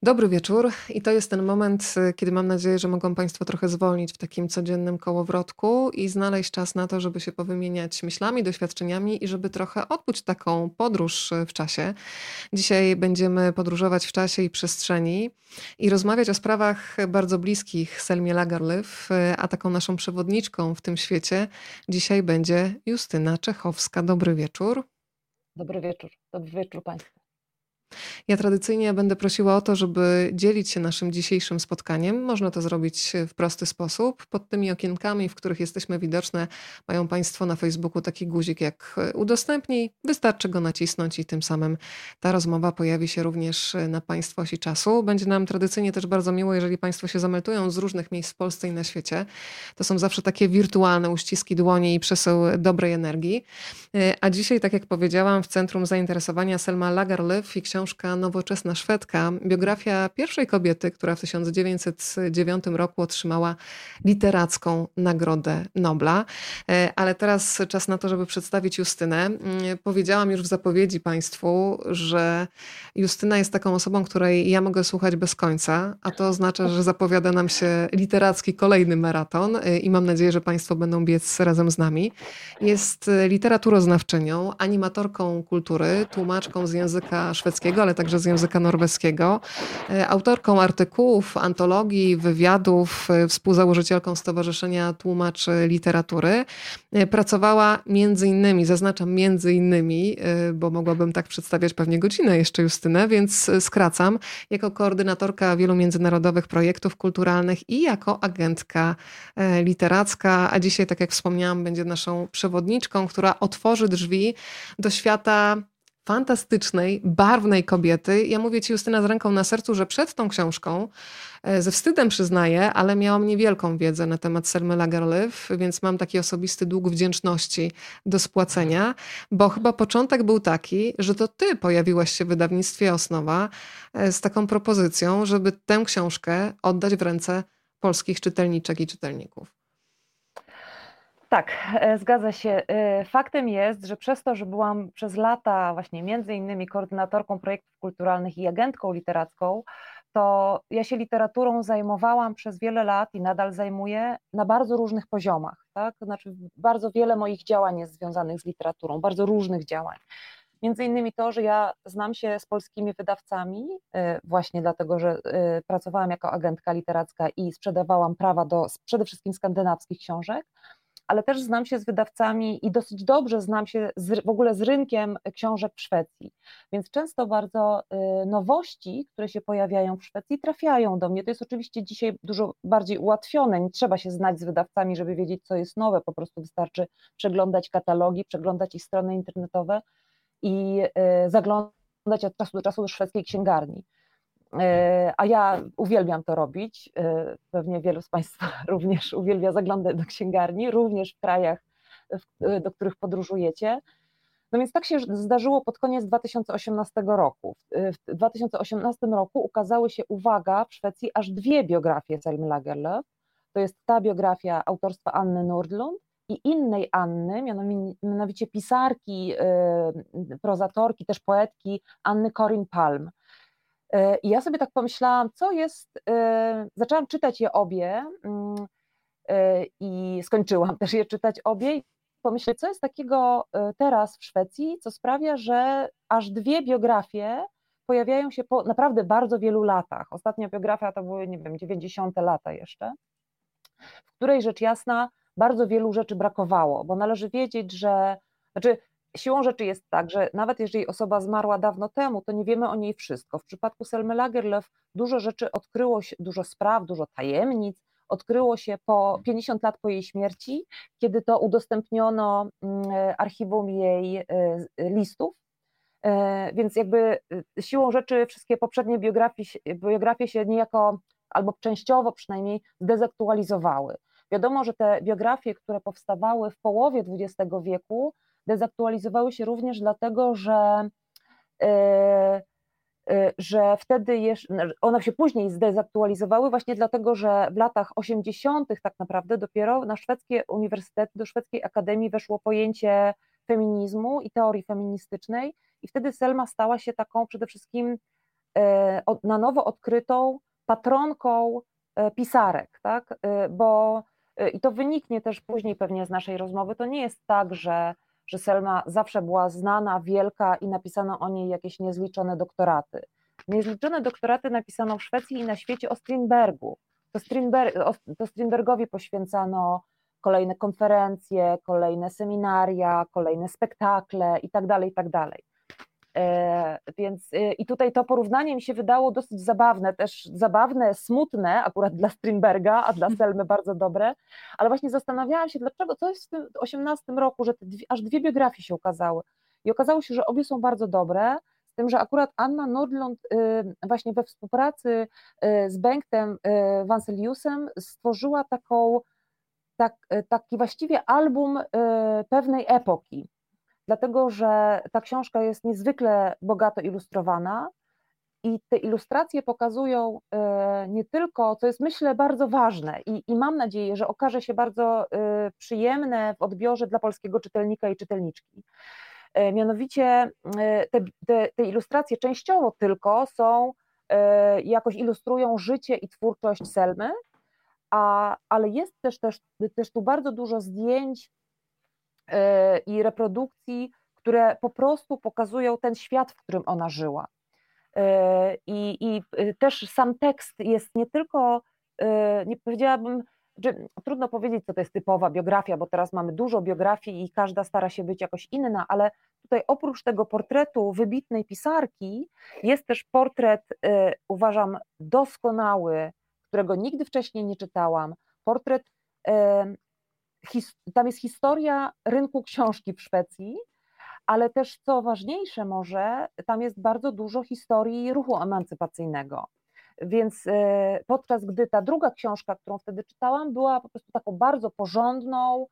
Dobry wieczór i to jest ten moment, kiedy mam nadzieję, że mogą Państwo trochę zwolnić w takim codziennym kołowrotku i znaleźć czas na to, żeby się powymieniać myślami, doświadczeniami i żeby trochę odbyć taką podróż w czasie. Dzisiaj będziemy podróżować w czasie i przestrzeni i rozmawiać o sprawach bardzo bliskich Selmie Lagerlöf, a taką naszą przewodniczką w tym świecie dzisiaj będzie Justyna Czechowska. Dobry wieczór. Dobry wieczór. Dobry wieczór Państwu. Ja tradycyjnie będę prosiła o to, żeby dzielić się naszym dzisiejszym spotkaniem. Można to zrobić w prosty sposób. Pod tymi okienkami, w których jesteśmy widoczne, mają Państwo na Facebooku taki guzik jak udostępnij. Wystarczy go nacisnąć i tym samym ta rozmowa pojawi się również na Państwa osi czasu. Będzie nam tradycyjnie też bardzo miło, jeżeli Państwo się zameldują z różnych miejsc w Polsce i na świecie. To są zawsze takie wirtualne uściski dłoni i przesył dobrej energii. A dzisiaj, tak jak powiedziałam, w centrum zainteresowania Selma Lagerlöf i książka Nowoczesna Szwedka, biografia pierwszej kobiety, która w 1909 roku otrzymała literacką Nagrodę Nobla. Ale teraz czas na to, żeby przedstawić Justynę. Powiedziałam już w zapowiedzi Państwu, że Justyna jest taką osobą, której ja mogę słuchać bez końca, a to oznacza, że zapowiada nam się literacki kolejny maraton i mam nadzieję, że Państwo będą biec razem z nami. Jest literaturoznawczynią, animatorką kultury, tłumaczką z języka szwedzkiego, ale także z języka norweskiego, autorką artykułów, antologii, wywiadów, współzałożycielką Stowarzyszenia Tłumaczy Literatury. Pracowała między innymi, zaznaczam między innymi, bo mogłabym tak przedstawiać pewnie godzinę jeszcze Justynę, więc skracam, jako koordynatorka wielu międzynarodowych projektów kulturalnych i jako agentka literacka, a dzisiaj, tak jak wspomniałam, będzie naszą przewodniczką, która otworzy drzwi do świata fantastycznej, barwnej kobiety. Ja mówię Ci, Justyna, z ręką na sercu, że przed tą książką, ze wstydem przyznaję, ale miałam niewielką wiedzę na temat Selmy Lagerlöf, więc mam taki osobisty dług wdzięczności do spłacenia, bo chyba początek był taki, że to Ty pojawiłaś się w wydawnictwie Osnowa z taką propozycją, żeby tę książkę oddać w ręce polskich czytelniczek i czytelników. Tak, zgadza się. Faktem jest, że przez to, że byłam przez lata właśnie między innymi koordynatorką projektów kulturalnych i agentką literacką, to ja się literaturą zajmowałam przez wiele lat i nadal zajmuję na bardzo różnych poziomach. Tak? Znaczy bardzo wiele moich działań jest związanych z literaturą, bardzo różnych działań. Między innymi to, że ja znam się z polskimi wydawcami, właśnie dlatego, że pracowałam jako agentka literacka i sprzedawałam prawa do przede wszystkim skandynawskich książek, ale też znam się z wydawcami i dosyć dobrze znam się w ogóle z rynkiem książek w Szwecji. Więc często bardzo nowości, które się pojawiają w Szwecji, trafiają do mnie. To jest oczywiście dzisiaj dużo bardziej ułatwione. Nie trzeba się znać z wydawcami, żeby wiedzieć, co jest nowe. Po prostu wystarczy przeglądać katalogi, przeglądać ich strony internetowe i zaglądać od czasu do czasu do szwedzkiej księgarni. A ja uwielbiam to robić, pewnie wielu z Państwa również uwielbia zaglądać do księgarni, również w krajach, do których podróżujecie. No więc tak się zdarzyło pod koniec 2018 roku. W 2018 roku ukazały się, uwaga, w Szwecji aż dwie biografie Selmy Lagerlöf. To jest ta biografia autorstwa Anny Nordlund i innej Anny, mianowicie pisarki, prozatorki, też poetki Anny Corinne Palm. I ja sobie tak pomyślałam, co jest, zaczęłam czytać je obie i skończyłam też je czytać obie i pomyśleć, co jest takiego teraz w Szwecji, co sprawia, że aż dwie biografie pojawiają się po naprawdę bardzo wielu latach. Ostatnia biografia to były, nie wiem, 90. lata jeszcze, w której rzecz jasna bardzo wielu rzeczy brakowało, bo należy wiedzieć, że, znaczy siłą rzeczy jest tak, że nawet jeżeli osoba zmarła dawno temu, to nie wiemy o niej wszystko. W przypadku Selmy Lagerlöf dużo rzeczy odkryło się, dużo spraw, dużo tajemnic odkryło się po 50 lat po jej śmierci, kiedy to udostępniono archiwum jej listów. Więc jakby siłą rzeczy wszystkie poprzednie biografie się niejako, albo częściowo przynajmniej, zdezaktualizowały. Wiadomo, że te biografie, które powstawały w połowie XX wieku, dezaktualizowały się również dlatego, że wtedy one się później zdezaktualizowały właśnie dlatego, że w latach 80. tak naprawdę dopiero na szwedzkie uniwersytety, do szwedzkiej akademii weszło pojęcie feminizmu i teorii feministycznej i wtedy Selma stała się taką przede wszystkim na nowo odkrytą patronką pisarek, tak? Bo i to wyniknie też później pewnie z naszej rozmowy, to nie jest tak, że Selma zawsze była znana, wielka i napisano o niej jakieś niezliczone doktoraty. Niezliczone doktoraty napisano w Szwecji i na świecie o Strindbergu. To Strindbergowi poświęcano kolejne konferencje, kolejne seminaria, kolejne spektakle i tak dalej, i tak dalej. Więc i tutaj to porównanie mi się wydało dosyć zabawne, też zabawne, smutne akurat dla Strindberga, a dla Selmy bardzo dobre, ale właśnie zastanawiałam się, dlaczego, co jest w tym 18 roku, że aż dwie biografie się ukazały. I okazało się, że obie są bardzo dobre, z tym, że akurat Anna Nordlund właśnie we współpracy z Bengtem Wanseliusem stworzyła taki właściwie album pewnej epoki, dlatego że ta książka jest niezwykle bogato ilustrowana i te ilustracje pokazują nie tylko, co jest myślę bardzo ważne i mam nadzieję, że okaże się bardzo przyjemne w odbiorze dla polskiego czytelnika i czytelniczki. Mianowicie te ilustracje częściowo tylko są, jakoś ilustrują życie i twórczość Selmy, ale jest też tu bardzo dużo zdjęć i reprodukcji, które po prostu pokazują ten świat, w którym ona żyła. I też sam tekst jest nie tylko, nie powiedziałabym, że trudno powiedzieć, co to jest typowa biografia, bo teraz mamy dużo biografii i każda stara się być jakoś inna, ale tutaj oprócz tego portretu wybitnej pisarki jest też portret, uważam, doskonały, którego nigdy wcześniej nie czytałam. Portret, tam jest historia rynku książki w Szwecji, ale też, co ważniejsze może, tam jest bardzo dużo historii ruchu emancypacyjnego. Więc podczas gdy ta druga książka, którą wtedy czytałam, była po prostu taką bardzo porządną,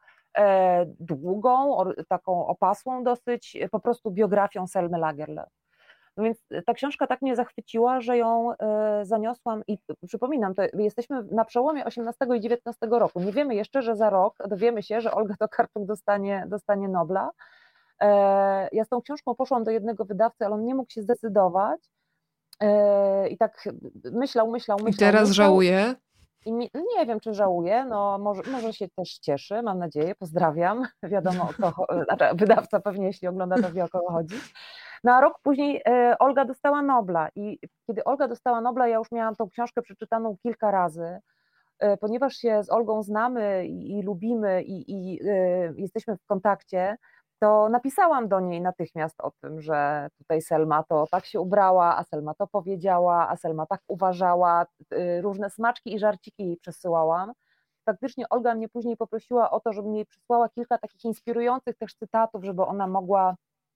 długą, taką opasłą dosyć, po prostu biografią Selmy Lagerlöf. No więc ta książka tak mnie zachwyciła, że ją zaniosłam i przypominam, to jesteśmy na przełomie 18 i 19 roku. Nie wiemy jeszcze, że za rok dowiemy się, że Olga Tokarczuk dostanie Nobla. Ja z tą książką poszłam do jednego wydawcy, ale on nie mógł się zdecydować i tak myślał. I teraz żałuje? I nie wiem, czy żałuje, no może się też cieszy, mam nadzieję, pozdrawiam, wiadomo o co, znaczy wydawca pewnie, jeśli ogląda, to wie, o kogo chodzi. No a rok później Olga dostała Nobla i kiedy Olga dostała Nobla, ja już miałam tą książkę przeczytaną kilka razy, ponieważ się z Olgą znamy i lubimy i jesteśmy w kontakcie, to napisałam do niej natychmiast o tym, że tutaj Selma to tak się ubrała, a Selma to powiedziała, a Selma tak uważała, różne smaczki i żarciki jej przesyłałam. Faktycznie Olga mnie później poprosiła o to, żebym jej przysłała kilka takich inspirujących też cytatów, żeby ona mogła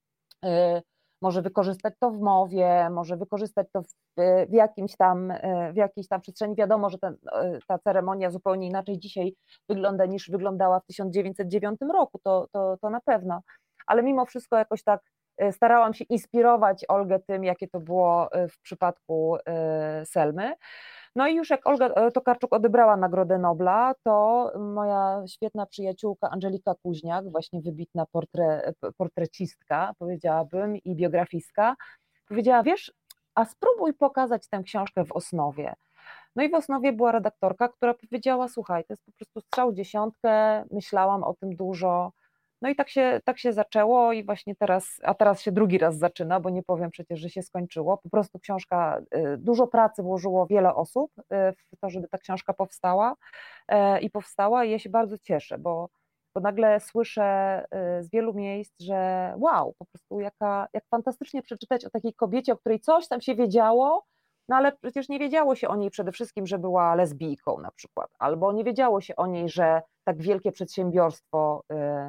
może wykorzystać to w mowie, może wykorzystać to w jakiejś tam przestrzeni. Wiadomo, że ta ceremonia zupełnie inaczej dzisiaj wygląda niż wyglądała w 1909 roku, to na pewno. Ale mimo wszystko jakoś tak starałam się inspirować Olgę tym, jakie to było w przypadku Selmy. No i już jak Olga Tokarczuk odebrała Nagrodę Nobla, to moja świetna przyjaciółka Angelika Kuźniak, właśnie wybitna portrecistka, powiedziałabym, i biografistka, powiedziała, wiesz, a spróbuj pokazać tę książkę w Osnowie. No i w Osnowie była redaktorka, która powiedziała, słuchaj, to jest po prostu strzał w dziesiątkę, myślałam o tym dużo. No i tak się zaczęło i właśnie teraz się drugi raz zaczyna, bo nie powiem przecież, że się skończyło. Po prostu książka, dużo pracy włożyło wiele osób w to, żeby ta książka powstała i ja się bardzo cieszę, bo nagle słyszę z wielu miejsc, że wow, po prostu jak fantastycznie przeczytać o takiej kobiecie, o której coś tam się wiedziało, no ale przecież nie wiedziało się o niej przede wszystkim, że była lesbijką na przykład, albo nie wiedziało się o niej, że tak wielkie przedsiębiorstwo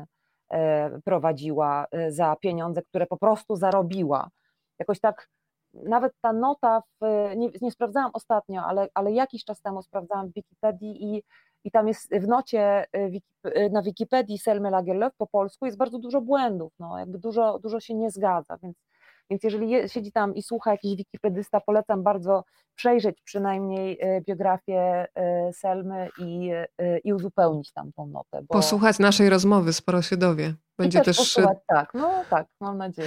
prowadziła za pieniądze, które po prostu zarobiła. Jakoś tak nawet ta nota, nie sprawdzałam ostatnio, ale jakiś czas temu sprawdzałam w Wikipedii i tam jest w nocie na Wikipedii Selmy Lagerlöf po polsku jest bardzo dużo błędów, no jakby dużo się nie zgadza, więc jeżeli siedzi tam i słucha jakiś wikipedysta, polecam bardzo przejrzeć przynajmniej biografię Selmy i uzupełnić tam tą notę. Posłuchać naszej rozmowy, sporo się dowie. Będzie też posłuchać, tak, no tak, mam nadzieję.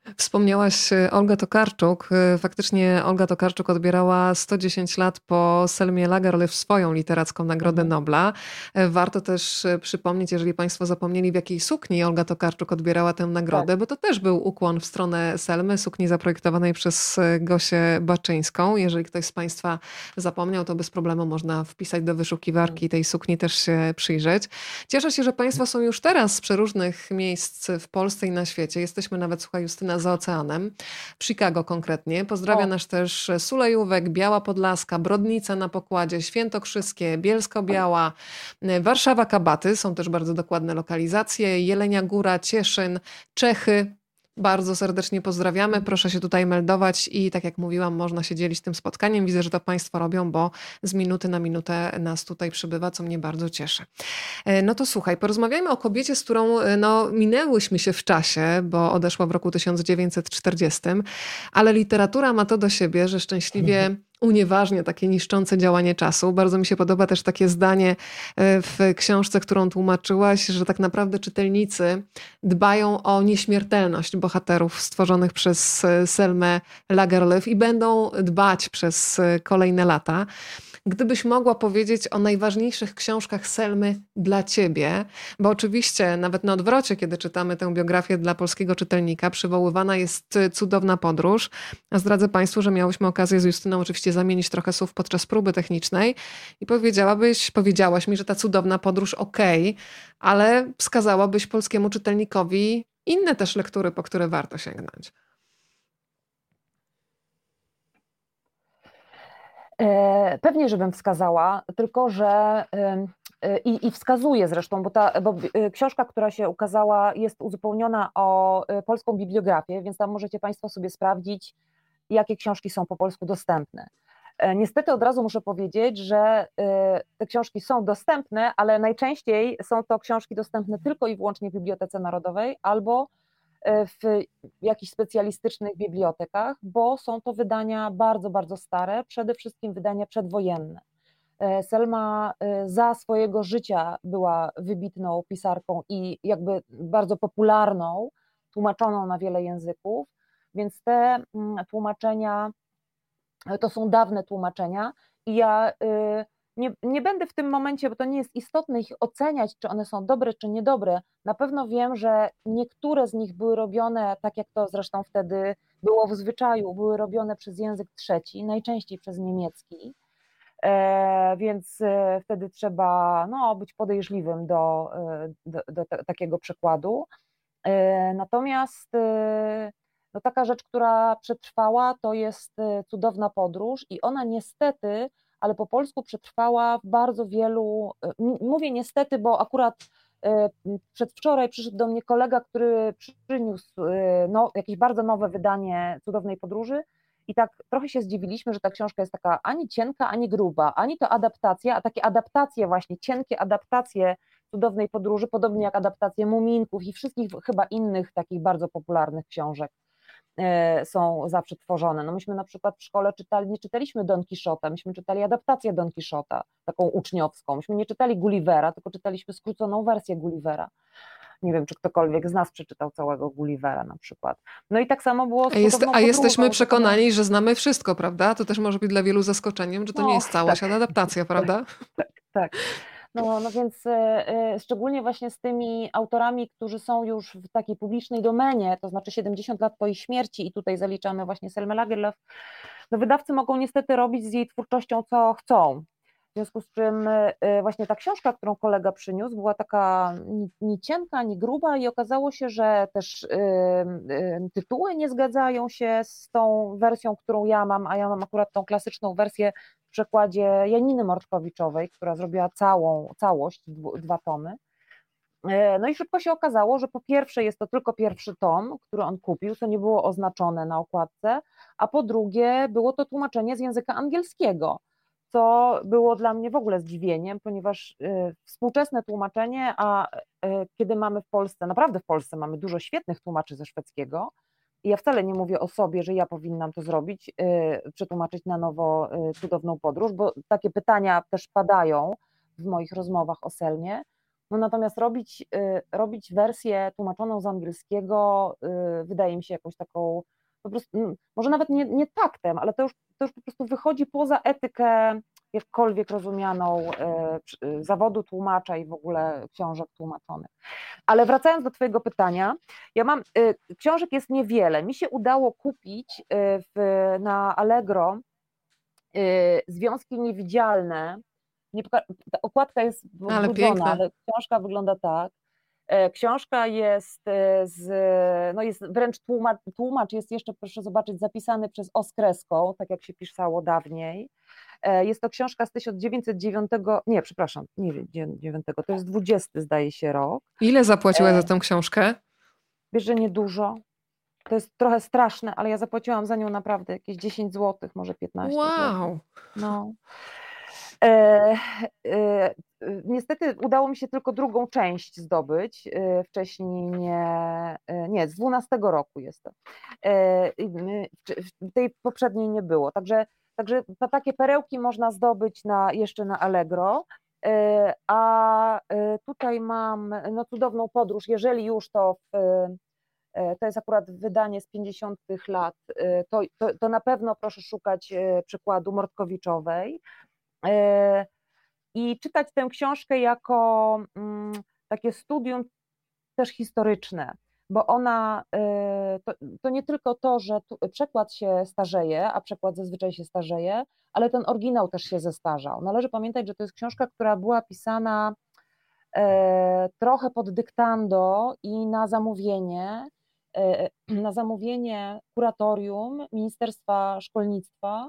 Wspomniałaś Olgę Tokarczuk. Faktycznie Olga Tokarczuk odbierała 110 lat po Selmie Lagerlöf swoją literacką Nagrodę Mhm. Nobla. Warto też przypomnieć, jeżeli Państwo zapomnieli, w jakiej sukni Olga Tokarczuk odbierała tę Tak. nagrodę, bo to też był ukłon w stronę Selmy, sukni zaprojektowanej przez Gosię Baczyńską. Jeżeli ktoś z Państwa zapomniał, to bez problemu można wpisać do Mhm. wyszukiwarki i tej sukni też się przyjrzeć. Cieszę się, że Państwo są już teraz z przeróżnych miejsc w Polsce i na świecie. Jesteśmy nawet, słuchaj, Justyna, za oceanem, w Chicago konkretnie. Pozdrawia O, nas też Sulejówek, Biała Podlaska, Brodnica na pokładzie, Świętokrzyskie, Bielsko-Biała, Warszawa, Kabaty, są też bardzo dokładne lokalizacje, Jelenia Góra, Cieszyn, Czechy. Bardzo serdecznie pozdrawiamy. mhm. Proszę się tutaj meldować i tak jak mówiłam, można się dzielić tym spotkaniem. Widzę, że to Państwo robią, bo z minuty na minutę nas tutaj przybywa, co mnie bardzo cieszy. No to słuchaj, porozmawiajmy o kobiecie, z którą no, minęłyśmy się w czasie, bo odeszła w roku 1940, ale literatura ma to do siebie, że szczęśliwie unieważnia takie niszczące działanie czasu. Bardzo mi się podoba też takie zdanie w książce, którą tłumaczyłaś, że tak naprawdę czytelnicy dbają o nieśmiertelność bohaterów stworzonych przez Selmę Lagerlöf i będą dbać przez kolejne lata. Gdybyś mogła powiedzieć o najważniejszych książkach Selmy dla ciebie, bo oczywiście nawet na odwrocie, kiedy czytamy tę biografię dla polskiego czytelnika, przywoływana jest cudowna podróż. A zdradzę Państwu, że miałyśmy okazję z Justyną oczywiście zamienić trochę słów podczas próby technicznej i powiedziałaś mi, że ta cudowna podróż okej, ale wskazałabyś polskiemu czytelnikowi inne też lektury, po które warto sięgnąć. Pewnie, żebym wskazała, tylko że i wskazuję zresztą, bo książka, która się ukazała, jest uzupełniona o polską bibliografię, więc tam możecie Państwo sobie sprawdzić, jakie książki są po polsku dostępne. Niestety od razu muszę powiedzieć, że te książki są dostępne, ale najczęściej są to książki dostępne tylko i wyłącznie w Bibliotece Narodowej albo w jakichś specjalistycznych bibliotekach, bo są to wydania bardzo, bardzo stare, przede wszystkim wydania przedwojenne. Selma za swojego życia była wybitną pisarką i jakby bardzo popularną, tłumaczoną na wiele języków, więc te tłumaczenia to są dawne tłumaczenia i ja nie będę w tym momencie, bo to nie jest istotne ich oceniać, czy one są dobre, czy niedobre. Na pewno wiem, że niektóre z nich były robione, tak jak to zresztą wtedy było w zwyczaju, były robione przez język trzeci, najczęściej przez niemiecki, więc wtedy trzeba no, być podejrzliwym do takiego przykładu. Natomiast no taka rzecz, która przetrwała, to jest Cudowna podróż i ona niestety, ale po polsku przetrwała w bardzo wielu, mówię niestety, bo akurat przedwczoraj przyszedł do mnie kolega, który przyniósł no, jakieś bardzo nowe wydanie Cudownej podróży i tak trochę się zdziwiliśmy, że ta książka jest taka ani cienka, ani gruba, ani to adaptacja, a takie adaptacje właśnie, cienkie adaptacje Cudownej podróży, podobnie jak adaptacje Muminków i wszystkich chyba innych takich bardzo popularnych książek są zawsze tworzone. No myśmy na przykład w szkole nie czytaliśmy Don Quixota, myśmy czytali adaptację Don Quixota, taką uczniowską. Myśmy nie czytali Gullivera, tylko czytaliśmy skróconą wersję Gullivera. Nie wiem, czy ktokolwiek z nas przeczytał całego Gullivera na przykład. No i tak samo było z Cudowną A jesteśmy podróżą, że ona... przekonani, że znamy wszystko, prawda? To też może być dla wielu zaskoczeniem, że to nie No jest całość, ale tak, adaptacja, prawda? tak. No więc szczególnie właśnie z tymi autorami, którzy są już w takiej publicznej domenie, to znaczy 70 lat po ich śmierci i tutaj zaliczamy właśnie Selmę Lagerlöf, no wydawcy mogą niestety robić z jej twórczością co chcą. W związku z czym właśnie ta książka, którą kolega przyniósł, była taka ni cienka, ni gruba i okazało się, że też tytuły nie zgadzają się z tą wersją, którą ja mam, a ja mam akurat tą klasyczną wersję w przekładzie Janiny Mordkowiczowej, która zrobiła całość, dwa tomy. No i szybko się okazało, że po pierwsze jest to tylko pierwszy tom, który on kupił, co nie było oznaczone na okładce, a po drugie było to tłumaczenie z języka angielskiego, co było dla mnie w ogóle zdziwieniem, ponieważ współczesne tłumaczenie, a kiedy mamy w Polsce, naprawdę w Polsce mamy dużo świetnych tłumaczy ze szwedzkiego, i ja wcale nie mówię o sobie, że ja powinnam to zrobić, przetłumaczyć na nowo Cudowną podróż, bo takie pytania też padają w moich rozmowach o Selmie. No natomiast robić wersję tłumaczoną z angielskiego wydaje mi się jakąś taką po prostu, może nawet nie taktem, ale to już po prostu wychodzi poza etykę jakkolwiek rozumianą zawodu tłumacza i w ogóle książek tłumaczonych. Ale wracając do Twojego pytania, książek jest niewiele. Mi się udało kupić na Allegro Związki Niewidzialne. Ta okładka jest Ale odbrudzona, piękne. ale książka wygląda tak. Książka jest jest wręcz tłumacz jest jeszcze, proszę zobaczyć, zapisany przez O z kreską, tak jak się pisało dawniej. Jest to książka z 1909, nie, przepraszam, nie 9, to jest 20, zdaje się, rok. Ile zapłaciłaś za tę książkę? Wiesz, że niedużo. To jest trochę straszne, ale ja zapłaciłam za nią naprawdę jakieś 10 zł, może 15 zł. Wow! No. Niestety udało mi się tylko drugą część zdobyć. Wcześniej nie, z 12 roku jest to. Tej poprzedniej nie było. Także takie perełki można zdobyć jeszcze na Allegro. A tutaj mam cudowną podróż, jeżeli już to jest akurat wydanie z 50 lat, to na pewno proszę szukać przykładu Mordkowiczowej i czytać tę książkę jako takie studium też historyczne, bo ona, to nie tylko to, że przekład się starzeje, a przekład zazwyczaj się starzeje, ale ten oryginał też się zestarzał. Należy pamiętać, że to jest książka, która była pisana trochę pod dyktando i na zamówienie kuratorium Ministerstwa Szkolnictwa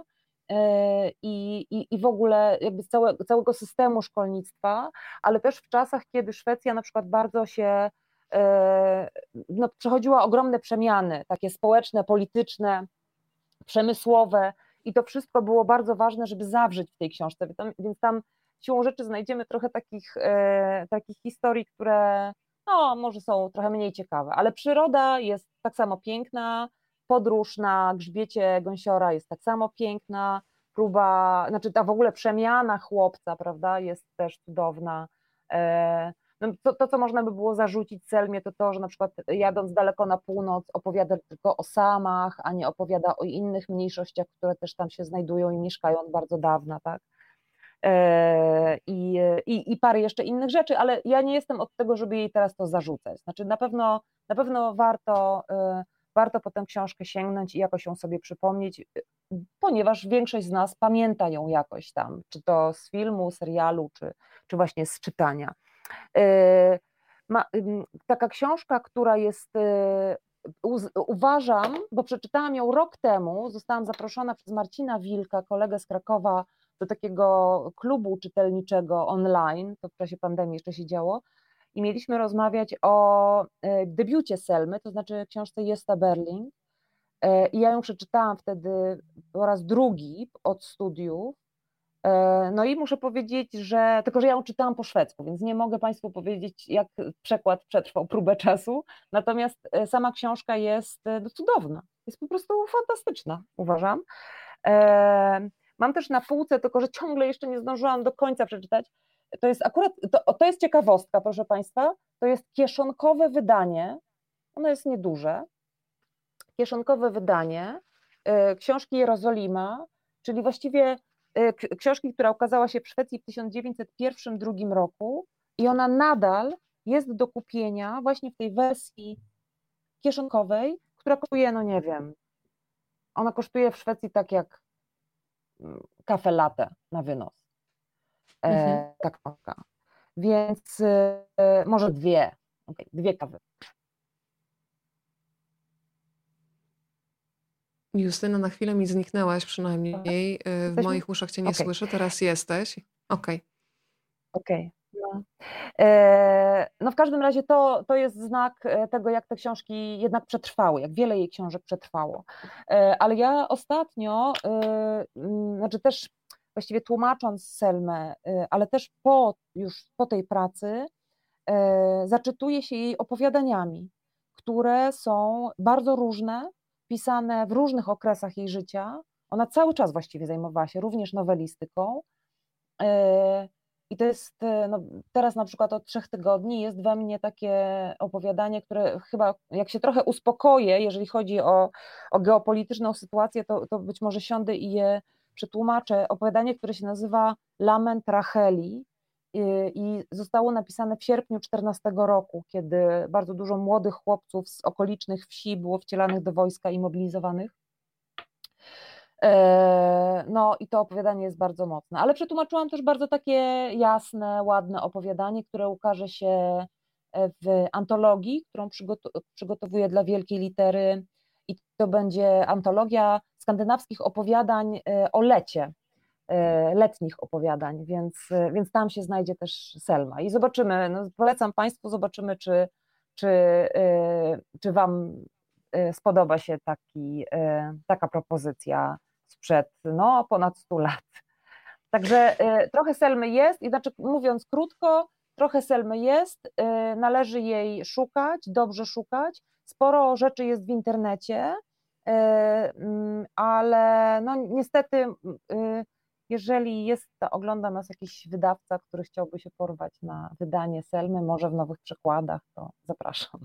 i w ogóle jakby całego systemu szkolnictwa, ale też w czasach, kiedy Szwecja na przykład bardzo się przechodziła ogromne przemiany, takie społeczne, polityczne, przemysłowe i to wszystko było bardzo ważne, żeby zawrzeć w tej książce, więc tam siłą rzeczy znajdziemy trochę takich historii, które może są trochę mniej ciekawe, ale przyroda jest tak samo piękna, podróż na grzbiecie gąsiora jest tak samo piękna, ta w ogóle przemiana chłopca, prawda, jest też cudowna. To, co można by było zarzucić Selmie, to, że na przykład jadąc daleko na północ opowiada tylko o Samach, a nie opowiada o innych mniejszościach, które też tam się znajdują i mieszkają od bardzo dawna, tak? I parę jeszcze innych rzeczy, ale ja nie jestem od tego, żeby jej teraz to zarzucać. Znaczy na pewno warto po tę książkę sięgnąć i jakoś ją sobie przypomnieć, ponieważ większość z nas pamięta ją jakoś tam, czy to z filmu, serialu, czy właśnie z czytania. Taka książka, która jest, uważam, bo przeczytałam ją rok temu, zostałam zaproszona przez Marcina Wilka, kolegę z Krakowa, do takiego klubu czytelniczego online, to w czasie pandemii jeszcze się działo, i mieliśmy rozmawiać o debiucie Selmy, to znaczy książce Gösta Berling, i ja ją przeczytałam wtedy po raz drugi od studiów. No i muszę powiedzieć, tylko że ja ją czytałam po szwedzku, więc nie mogę Państwu powiedzieć, jak przekład przetrwał próbę czasu, natomiast sama książka jest cudowna, jest po prostu fantastyczna, uważam. Mam też na półce, tylko że ciągle jeszcze nie zdążyłam do końca przeczytać, to jest akurat, to jest ciekawostka, proszę Państwa, to jest kieszonkowe wydanie, ono jest nieduże, kieszonkowe wydanie książki Jerozolima, czyli właściwie książki, która ukazała się w Szwecji w 1901-1902 roku i ona nadal jest do kupienia właśnie w tej wersji kieszonkowej, która kosztuje, no nie wiem, ona kosztuje w Szwecji tak jak kafe latte na wynos. Ta książka. Więc może dwie kawy. Justyna, na chwilę mi zniknęłaś przynajmniej. W moich uszach cię nie słyszę, teraz jesteś. Okej. No w każdym razie to jest znak tego, jak te książki jednak przetrwały, jak wiele jej książek przetrwało. Ale ja ostatnio, znaczy też właściwie tłumacząc Selmę, ale też już po tej pracy, zaczytuję się jej opowiadaniami, które są bardzo różne, pisane w różnych okresach jej życia. Ona cały czas właściwie zajmowała się również nowelistyką. I to jest, no, teraz na przykład od 3 tygodni jest we mnie takie opowiadanie, które chyba jak się trochę uspokoję, jeżeli chodzi o geopolityczną sytuację, to być może siądę i je przetłumaczę. Opowiadanie, które się nazywa Lament Racheli i zostało napisane w sierpniu 2014 roku, kiedy bardzo dużo młodych chłopców z okolicznych wsi było wcielanych do wojska i mobilizowanych. No i to opowiadanie jest bardzo mocne, ale przetłumaczyłam też bardzo takie jasne, ładne opowiadanie, które ukaże się w antologii, którą przygotowuję dla Wielkiej Litery, i to będzie antologia skandynawskich opowiadań o lecie, letnich opowiadań, więc tam się znajdzie też Selma i zobaczymy, no polecam Państwu, zobaczymy, czy Wam spodoba się taka propozycja sprzed ponad 100 lat. Także trochę Selmy jest, i znaczy mówiąc krótko, trochę Selmy jest, należy jej szukać, dobrze szukać, sporo rzeczy jest w internecie, ale no niestety jeżeli ogląda nas jakiś wydawca, który chciałby się porwać na wydanie Selmy, może w nowych przekładach, to zapraszam.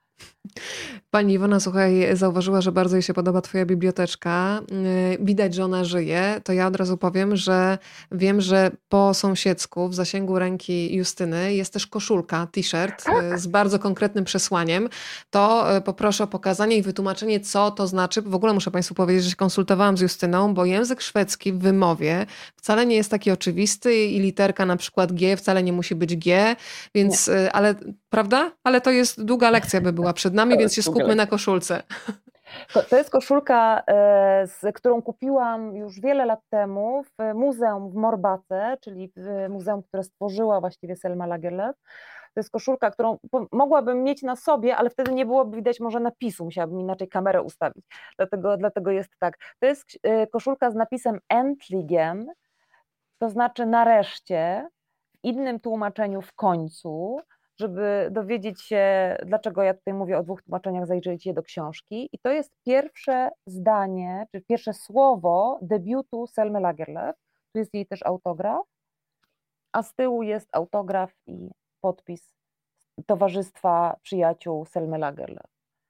Pani Iwona, słuchaj, zauważyła, że bardzo jej się podoba twoja biblioteczka. Widać, że ona żyje. To ja od razu powiem, że wiem, że po sąsiedzku, w zasięgu ręki Justyny, jest też koszulka, t-shirt z bardzo konkretnym przesłaniem. To poproszę o pokazanie i wytłumaczenie, co to znaczy. W ogóle muszę Państwu powiedzieć, że się konsultowałam z Justyną, bo język szwedzki w wymowie wcale nie jest taki oczywisty i literka na przykład G wcale nie musi być G, więc, ale prawda? Ale to jest długa lekcja by była przed nami, więc się skupmy na koszulce. To jest koszulka, którą kupiłam już wiele lat temu w muzeum w Morbace, czyli w muzeum, które stworzyła właściwie Selma Lagerlöf. To jest koszulka, którą mogłabym mieć na sobie, ale wtedy nie byłoby widać może napisu, musiałabym inaczej kamerę ustawić. Dlatego jest tak. To jest koszulka z napisem Äntligen, to znaczy nareszcie, w innym tłumaczeniu w końcu, żeby dowiedzieć się, dlaczego ja tutaj mówię o 2 tłumaczeniach, zajrzyjcie do książki. I to jest pierwsze zdanie, czy pierwsze słowo debiutu Selmy Lagerlöf. Tu jest jej też autograf, a z tyłu jest autograf i podpis Towarzystwa Przyjaciół Selmy Lagerlöf.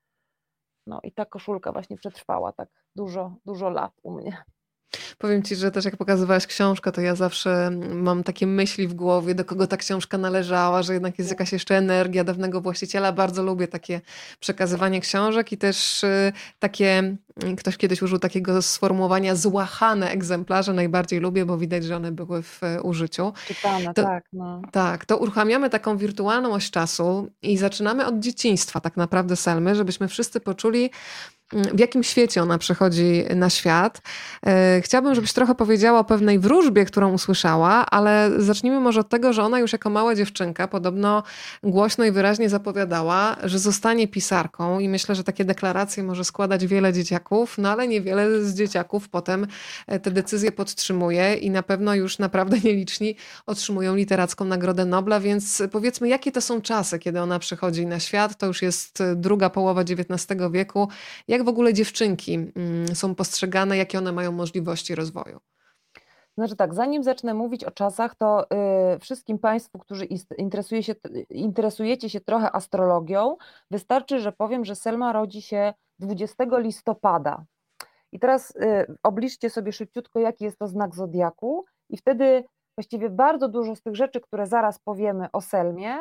No i ta koszulka właśnie przetrwała tak dużo lat u mnie. Powiem Ci, że też jak pokazywałaś książkę, to ja zawsze mam takie myśli w głowie, do kogo ta książka należała, że jednak jest jakaś jeszcze energia dawnego właściciela. Bardzo lubię takie przekazywanie książek i też takie, ktoś kiedyś użył takiego sformułowania złachane egzemplarze, najbardziej lubię, bo widać, że one były w użyciu. Czytane, to, tak. No. Tak, to uruchamiamy taką wirtualną oś czasu i zaczynamy od dzieciństwa tak naprawdę Selmy, żebyśmy wszyscy poczuli, w jakim świecie ona przychodzi na świat. Chciałabym, żebyś trochę powiedziała o pewnej wróżbie, którą usłyszała, ale zacznijmy może od tego, że ona już jako mała dziewczynka podobno głośno i wyraźnie zapowiadała, że zostanie pisarką i myślę, że takie deklaracje może składać wiele dzieciaków, no ale niewiele z dzieciaków potem te decyzje podtrzymuje i na pewno już naprawdę nieliczni otrzymują literacką Nagrodę Nobla, więc powiedzmy, jakie to są czasy, kiedy ona przychodzi na świat, to już jest druga połowa XIX wieku. Jak w ogóle dziewczynki są postrzegane, jakie one mają możliwości rozwoju? Znaczy tak, zanim zacznę mówić o czasach, to wszystkim Państwu, którzy interesujecie się trochę astrologią, wystarczy, że powiem, że Selma rodzi się 20 listopada. I teraz obliczcie sobie szybciutko, jaki jest to znak zodiaku, i wtedy właściwie bardzo dużo z tych rzeczy, które zaraz powiemy o Selmie,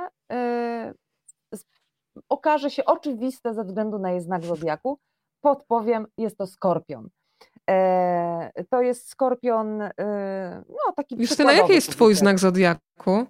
okaże się oczywiste ze względu na jej znak zodiaku. Podpowiem, jest to Skorpion. To jest Skorpion, no taki Justyna, jaki jest twój znak zodiaku?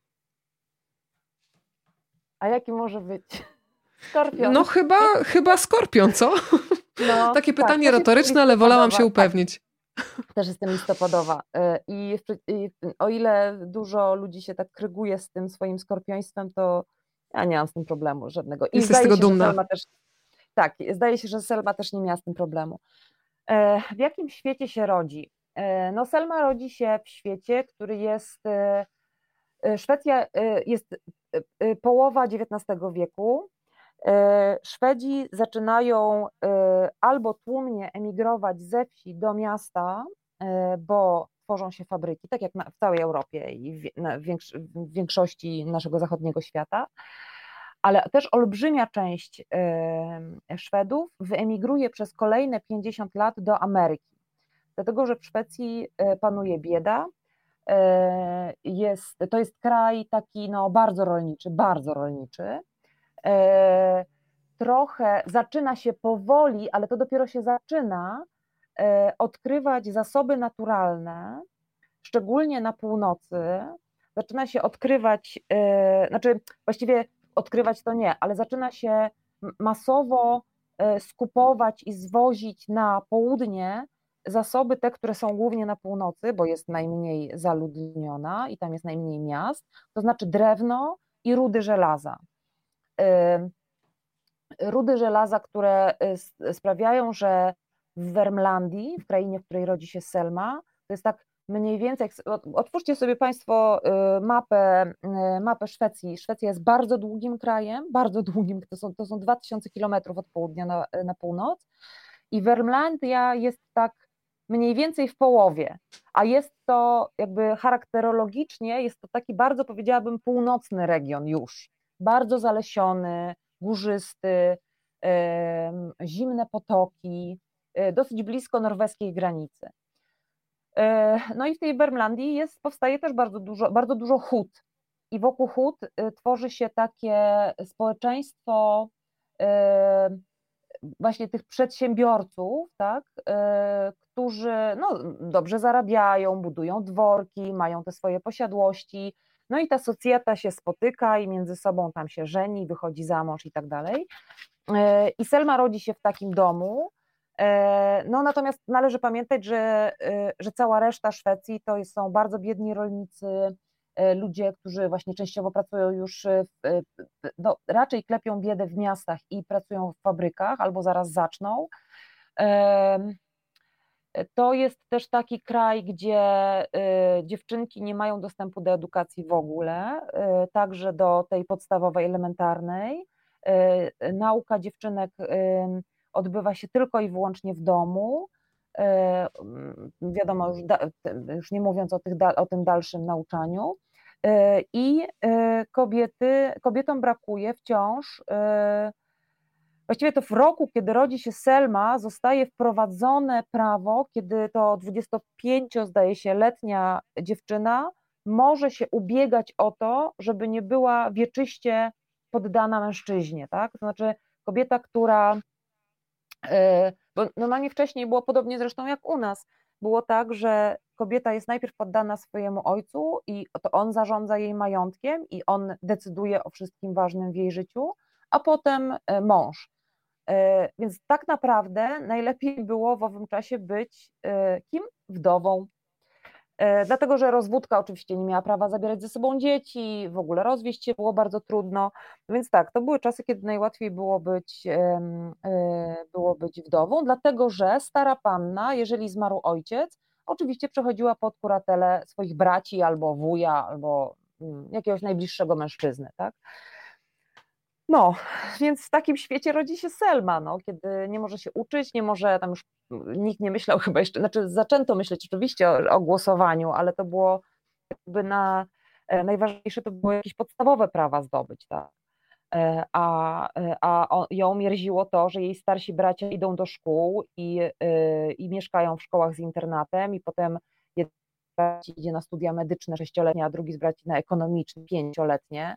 A jaki może być? Skorpion. No chyba Skorpion, co? No, takie pytanie retoryczne, ale wolałam się upewnić. Tak. Też jestem listopadowa i o ile dużo ludzi się tak kryguje z tym swoim skorpioństwem, to ja nie mam z tym problemu żadnego. I jesteś z tego dumna. Zdaje się, że Selma też nie miała z tym problemu. W jakim świecie się rodzi? No Selma rodzi się w świecie, który jest, Szwecja jest połowa XIX wieku. Szwedzi zaczynają albo tłumnie emigrować ze wsi do miasta, bo tworzą się fabryki, tak jak w całej Europie i w większości naszego zachodniego świata, ale też olbrzymia część Szwedów wyemigruje przez kolejne 50 lat do Ameryki, dlatego że w Szwecji panuje bieda. To jest kraj taki bardzo rolniczy. Trochę zaczyna się powoli, ale to dopiero się zaczyna odkrywać zasoby naturalne, szczególnie na północy. Zaczyna się odkrywać, znaczy właściwie odkrywać to nie, ale zaczyna się masowo skupować i zwozić na południe zasoby te, które są głównie na północy, bo jest najmniej zaludniona i tam jest najmniej miast, to znaczy drewno i rudy żelaza. Rudy żelaza, które sprawiają, że w Wermlandii, w krainie, w której rodzi się Selma, to jest tak mniej więcej, otwórzcie sobie Państwo mapę Szwecji. Szwecja jest bardzo długim krajem, bardzo długim, to są 2000 kilometrów od południa na północ i Wermlandia jest tak mniej więcej w połowie, a jest to jakby charakterologicznie, jest to taki bardzo, powiedziałabym, północny region już, bardzo zalesiony, górzysty, zimne potoki, dosyć blisko norweskiej granicy. No i w tej Wermlandii powstaje też bardzo dużo hut i wokół hut tworzy się takie społeczeństwo właśnie tych przedsiębiorców, tak, którzy dobrze zarabiają, budują dworki, mają te swoje posiadłości, no i ta socjeta się spotyka i między sobą tam się żeni, wychodzi za mąż i tak dalej. I Selma rodzi się w takim domu. No natomiast należy pamiętać, że cała reszta Szwecji to są bardzo biedni rolnicy, ludzie, którzy właśnie częściowo pracują już, raczej klepią biedę w miastach i pracują w fabrykach albo zaraz zaczną. To jest też taki kraj, gdzie dziewczynki nie mają dostępu do edukacji w ogóle, także do tej podstawowej, elementarnej. Nauka dziewczynek odbywa się tylko i wyłącznie w domu. Wiadomo, już nie mówiąc o tym dalszym nauczaniu. I kobietom brakuje wciąż, właściwie to w roku, kiedy rodzi się Selma, zostaje wprowadzone prawo, kiedy to 25, zdaje się, letnia dziewczyna może się ubiegać o to, żeby nie była wieczyście poddana mężczyźnie, tak? To znaczy kobieta, która, bo normalnie wcześniej było podobnie zresztą jak u nas, było tak, że kobieta jest najpierw poddana swojemu ojcu i to on zarządza jej majątkiem i on decyduje o wszystkim ważnym w jej życiu, a potem mąż. Więc tak naprawdę najlepiej było w owym czasie być kim? Wdową. Dlatego, że rozwódka oczywiście nie miała prawa zabierać ze sobą dzieci, w ogóle rozwieść się było bardzo trudno, więc tak, to były czasy, kiedy najłatwiej było być wdową, dlatego, że stara panna, jeżeli zmarł ojciec, oczywiście przechodziła pod kuratelę swoich braci albo wuja, albo jakiegoś najbliższego mężczyzny, tak? No, więc w takim świecie rodzi się Selma, kiedy nie może się uczyć, nie może, tam już nikt nie myślał chyba jeszcze, znaczy zaczęto myśleć oczywiście o głosowaniu, ale to było jakby najważniejsze to było jakieś podstawowe prawa zdobyć, tak? A ją mierziło to, że jej starsi bracia idą do szkół i mieszkają w szkołach z internatem i potem jeden z braci idzie na studia medyczne 6-letnie, a drugi z braci na ekonomiczne 5-letnie.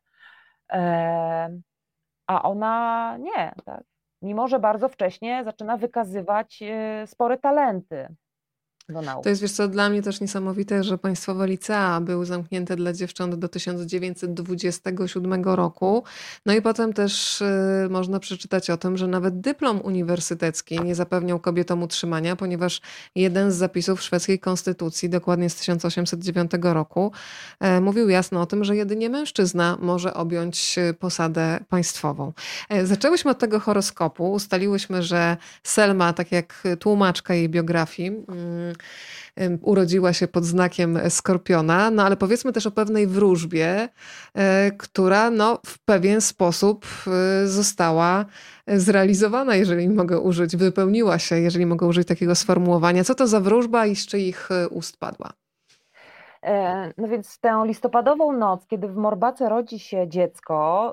A ona nie, tak? Mimo że bardzo wcześnie zaczyna wykazywać spore talenty do nauki. To jest, wiesz co, dla mnie też niesamowite, że państwowe licea były zamknięte dla dziewcząt do 1927 roku. No i potem też można przeczytać o tym, że nawet dyplom uniwersytecki nie zapewniał kobietom utrzymania, ponieważ jeden z zapisów szwedzkiej konstytucji, dokładnie z 1809 roku, mówił jasno o tym, że jedynie mężczyzna może objąć posadę państwową. Zaczęłyśmy od tego horoskopu. Ustaliłyśmy, że Selma, tak jak tłumaczka jej biografii, urodziła się pod znakiem Skorpiona, no ale powiedzmy też o pewnej wróżbie, która w pewien sposób została zrealizowana, jeżeli mogę wypełniła się, jeżeli mogę użyć takiego sformułowania. Co to za wróżba i z czyich ust padła? No więc w tę listopadową noc, kiedy w Morbace rodzi się dziecko,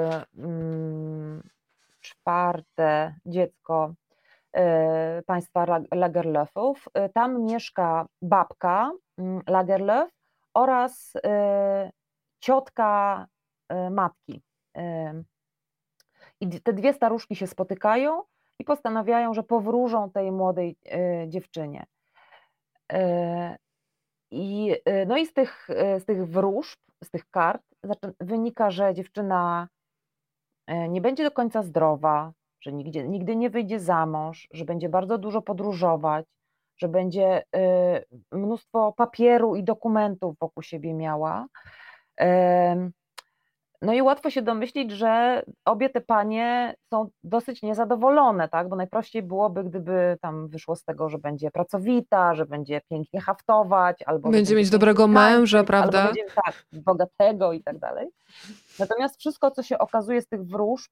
czwarte dziecko państwa Lagerlöfów, tam mieszka babka Lagerlöf oraz ciotka matki. I te dwie staruszki się spotykają i postanawiają, że powróżą tej młodej dziewczynie. No i z tych wróżb, z tych kart wynika, że dziewczyna nie będzie do końca zdrowa, że nigdy nie wyjdzie za mąż, że będzie bardzo dużo podróżować, że będzie mnóstwo papieru i dokumentów wokół siebie miała. No i łatwo się domyślić, że obie te panie są dosyć niezadowolone, tak? Bo najprościej byłoby, gdyby tam wyszło z tego, że będzie pracowita, że będzie pięknie haftować, albo że Będzie będzie mieć pięknie dobrego męża, tańczyć, albo prawda? będzie tak, bogatego i tak dalej. Natomiast wszystko, co się okazuje z tych wróżb,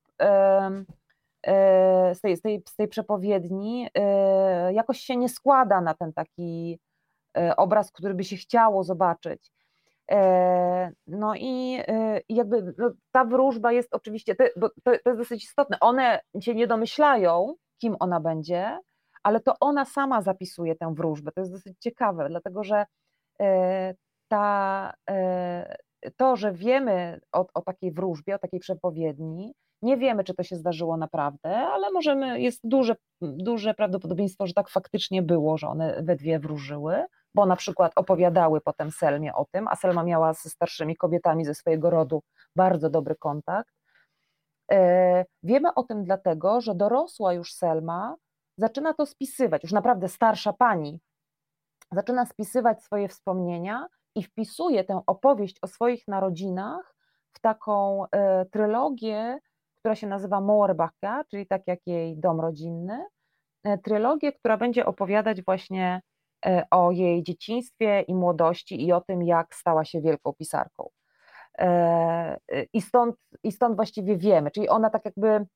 z tej przepowiedni, jakoś się nie składa na ten taki obraz, który by się chciało zobaczyć. No i jakby ta wróżba jest oczywiście, bo to jest dosyć istotne, one się nie domyślają, kim ona będzie, ale to ona sama zapisuje tę wróżbę. To jest dosyć ciekawe, dlatego że ta, to, że wiemy o takiej wróżbie, o takiej przepowiedni, nie wiemy, czy to się zdarzyło naprawdę, ale jest duże prawdopodobieństwo, że tak faktycznie było, że one we dwie wróżyły, bo na przykład opowiadały potem Selmie o tym, a Selma miała ze starszymi kobietami ze swojego rodu bardzo dobry kontakt. Wiemy o tym dlatego, że dorosła już Selma zaczyna to spisywać, już naprawdę starsza pani zaczyna spisywać swoje wspomnienia i wpisuje tę opowieść o swoich narodzinach w taką trylogię, która się nazywa Moorbacka, czyli tak jak jej dom rodzinny, trylogię, która będzie opowiadać właśnie o jej dzieciństwie i młodości i o tym, jak stała się wielką pisarką. I stąd właściwie wiemy, czyli ona tak jakby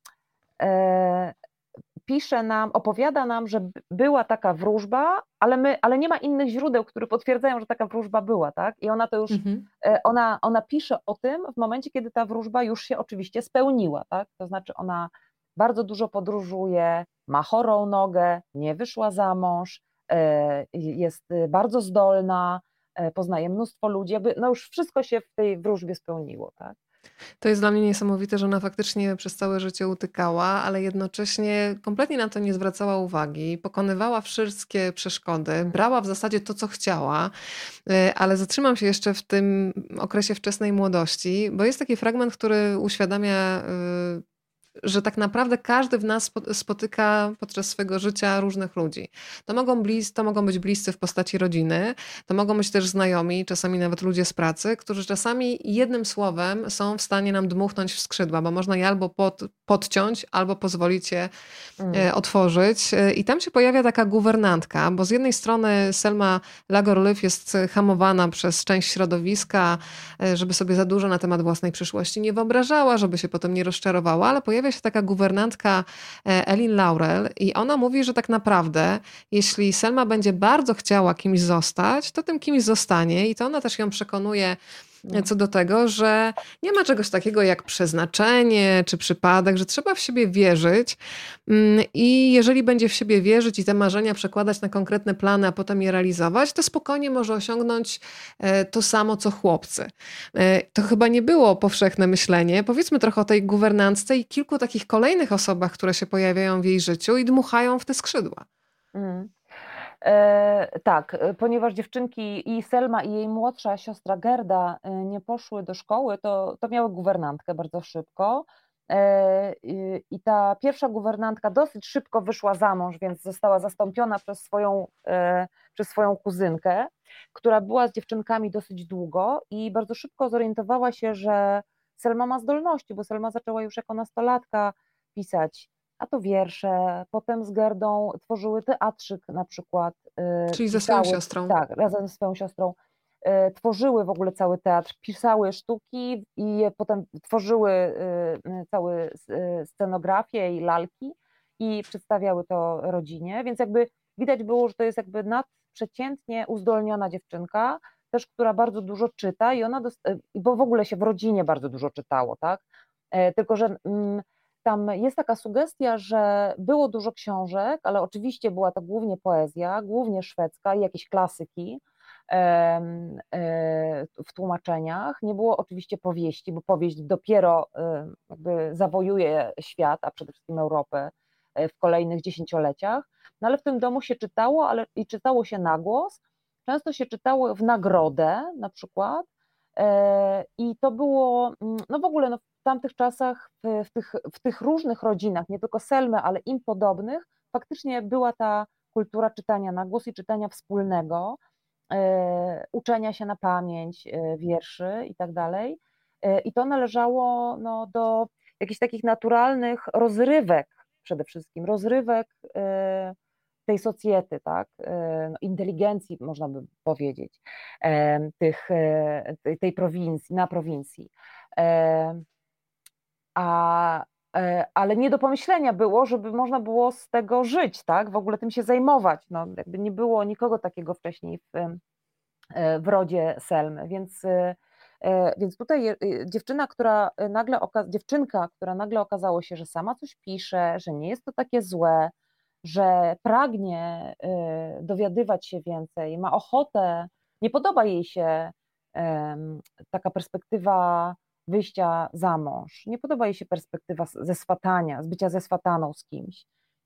pisze nam, opowiada nam, że była taka wróżba, ale nie ma innych źródeł, które potwierdzają, że taka wróżba była, tak? I ona to już, ona pisze o tym w momencie, kiedy ta wróżba już się oczywiście spełniła, tak? To znaczy ona bardzo dużo podróżuje, ma chorą nogę, nie wyszła za mąż, jest bardzo zdolna, poznaje mnóstwo ludzi, jakby no już wszystko się w tej wróżbie spełniło, tak? To jest dla mnie niesamowite, że ona faktycznie przez całe życie utykała, ale jednocześnie kompletnie na to nie zwracała uwagi, pokonywała wszystkie przeszkody, brała w zasadzie to, co chciała, ale zatrzymam się jeszcze w tym okresie wczesnej młodości, bo jest taki fragment, który uświadamia, że tak naprawdę każdy w nas spotyka podczas swego życia różnych ludzi. To mogą być bliscy w postaci rodziny, to mogą być też znajomi, czasami nawet ludzie z pracy, którzy czasami jednym słowem są w stanie nam dmuchnąć w skrzydła, bo można je albo podciąć, albo pozwolić je otworzyć. I tam się pojawia taka guwernantka, bo z jednej strony Selma Lagerlöf jest hamowana przez część środowiska, żeby sobie za dużo na temat własnej przyszłości nie wyobrażała, żeby się potem nie rozczarowała, ale pojawia się taka guwernantka Elin Laurel i ona mówi, że tak naprawdę jeśli Selma będzie bardzo chciała kimś zostać, to tym kimś zostanie i to ona też ją przekonuje co do tego, że nie ma czegoś takiego jak przeznaczenie czy przypadek, że trzeba w siebie wierzyć i jeżeli będzie w siebie wierzyć i te marzenia przekładać na konkretne plany, a potem je realizować, to spokojnie może osiągnąć to samo, co chłopcy. To chyba nie było powszechne myślenie. Powiedzmy trochę o tej guwernantce i kilku takich kolejnych osobach, które się pojawiają w jej życiu i dmuchają w te skrzydła. Tak, ponieważ dziewczynki i Selma i jej młodsza siostra Gerda nie poszły do szkoły, to miały guwernantkę bardzo szybko i ta pierwsza guwernantka dosyć szybko wyszła za mąż, więc została zastąpiona przez swoją kuzynkę, która była z dziewczynkami dosyć długo i bardzo szybko zorientowała się, że Selma ma zdolności, bo Selma zaczęła już jako nastolatka pisać a to wiersze, potem z Gerdą tworzyły teatrzyk na przykład. Czyli ze swoją siostrą. Tak, razem ze swoją siostrą. Tworzyły w ogóle cały teatr, pisały sztuki i potem tworzyły całe scenografię i lalki i przedstawiały to rodzinie, więc jakby widać było, że to jest jakby nadprzeciętnie uzdolniona dziewczynka, też, która bardzo dużo czyta i bo w ogóle się w rodzinie bardzo dużo czytało, tak? Tylko że tam jest taka sugestia, że było dużo książek, ale oczywiście była to głównie poezja, głównie szwedzka i jakieś klasyki w tłumaczeniach. Nie było oczywiście powieści, bo powieść dopiero jakby zawojuje świat, a przede wszystkim Europę w kolejnych dziesięcioleciach. No ale w tym domu się czytało, ale i czytało się na głos. Często się czytało w nagrodę na przykład. I to było, no w ogóle no w tamtych czasach, w tych różnych rodzinach, nie tylko Selmy, ale im podobnych, faktycznie była ta kultura czytania na głos i czytania wspólnego, uczenia się na pamięć wierszy i tak dalej. I to należało no, do jakichś takich naturalnych rozrywek, przede wszystkim rozrywek tej socjety, tak, no, inteligencji można by powiedzieć, tej prowincji, na prowincji. Ale nie do pomyślenia było, żeby można było z tego żyć, tak, w ogóle tym się zajmować. No, jakby nie było nikogo takiego wcześniej w rodzie Selmy, więc tutaj dziewczynka, która nagle okazało się, że sama coś pisze, że nie jest to takie złe, że pragnie dowiadywać się więcej, ma ochotę, nie podoba jej się taka perspektywa wyjścia za mąż, nie podoba jej się perspektywa zeswatania, z bycia zeswataną z kimś.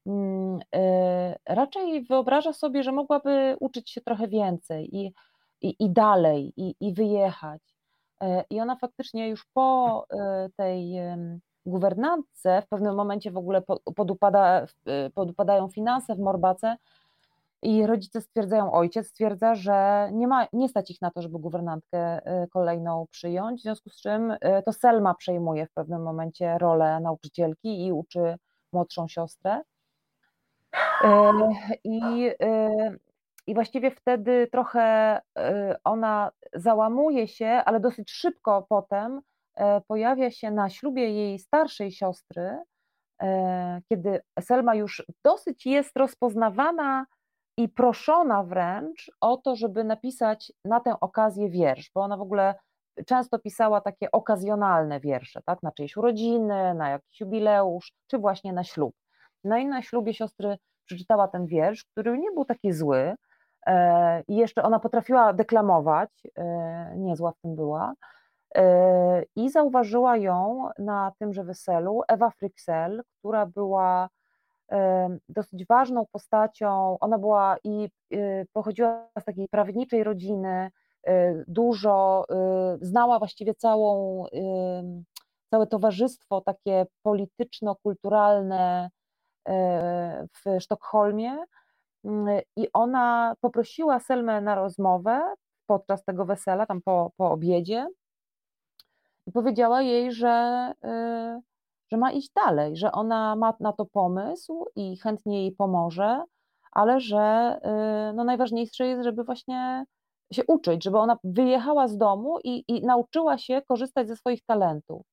Raczej wyobraża sobie, że mogłaby uczyć się trochę więcej i dalej, i wyjechać. I ona faktycznie już po tej guwernantce w pewnym momencie w ogóle podupadają finanse w Morbace i rodzice ojciec stwierdza, że nie stać ich na to, żeby guwernantkę kolejną przyjąć, w związku z czym to Selma przejmuje w pewnym momencie rolę nauczycielki i uczy młodszą siostrę. I, I właściwie wtedy trochę ona załamuje się, ale dosyć szybko potem pojawia się na ślubie jej starszej siostry, kiedy Selma już dosyć jest rozpoznawana i proszona wręcz o to, żeby napisać na tę okazję wiersz, bo ona w ogóle często pisała takie okazjonalne wiersze, tak, na czyjeś urodziny, na jakiś jubileusz, czy właśnie na ślub. No i na ślubie siostry przeczytała ten wiersz, który nie był taki zły i jeszcze ona potrafiła deklamować, niezła w tym była, i zauważyła ją na tymże weselu Ewa Fryxell, która była dosyć ważną postacią. Ona była i pochodziła z takiej prawniczej rodziny, dużo znała właściwie całe towarzystwo takie polityczno-kulturalne w Sztokholmie i ona poprosiła Selmę na rozmowę podczas tego wesela, tam po obiedzie i powiedziała jej, że ma iść dalej, że ona ma na to pomysł i chętnie jej pomoże, ale że no najważniejsze jest, żeby właśnie się uczyć, żeby ona wyjechała z domu i nauczyła się korzystać ze swoich talentów.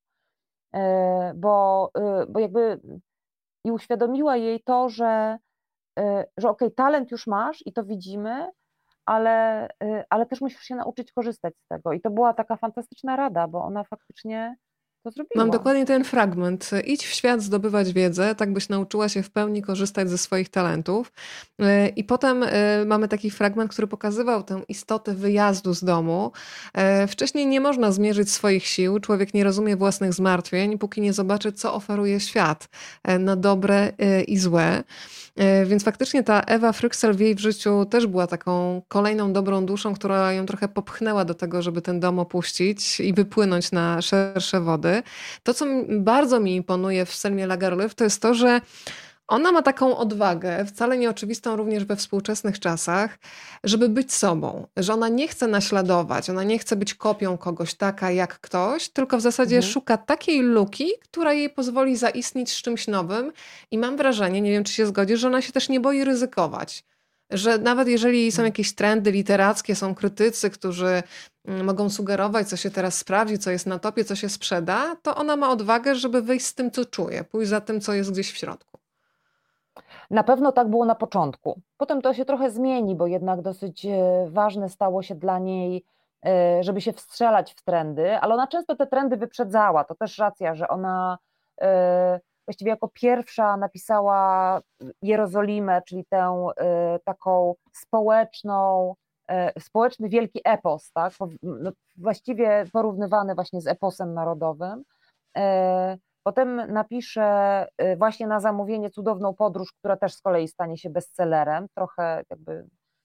Bo jakby i uświadomiła jej to, że okej, talent już masz i to widzimy, ale też musisz się nauczyć korzystać z tego. I to była taka fantastyczna rada, bo ona faktycznie to Mam zrobiła. dokładnie ten fragment. Idź w świat zdobywać wiedzę, tak byś nauczyła się w pełni korzystać ze swoich talentów. I potem mamy taki fragment, który pokazywał tę istotę wyjazdu z domu. Wcześniej nie można zmierzyć swoich sił, człowiek nie rozumie własnych zmartwień, póki nie zobaczy, co oferuje świat na dobre i złe. Więc faktycznie ta Ewa Fryxell w jej życiu też była taką kolejną dobrą duszą, która ją trochę popchnęła do tego, żeby ten dom opuścić i wypłynąć na szersze wody. To, co bardzo mi imponuje w Selmie Lagerlöf, to jest to, że ona ma taką odwagę, wcale nieoczywistą również we współczesnych czasach, żeby być sobą, że ona nie chce naśladować, ona nie chce być kopią kogoś taka jak ktoś, tylko w zasadzie szuka takiej luki, która jej pozwoli zaistnieć z czymś nowym i mam wrażenie, nie wiem czy się zgodzisz, że ona się też nie boi ryzykować. Że nawet jeżeli są jakieś trendy literackie, są krytycy, którzy mogą sugerować, co się teraz sprawdzi, co jest na topie, co się sprzeda, to ona ma odwagę, żeby wyjść z tym, co czuje, pójść za tym, co jest gdzieś w środku. Na pewno tak było na początku. Potem to się trochę zmieni, bo jednak dosyć ważne stało się dla niej żeby się wstrzelać w trendy, ale ona często te trendy wyprzedzała, to też racja, że ona właściwie jako pierwsza napisała Jerozolimę, czyli tę taką społeczny wielki epos, tak? No, właściwie porównywany właśnie z eposem narodowym. Potem napisze właśnie na zamówienie Cudowną podróż, która też z kolei stanie się bestsellerem, trochę jakby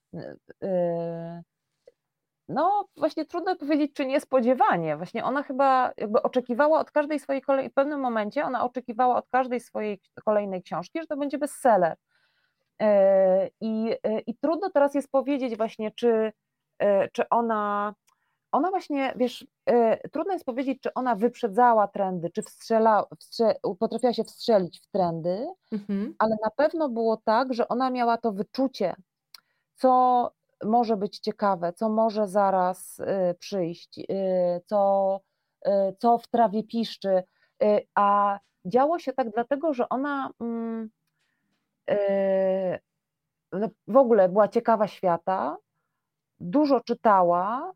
no właśnie trudno powiedzieć, czy niespodziewanie. Właśnie ona chyba jakby oczekiwała od każdej swojej w pewnym momencie ona oczekiwała od każdej swojej kolejnej książki, że to będzie bestseller. I trudno teraz jest powiedzieć właśnie, czy ona właśnie, wiesz, trudno jest powiedzieć, czy ona wyprzedzała trendy, czy potrafiła się wstrzelić w trendy, ale na pewno było tak, że ona miała to wyczucie, co może być ciekawe, co może zaraz przyjść, co w trawie piszczy, a działo się tak dlatego, że ona no, w ogóle była ciekawa świata, dużo czytała,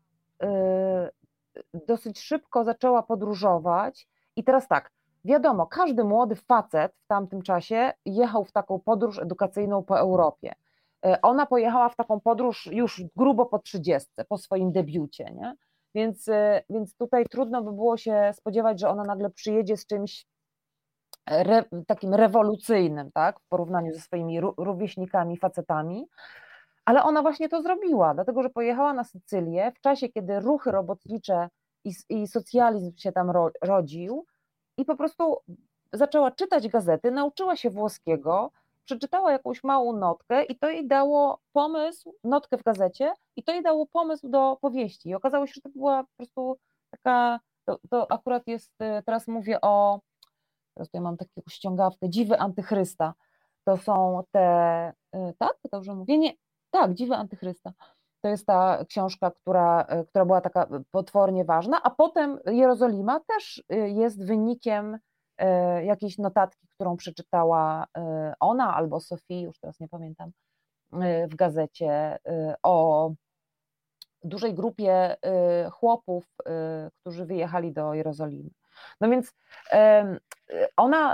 dosyć szybko zaczęła podróżować i teraz tak, wiadomo, każdy młody facet w tamtym czasie jechał w taką podróż edukacyjną po Europie. Ona pojechała w taką podróż już grubo po 30, po swoim debiucie, nie? Więc tutaj trudno by było się spodziewać, że ona nagle przyjedzie z czymś takim rewolucyjnym, tak, w porównaniu ze swoimi rówieśnikami, facetami, ale ona właśnie to zrobiła, dlatego że pojechała na Sycylię w czasie, kiedy ruchy robotnicze i socjalizm się tam rodził i po prostu zaczęła czytać gazety, nauczyła się włoskiego, przeczytała jakąś małą notkę i to jej dało pomysł, notkę w gazecie i to jej dało pomysł do powieści. I okazało się, że to była po prostu taka, to akurat jest, teraz mówię teraz tutaj mam taką ściągawkę, Dziwy Antychrysta. To są tak, dobrze mówię? Nie, tak, Dziwy Antychrysta. To jest ta książka, która była taka potwornie ważna, a potem Jerozolima też jest wynikiem jakiejś notatki, którą przeczytała ona albo Sofii, już teraz nie pamiętam, w gazecie o dużej grupie chłopów, którzy wyjechali do Jerozolimy. No więc ona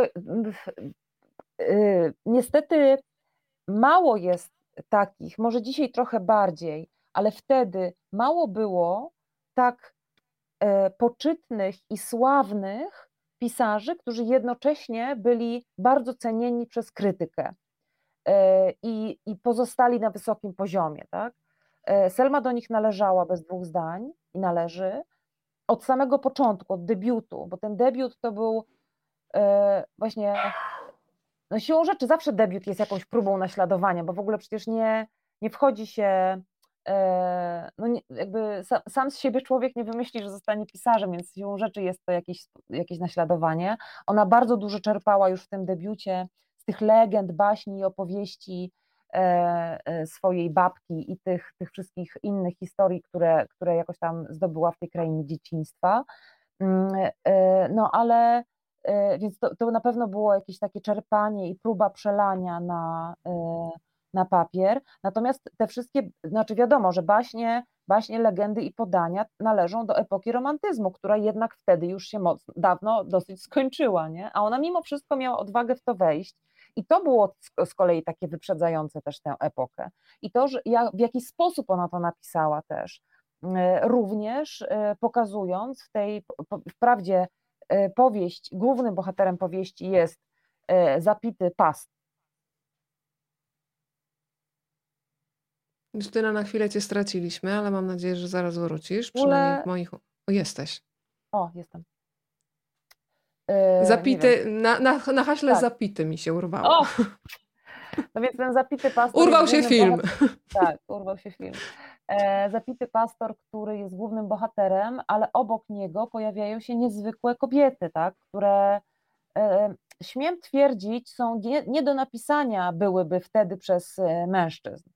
niestety mało jest takich, może dzisiaj trochę bardziej, ale wtedy mało było tak poczytnych i sławnych pisarzy, którzy jednocześnie byli bardzo cenieni przez krytykę i pozostali na wysokim poziomie. Tak? Selma do nich należała bez dwóch zdań i należy od samego początku, od debiutu, bo ten debiut to był właśnie, no siłą rzeczy zawsze debiut jest jakąś próbą naśladowania, bo w ogóle przecież nie wchodzi się, no nie, jakby sam z siebie człowiek nie wymyśli, że zostanie pisarzem, więc siłą rzeczy jest to jakieś naśladowanie. Ona bardzo dużo czerpała już w tym debiucie z tych legend, baśni i opowieści swojej babki i tych wszystkich innych historii, które jakoś tam zdobyła w tej krainie dzieciństwa. No ale więc to na pewno było jakieś takie czerpanie i próba przelania na papier. Natomiast te wszystkie, znaczy wiadomo, że baśnie, legendy i podania należą do epoki romantyzmu, która jednak wtedy już się dawno dosyć skończyła, nie? A ona mimo wszystko miała odwagę w to wejść. I to było z kolei takie wyprzedzające też tę epokę. I to, że w jaki sposób ona to napisała też, również pokazując wprawdzie głównym bohaterem powieści jest zapity pasterz. Justyna, na chwilę cię straciliśmy, ale mam nadzieję, że zaraz wrócisz, przynajmniej w moich... O, jesteś. O, jestem. Zapity, na haśle tak. Zapity mi się urwało. O! No więc ten zapity pastor... Urwał się film. Tak, urwał się film. Zapity pastor, który jest głównym bohaterem, ale obok niego pojawiają się niezwykłe kobiety, tak, które śmiem twierdzić, są nie do napisania byłyby wtedy przez mężczyzn.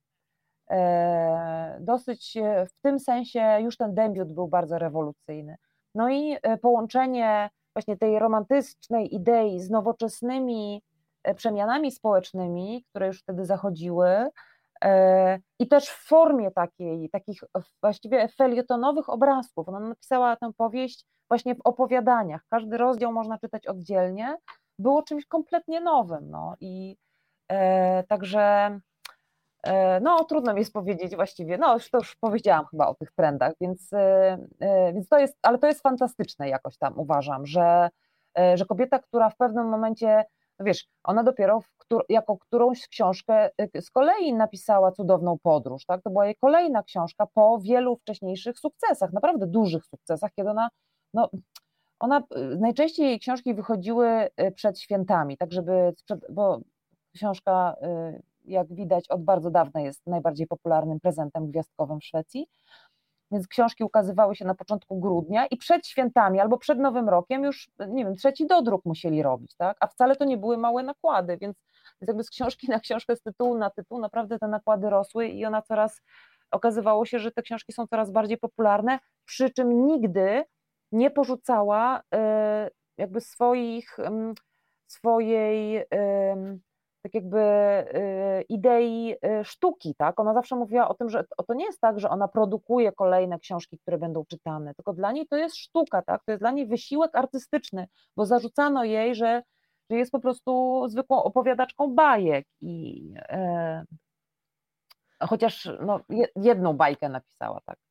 Dosyć w tym sensie już ten debiut był bardzo rewolucyjny. No i połączenie właśnie tej romantycznej idei z nowoczesnymi przemianami społecznymi, które już wtedy zachodziły, I też w formie takich właściwie felietonowych obrazków. Ona napisała tę powieść właśnie w opowiadaniach. Każdy rozdział można czytać oddzielnie. Było czymś kompletnie nowym. No. I także no trudno mi jest powiedzieć właściwie, no to już powiedziałam chyba o tych trendach, więc to jest, ale to jest fantastyczne jakoś tam uważam, że kobieta, która w pewnym momencie, no wiesz, ona dopiero jako którąś książkę z kolei napisała Cudowną podróż, tak? To była jej kolejna książka po wielu wcześniejszych sukcesach, naprawdę dużych sukcesach, kiedy no, najczęściej jej książki wychodziły przed świętami, tak żeby, bo książka, jak widać, od bardzo dawna jest najbardziej popularnym prezentem gwiazdkowym w Szwecji, więc książki ukazywały się na początku grudnia i przed świętami albo przed Nowym Rokiem już, nie wiem, trzeci dodruk musieli robić, tak? A wcale to nie były małe nakłady, więc jakby z książki na książkę, z tytułu na tytuł naprawdę te nakłady rosły i okazywało się, że te książki są coraz bardziej popularne, przy czym nigdy nie porzucała jakby swojej tak jakby idei sztuki, tak? Ona zawsze mówiła o tym, że to nie jest tak, że ona produkuje kolejne książki, które będą czytane, tylko dla niej to jest sztuka, tak? To jest dla niej wysiłek artystyczny, bo zarzucano jej, że jest po prostu zwykłą opowiadaczką bajek i chociaż no, jedną bajkę napisała, tak?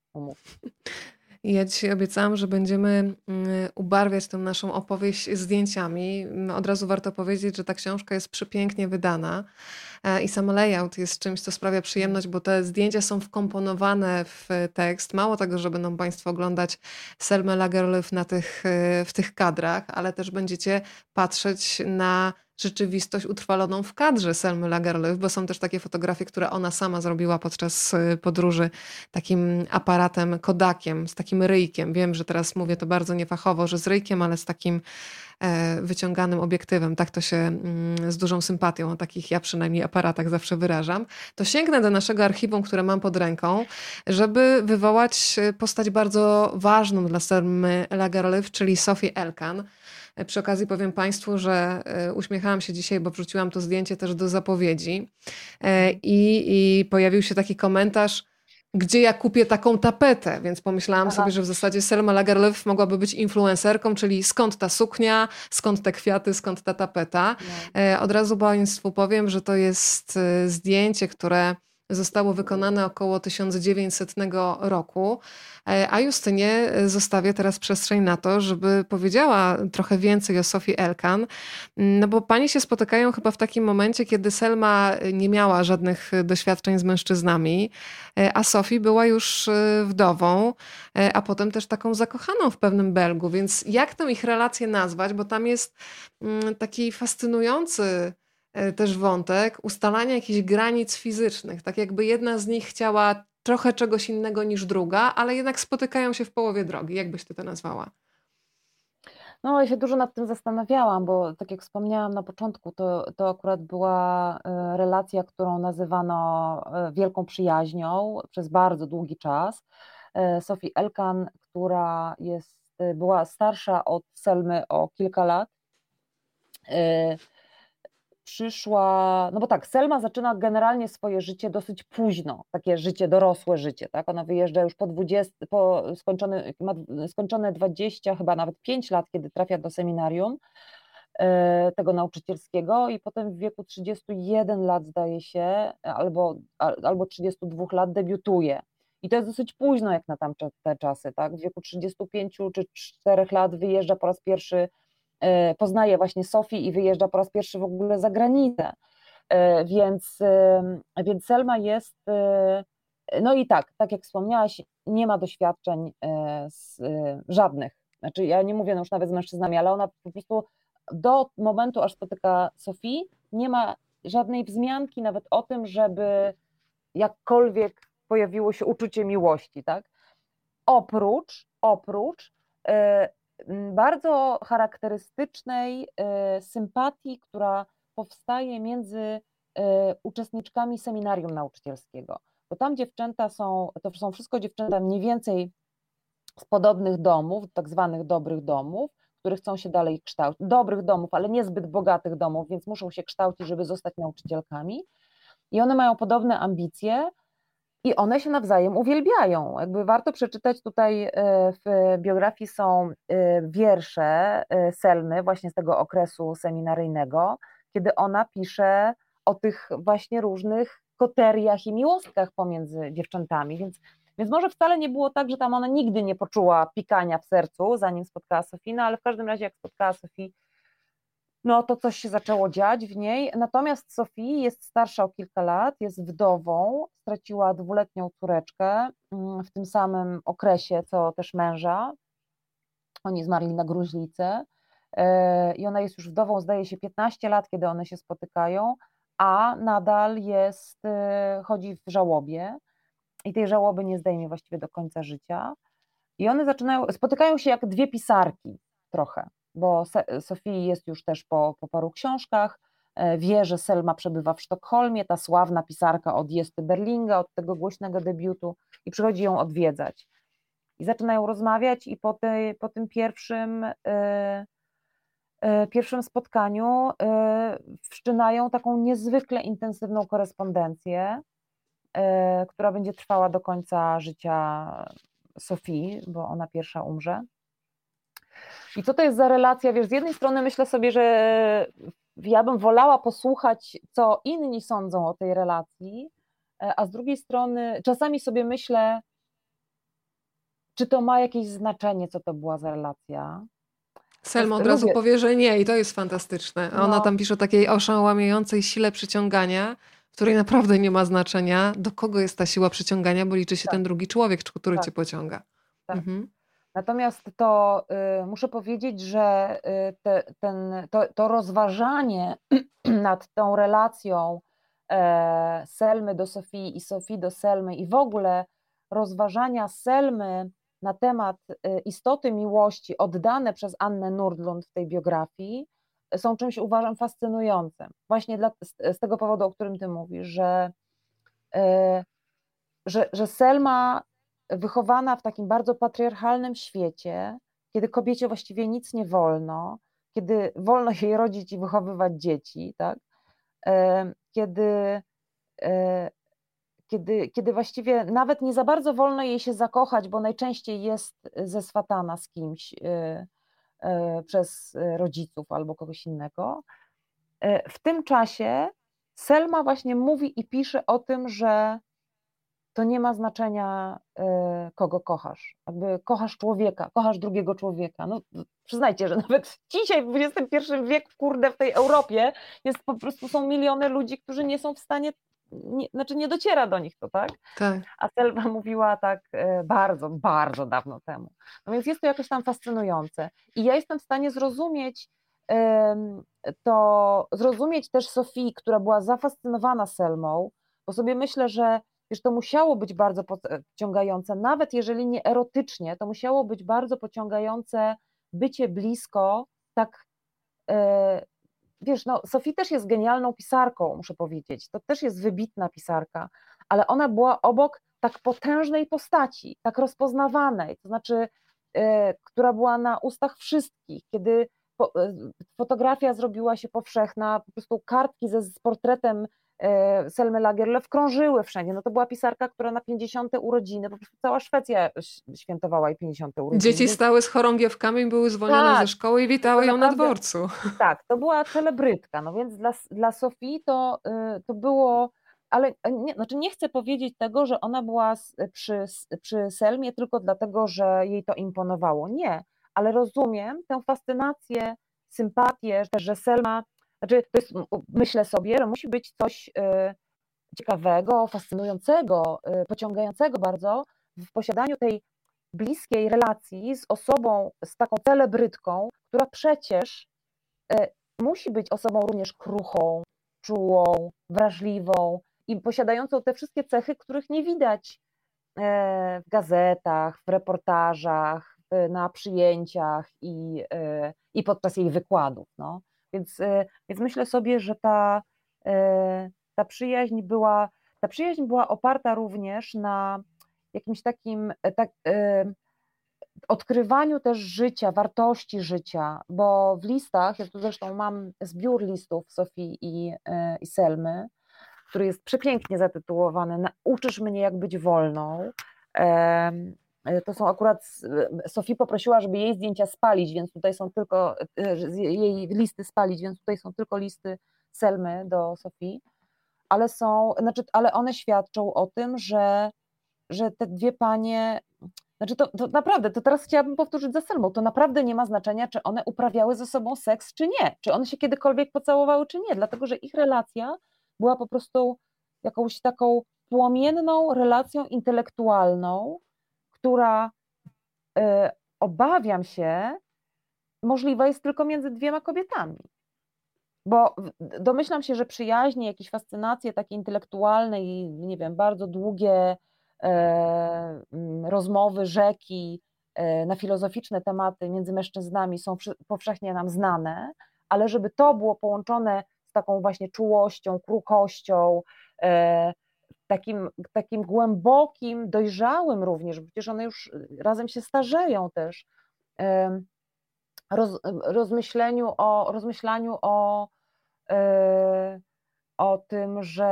I ja dzisiaj obiecałam, że będziemy ubarwiać tę naszą opowieść zdjęciami. Od razu warto powiedzieć, że ta książka jest przepięknie wydana i sam layout jest czymś, co sprawia przyjemność, bo te zdjęcia są wkomponowane w tekst. Mało tego, że będą Państwo oglądać Selmę Lagerlöf w tych kadrach, ale też będziecie patrzeć na rzeczywistość utrwaloną w kadrze Selmy Lagerlöf, bo są też takie fotografie, które ona sama zrobiła podczas podróży takim aparatem Kodakiem, z takim ryjkiem. Wiem, że teraz mówię to bardzo niefachowo, że z ryjkiem, ale z takim wyciąganym obiektywem. Tak to się z dużą sympatią o takich ja przynajmniej aparatach zawsze wyrażam. To sięgnę do naszego archiwum, które mam pod ręką, żeby wywołać postać bardzo ważną dla Selmy Lagerlöf, czyli Sophie Elkan. Przy okazji powiem Państwu, że uśmiechałam się dzisiaj, bo wrzuciłam to zdjęcie też do zapowiedzi i pojawił się taki komentarz, gdzie ja kupię taką tapetę, więc pomyślałam sobie, że w zasadzie Selma Lagerlöf mogłaby być influencerką, czyli skąd ta suknia, skąd te kwiaty, skąd ta tapeta. Od razu Państwu powiem, że to jest zdjęcie, które zostało wykonane około 1900 roku, a Justynie zostawię teraz przestrzeń na to, żeby powiedziała trochę więcej o Sophie Elkan, no bo pani się spotykają chyba w takim momencie, kiedy Selma nie miała żadnych doświadczeń z mężczyznami, a Sophie była już wdową, a potem też taką zakochaną w pewnym Belgu, więc jak tę ich relację nazwać, bo tam jest taki fascynujący też wątek ustalania jakichś granic fizycznych, tak jakby jedna z nich chciała trochę czegoś innego niż druga, ale jednak spotykają się w połowie drogi. Jak byś ty to nazwała? No, ja się dużo nad tym zastanawiałam, bo tak jak wspomniałam na początku, to akurat była relacja, którą nazywano wielką przyjaźnią przez bardzo długi czas. Sophie Elkan, która była starsza od Selmy o kilka lat, przyszła, no bo tak, Selma zaczyna generalnie swoje życie dosyć późno, takie życie, dorosłe życie, tak, ona wyjeżdża już po 20, ma skończone 20, chyba nawet 5 lat, kiedy trafia do seminarium tego nauczycielskiego i potem w wieku 31 lat zdaje się, albo 32 lat debiutuje. I to jest dosyć późno jak na tamte czasy, tak, w wieku 35 czy 4 lat wyjeżdża po raz pierwszy, poznaje właśnie Sophie i wyjeżdża po raz pierwszy w ogóle za granicę, więc Selma jest, no i tak jak wspomniałaś, nie ma doświadczeń żadnych, znaczy ja nie mówię już nawet z mężczyznami, ale ona po prostu do momentu, aż spotyka Sophie, nie ma żadnej wzmianki nawet o tym, żeby jakkolwiek pojawiło się uczucie miłości, tak? Oprócz bardzo charakterystycznej sympatii, która powstaje między uczestniczkami seminarium nauczycielskiego. Bo tam dziewczęta to są wszystko dziewczęta mniej więcej z podobnych domów, tak zwanych dobrych domów, które chcą się dalej kształcić. Dobrych domów, ale niezbyt bogatych domów, więc muszą się kształcić, żeby zostać nauczycielkami. i one mają podobne ambicje i one się nawzajem uwielbiają. Jakby warto przeczytać tutaj, w biografii są wiersze Selmy właśnie z tego okresu seminaryjnego, kiedy ona pisze o tych właśnie różnych koteriach i miłostkach pomiędzy dziewczętami, więc może wcale nie było tak, że tam ona nigdy nie poczuła pikania w sercu, zanim spotkała Sophie, no ale w każdym razie jak spotkała Sophie, no to coś się zaczęło dziać w niej. Natomiast Sophie jest starsza o kilka lat, jest wdową, straciła 2-letnią córeczkę w tym samym okresie, co też męża. Oni zmarli na gruźlicę i ona jest już wdową, zdaje się 15 lat, kiedy one się spotykają, a nadal chodzi w żałobie i tej żałoby nie zdejmie właściwie do końca życia. I one spotykają się jak dwie pisarki trochę, bo Sophie jest już też po paru książkach, wie, że Selma przebywa w Sztokholmie, ta sławna pisarka od Jesty Berlinga, od tego głośnego debiutu i przychodzi ją odwiedzać. I zaczynają rozmawiać i po tym pierwszym spotkaniu wszczynają taką niezwykle intensywną korespondencję, która będzie trwała do końca życia Sophie, bo ona pierwsza umrze. I co to jest za relacja? Wiesz, z jednej strony myślę sobie, że ja bym wolała posłuchać, co inni sądzą o tej relacji, a z drugiej strony czasami sobie myślę, czy to ma jakieś znaczenie, co to była za relacja. Selma od razu powie, że nie i to jest fantastyczne. A ona tam pisze o takiej oszałamiającej sile przyciągania, w której naprawdę nie ma znaczenia, do kogo jest ta siła przyciągania, bo liczy się ten drugi człowiek, który cię pociąga. Tak. Mhm. Natomiast to muszę powiedzieć, że to rozważanie nad tą relacją Selmy do Sophie i Sophie do Selmy i w ogóle rozważania Selmy na temat istoty miłości oddane przez Annę Nordlund w tej biografii są czymś, uważam, fascynującym. Właśnie z tego powodu, o którym ty mówisz, że Selma wychowana w takim bardzo patriarchalnym świecie, kiedy kobiecie właściwie nic nie wolno, kiedy wolno jej rodzić i wychowywać dzieci, tak? Kiedy właściwie nawet nie za bardzo wolno jej się zakochać, bo najczęściej jest zeswatana z kimś przez rodziców albo kogoś innego. W tym czasie Selma właśnie mówi i pisze o tym, że to nie ma znaczenia, kogo kochasz. Jakby kochasz człowieka, kochasz drugiego człowieka. No, przyznajcie, że nawet dzisiaj w XXI wieku, kurde, w tej Europie po prostu są miliony ludzi, którzy nie są w stanie, nie dociera do nich to, tak? Tak. A Selma mówiła tak bardzo, bardzo dawno temu. No więc jest to jakoś tam fascynujące. I ja jestem w stanie zrozumieć też Sophie, która była zafascynowana Selmą, bo sobie myślę, że wiesz, to musiało być bardzo pociągające, nawet jeżeli nie erotycznie, to musiało być bardzo pociągające bycie blisko, tak, wiesz, no Sophie też jest genialną pisarką, muszę powiedzieć, to też jest wybitna pisarka, ale ona była obok tak potężnej postaci, tak rozpoznawanej, to znaczy, która była na ustach wszystkich, kiedy fotografia zrobiła się powszechna, po prostu kartki z portretem Selmy Lagerlöf krążyły wszędzie. No to była pisarka, która na 50. urodziny, po prostu cała Szwecja świętowała jej 50. urodziny. Dzieci stały z chorągiewkami, były zwolnione ze szkoły i witały ją na dworcu. Tak, to była celebrytka, no więc dla Sophie to było, ale nie chcę powiedzieć tego, że ona była przy Selmie tylko dlatego, że jej to imponowało. Nie, ale rozumiem tę fascynację, sympatię, też, że Selma, to jest, myślę sobie, że musi być coś ciekawego, fascynującego, pociągającego bardzo w posiadaniu tej bliskiej relacji z osobą, z taką celebrytką, która przecież musi być osobą również kruchą, czułą, wrażliwą i posiadającą te wszystkie cechy, których nie widać w gazetach, w reportażach, na przyjęciach i podczas jej wykładów. No. Więc myślę sobie, że ta przyjaźń była oparta również na jakimś takim odkrywaniu też życia, wartości życia, bo w listach, ja tu zresztą mam zbiór listów Sophie i Selmy, który jest przepięknie zatytułowany Nauczysz mnie, jak być wolną. To są akurat, Sophie poprosiła, żeby jej zdjęcia spalić, więc tutaj są tylko, jej listy spalić, więc tutaj są tylko listy Selmy do Sophie, ale one świadczą o tym, że te dwie panie, to naprawdę, to teraz chciałabym powtórzyć za Selmą, to naprawdę nie ma znaczenia, czy one uprawiały ze sobą seks, czy nie, czy one się kiedykolwiek pocałowały, czy nie, dlatego, że ich relacja była po prostu jakąś taką płomienną relacją intelektualną, która, obawiam się, możliwa jest tylko między dwiema kobietami. Bo domyślam się, że przyjaźnie, jakieś fascynacje takie intelektualne i nie wiem, bardzo długie rozmowy, rzeki na filozoficzne tematy między mężczyznami są powszechnie nam znane, ale żeby to było połączone z taką właśnie czułością, kruchością, takim głębokim, dojrzałym również, bo przecież one już razem się starzeją też, rozmyślaniu o tym, że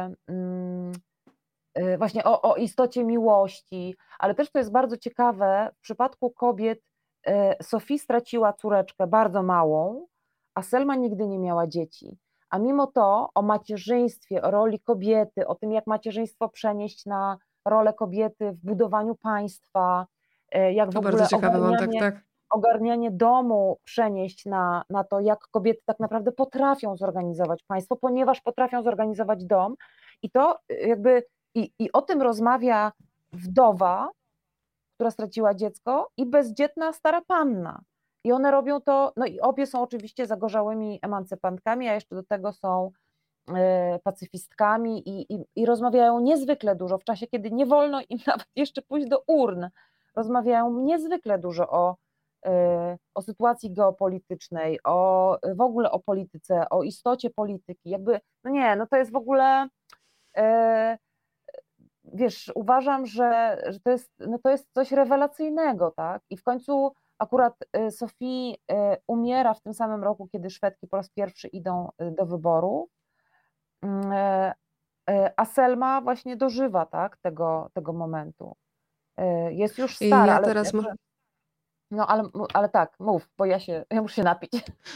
właśnie o istocie miłości, ale też to jest bardzo ciekawe, w przypadku kobiet Sophie straciła córeczkę bardzo małą, a Selma nigdy nie miała dzieci. A mimo to o macierzyństwie, o roli kobiety, o tym, jak macierzyństwo przenieść na rolę kobiety w budowaniu państwa, jak w To ogóle bardzo ciekawy wątek, tak. ogarnianie domu przenieść na to, jak kobiety tak naprawdę potrafią zorganizować państwo, ponieważ potrafią zorganizować dom. I to jakby i o tym rozmawia wdowa, która straciła dziecko, i bezdzietna stara panna. I one robią to, no i obie są oczywiście zagorzałymi emancypantkami, a jeszcze do tego są pacyfistkami i rozmawiają niezwykle dużo w czasie, kiedy nie wolno im nawet jeszcze pójść do urn. Rozmawiają niezwykle dużo o sytuacji geopolitycznej, w ogóle o polityce, o istocie polityki. Jakby, no to jest w ogóle, wiesz, uważam, że to jest coś rewelacyjnego, tak? I w końcu akurat Sophie umiera w tym samym roku, kiedy Szwedki po raz pierwszy idą do wyboru, a Selma właśnie dożywa, tak, tego momentu. Jest już I stara, ja ale... teraz... No ale tak, mów, bo ja muszę się napić.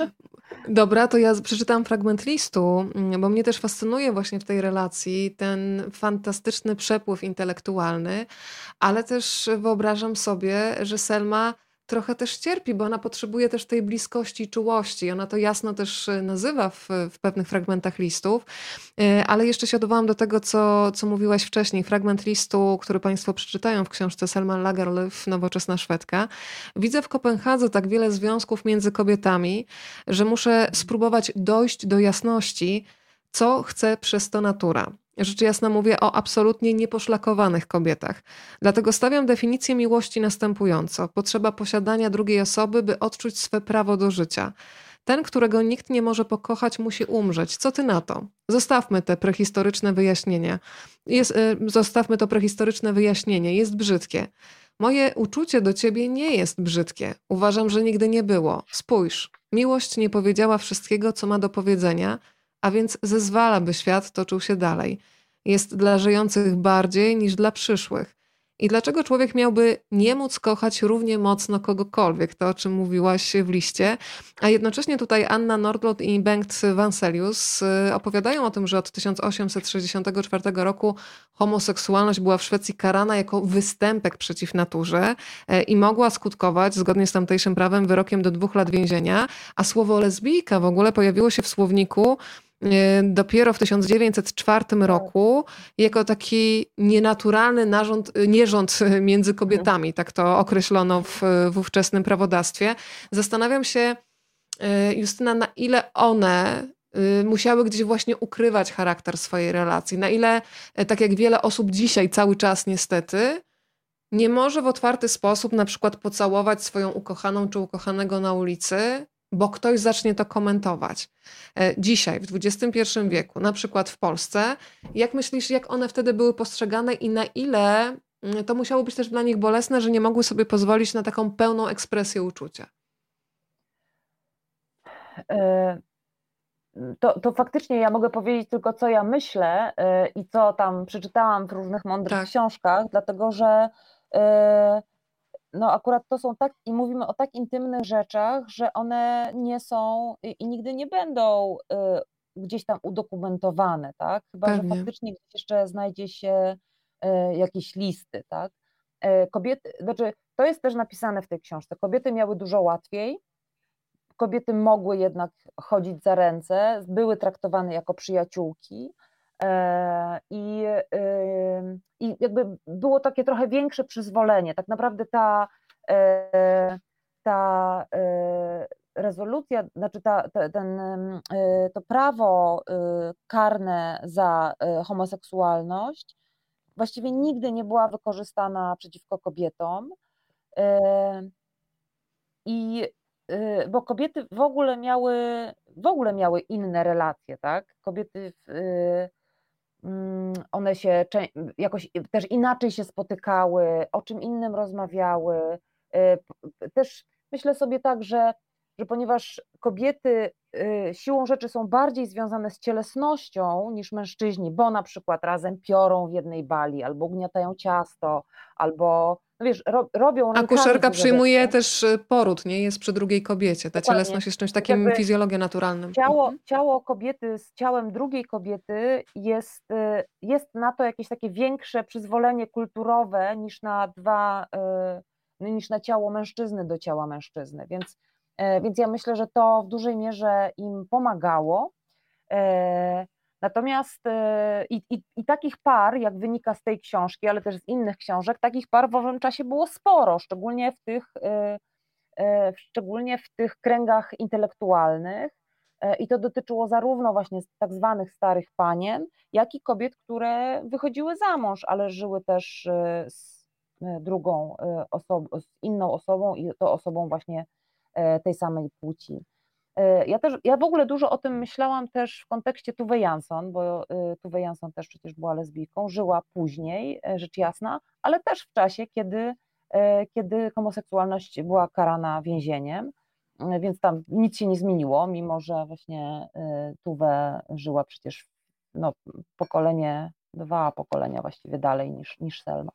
Dobra, to ja przeczytam fragment listu, bo mnie też fascynuje właśnie w tej relacji ten fantastyczny przepływ intelektualny, ale też wyobrażam sobie, że Selma trochę też cierpi, bo ona potrzebuje też tej bliskości i czułości. Ona to jasno też nazywa w pewnych fragmentach listów, ale jeszcze się odwołam do tego, co mówiłaś wcześniej. Fragment listu, który Państwo przeczytają w książce Selma Lagerlöf, Nowoczesna Szwedka. Widzę w Kopenhadze tak wiele związków między kobietami, że muszę spróbować dojść do jasności, co chce przez to natura. Rzecz jasna mówię o absolutnie nieposzlakowanych kobietach. Dlatego stawiam definicję miłości następująco. Potrzeba posiadania drugiej osoby, by odczuć swe prawo do życia. Ten, którego nikt nie może pokochać, musi umrzeć. Co ty na to? Zostawmy te prehistoryczne wyjaśnienia. Zostawmy to prehistoryczne wyjaśnienie. Jest brzydkie. Moje uczucie do ciebie nie jest brzydkie. Uważam, że nigdy nie było. Spójrz. Miłość nie powiedziała wszystkiego, co ma do powiedzenia, a więc zezwala, by świat toczył się dalej. Jest dla żyjących bardziej niż dla przyszłych. I dlaczego człowiek miałby nie móc kochać równie mocno kogokolwiek, to o czym mówiłaś w liście, a jednocześnie tutaj Anna Nordlund i Bengt Vanselius opowiadają o tym, że od 1864 roku homoseksualność była w Szwecji karana jako występek przeciw naturze i mogła skutkować, zgodnie z tamtejszym prawem, wyrokiem do 2 lat więzienia, a słowo lesbijka w ogóle pojawiło się w słowniku dopiero w 1904 roku jako taki nienaturalny nierząd między kobietami, tak to określono w ówczesnym prawodawstwie. Zastanawiam się, Justyna, na ile one musiały gdzieś właśnie ukrywać charakter swojej relacji, na ile, tak jak wiele osób dzisiaj cały czas niestety, nie może w otwarty sposób na przykład pocałować swoją ukochaną czy ukochanego na ulicy, bo ktoś zacznie to komentować. Dzisiaj, w XXI wieku, na przykład w Polsce, jak myślisz, jak one wtedy były postrzegane i na ile to musiało być też dla nich bolesne, że nie mogły sobie pozwolić na taką pełną ekspresję uczucia? to faktycznie ja mogę powiedzieć tylko, co ja myślę i co tam przeczytałam w różnych mądrych Tak, książkach, dlatego że no akurat to są tak, i mówimy o tak intymnych rzeczach, że one nie są i nigdy nie będą gdzieś tam udokumentowane, tak? Chyba że pewnie. faktycznie gdzieś jeszcze znajdzie się jakieś listy, tak? Kobiety, znaczy to jest też napisane w tej książce, kobiety miały dużo łatwiej, kobiety mogły jednak chodzić za ręce, były traktowane jako przyjaciółki i jakby było takie trochę większe przyzwolenie. Tak naprawdę ta rezolucja, znaczy to prawo karne za homoseksualność właściwie nigdy nie była wykorzystana przeciwko kobietom. I bo kobiety w ogóle miały inne relacje, tak? Kobiety one się jakoś też inaczej się spotykały, o czym innym rozmawiały. Też myślę sobie tak, że ponieważ kobiety siłą rzeczy są bardziej związane z cielesnością niż mężczyźni, bo na przykład razem piorą w jednej bali, albo ugniatają ciasto, albo no wiesz, robią rękami Akuszerka dużo przyjmuje rzeczy. też poród, nie? Jest przy drugiej kobiecie. Ta Dokładnie. cielesność jest czymś Więc takim jakby fizjologią naturalnym. ciało, Mhm. ciało kobiety z ciałem drugiej kobiety jest na to jakieś takie większe przyzwolenie kulturowe niż na ciało mężczyzny do ciała mężczyzny. Więc ja myślę, że to w dużej mierze im pomagało. E, Natomiast i takich par, jak wynika z tej książki, ale też z innych książek, takich par w owym czasie było sporo, szczególnie w tych kręgach intelektualnych. I to dotyczyło zarówno właśnie tak zwanych starych panien, jak i kobiet, które wychodziły za mąż, ale żyły też z drugą osobą, z inną osobą i to osobą właśnie tej samej płci. Ja w ogóle dużo o tym myślałam też w kontekście Tove Jansson, bo Tove Jansson też przecież była lesbijką, żyła później, rzecz jasna, ale też w czasie, kiedy homoseksualność była karana więzieniem, więc tam nic się nie zmieniło, mimo że właśnie Tove żyła przecież no, dwa pokolenia właściwie dalej niż Selma.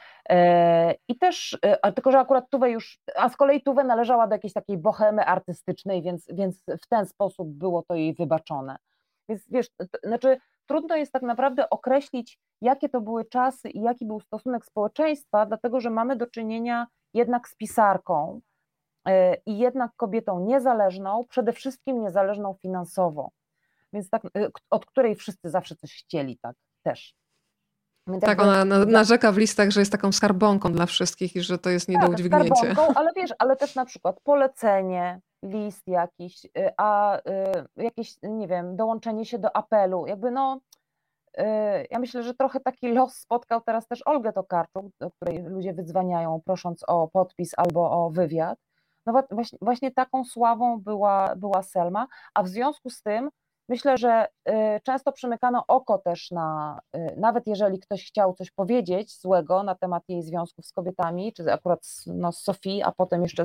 I też, tylko że akurat a z kolei Tove należała do jakiejś takiej bohemy artystycznej, więc w ten sposób było to jej wybaczone. Więc wiesz, znaczy trudno jest tak naprawdę określić, jakie to były czasy i jaki był stosunek społeczeństwa, dlatego że mamy do czynienia jednak z pisarką i jednak kobietą niezależną, przede wszystkim niezależną finansowo, więc tak, od której wszyscy zawsze coś chcieli, tak też. Więc Tak, jakby ona narzeka w listach, że jest taką skarbonką dla wszystkich i że to jest nie do tak, udźwignięcia. skarbonką, ale wiesz, ale też na przykład polecenie, list jakiś, jakieś, nie wiem, dołączenie się do apelu, jakby no, ja myślę, że trochę taki los spotkał teraz też Olgę Tokarczuk, do której ludzie wydzwaniają prosząc o podpis albo o wywiad. No właśnie taką sławą była Selma, a w związku z tym myślę, że często przymykano oko też nawet jeżeli ktoś chciał coś powiedzieć złego na temat jej związków z kobietami, czy akurat z Sophie, a potem jeszcze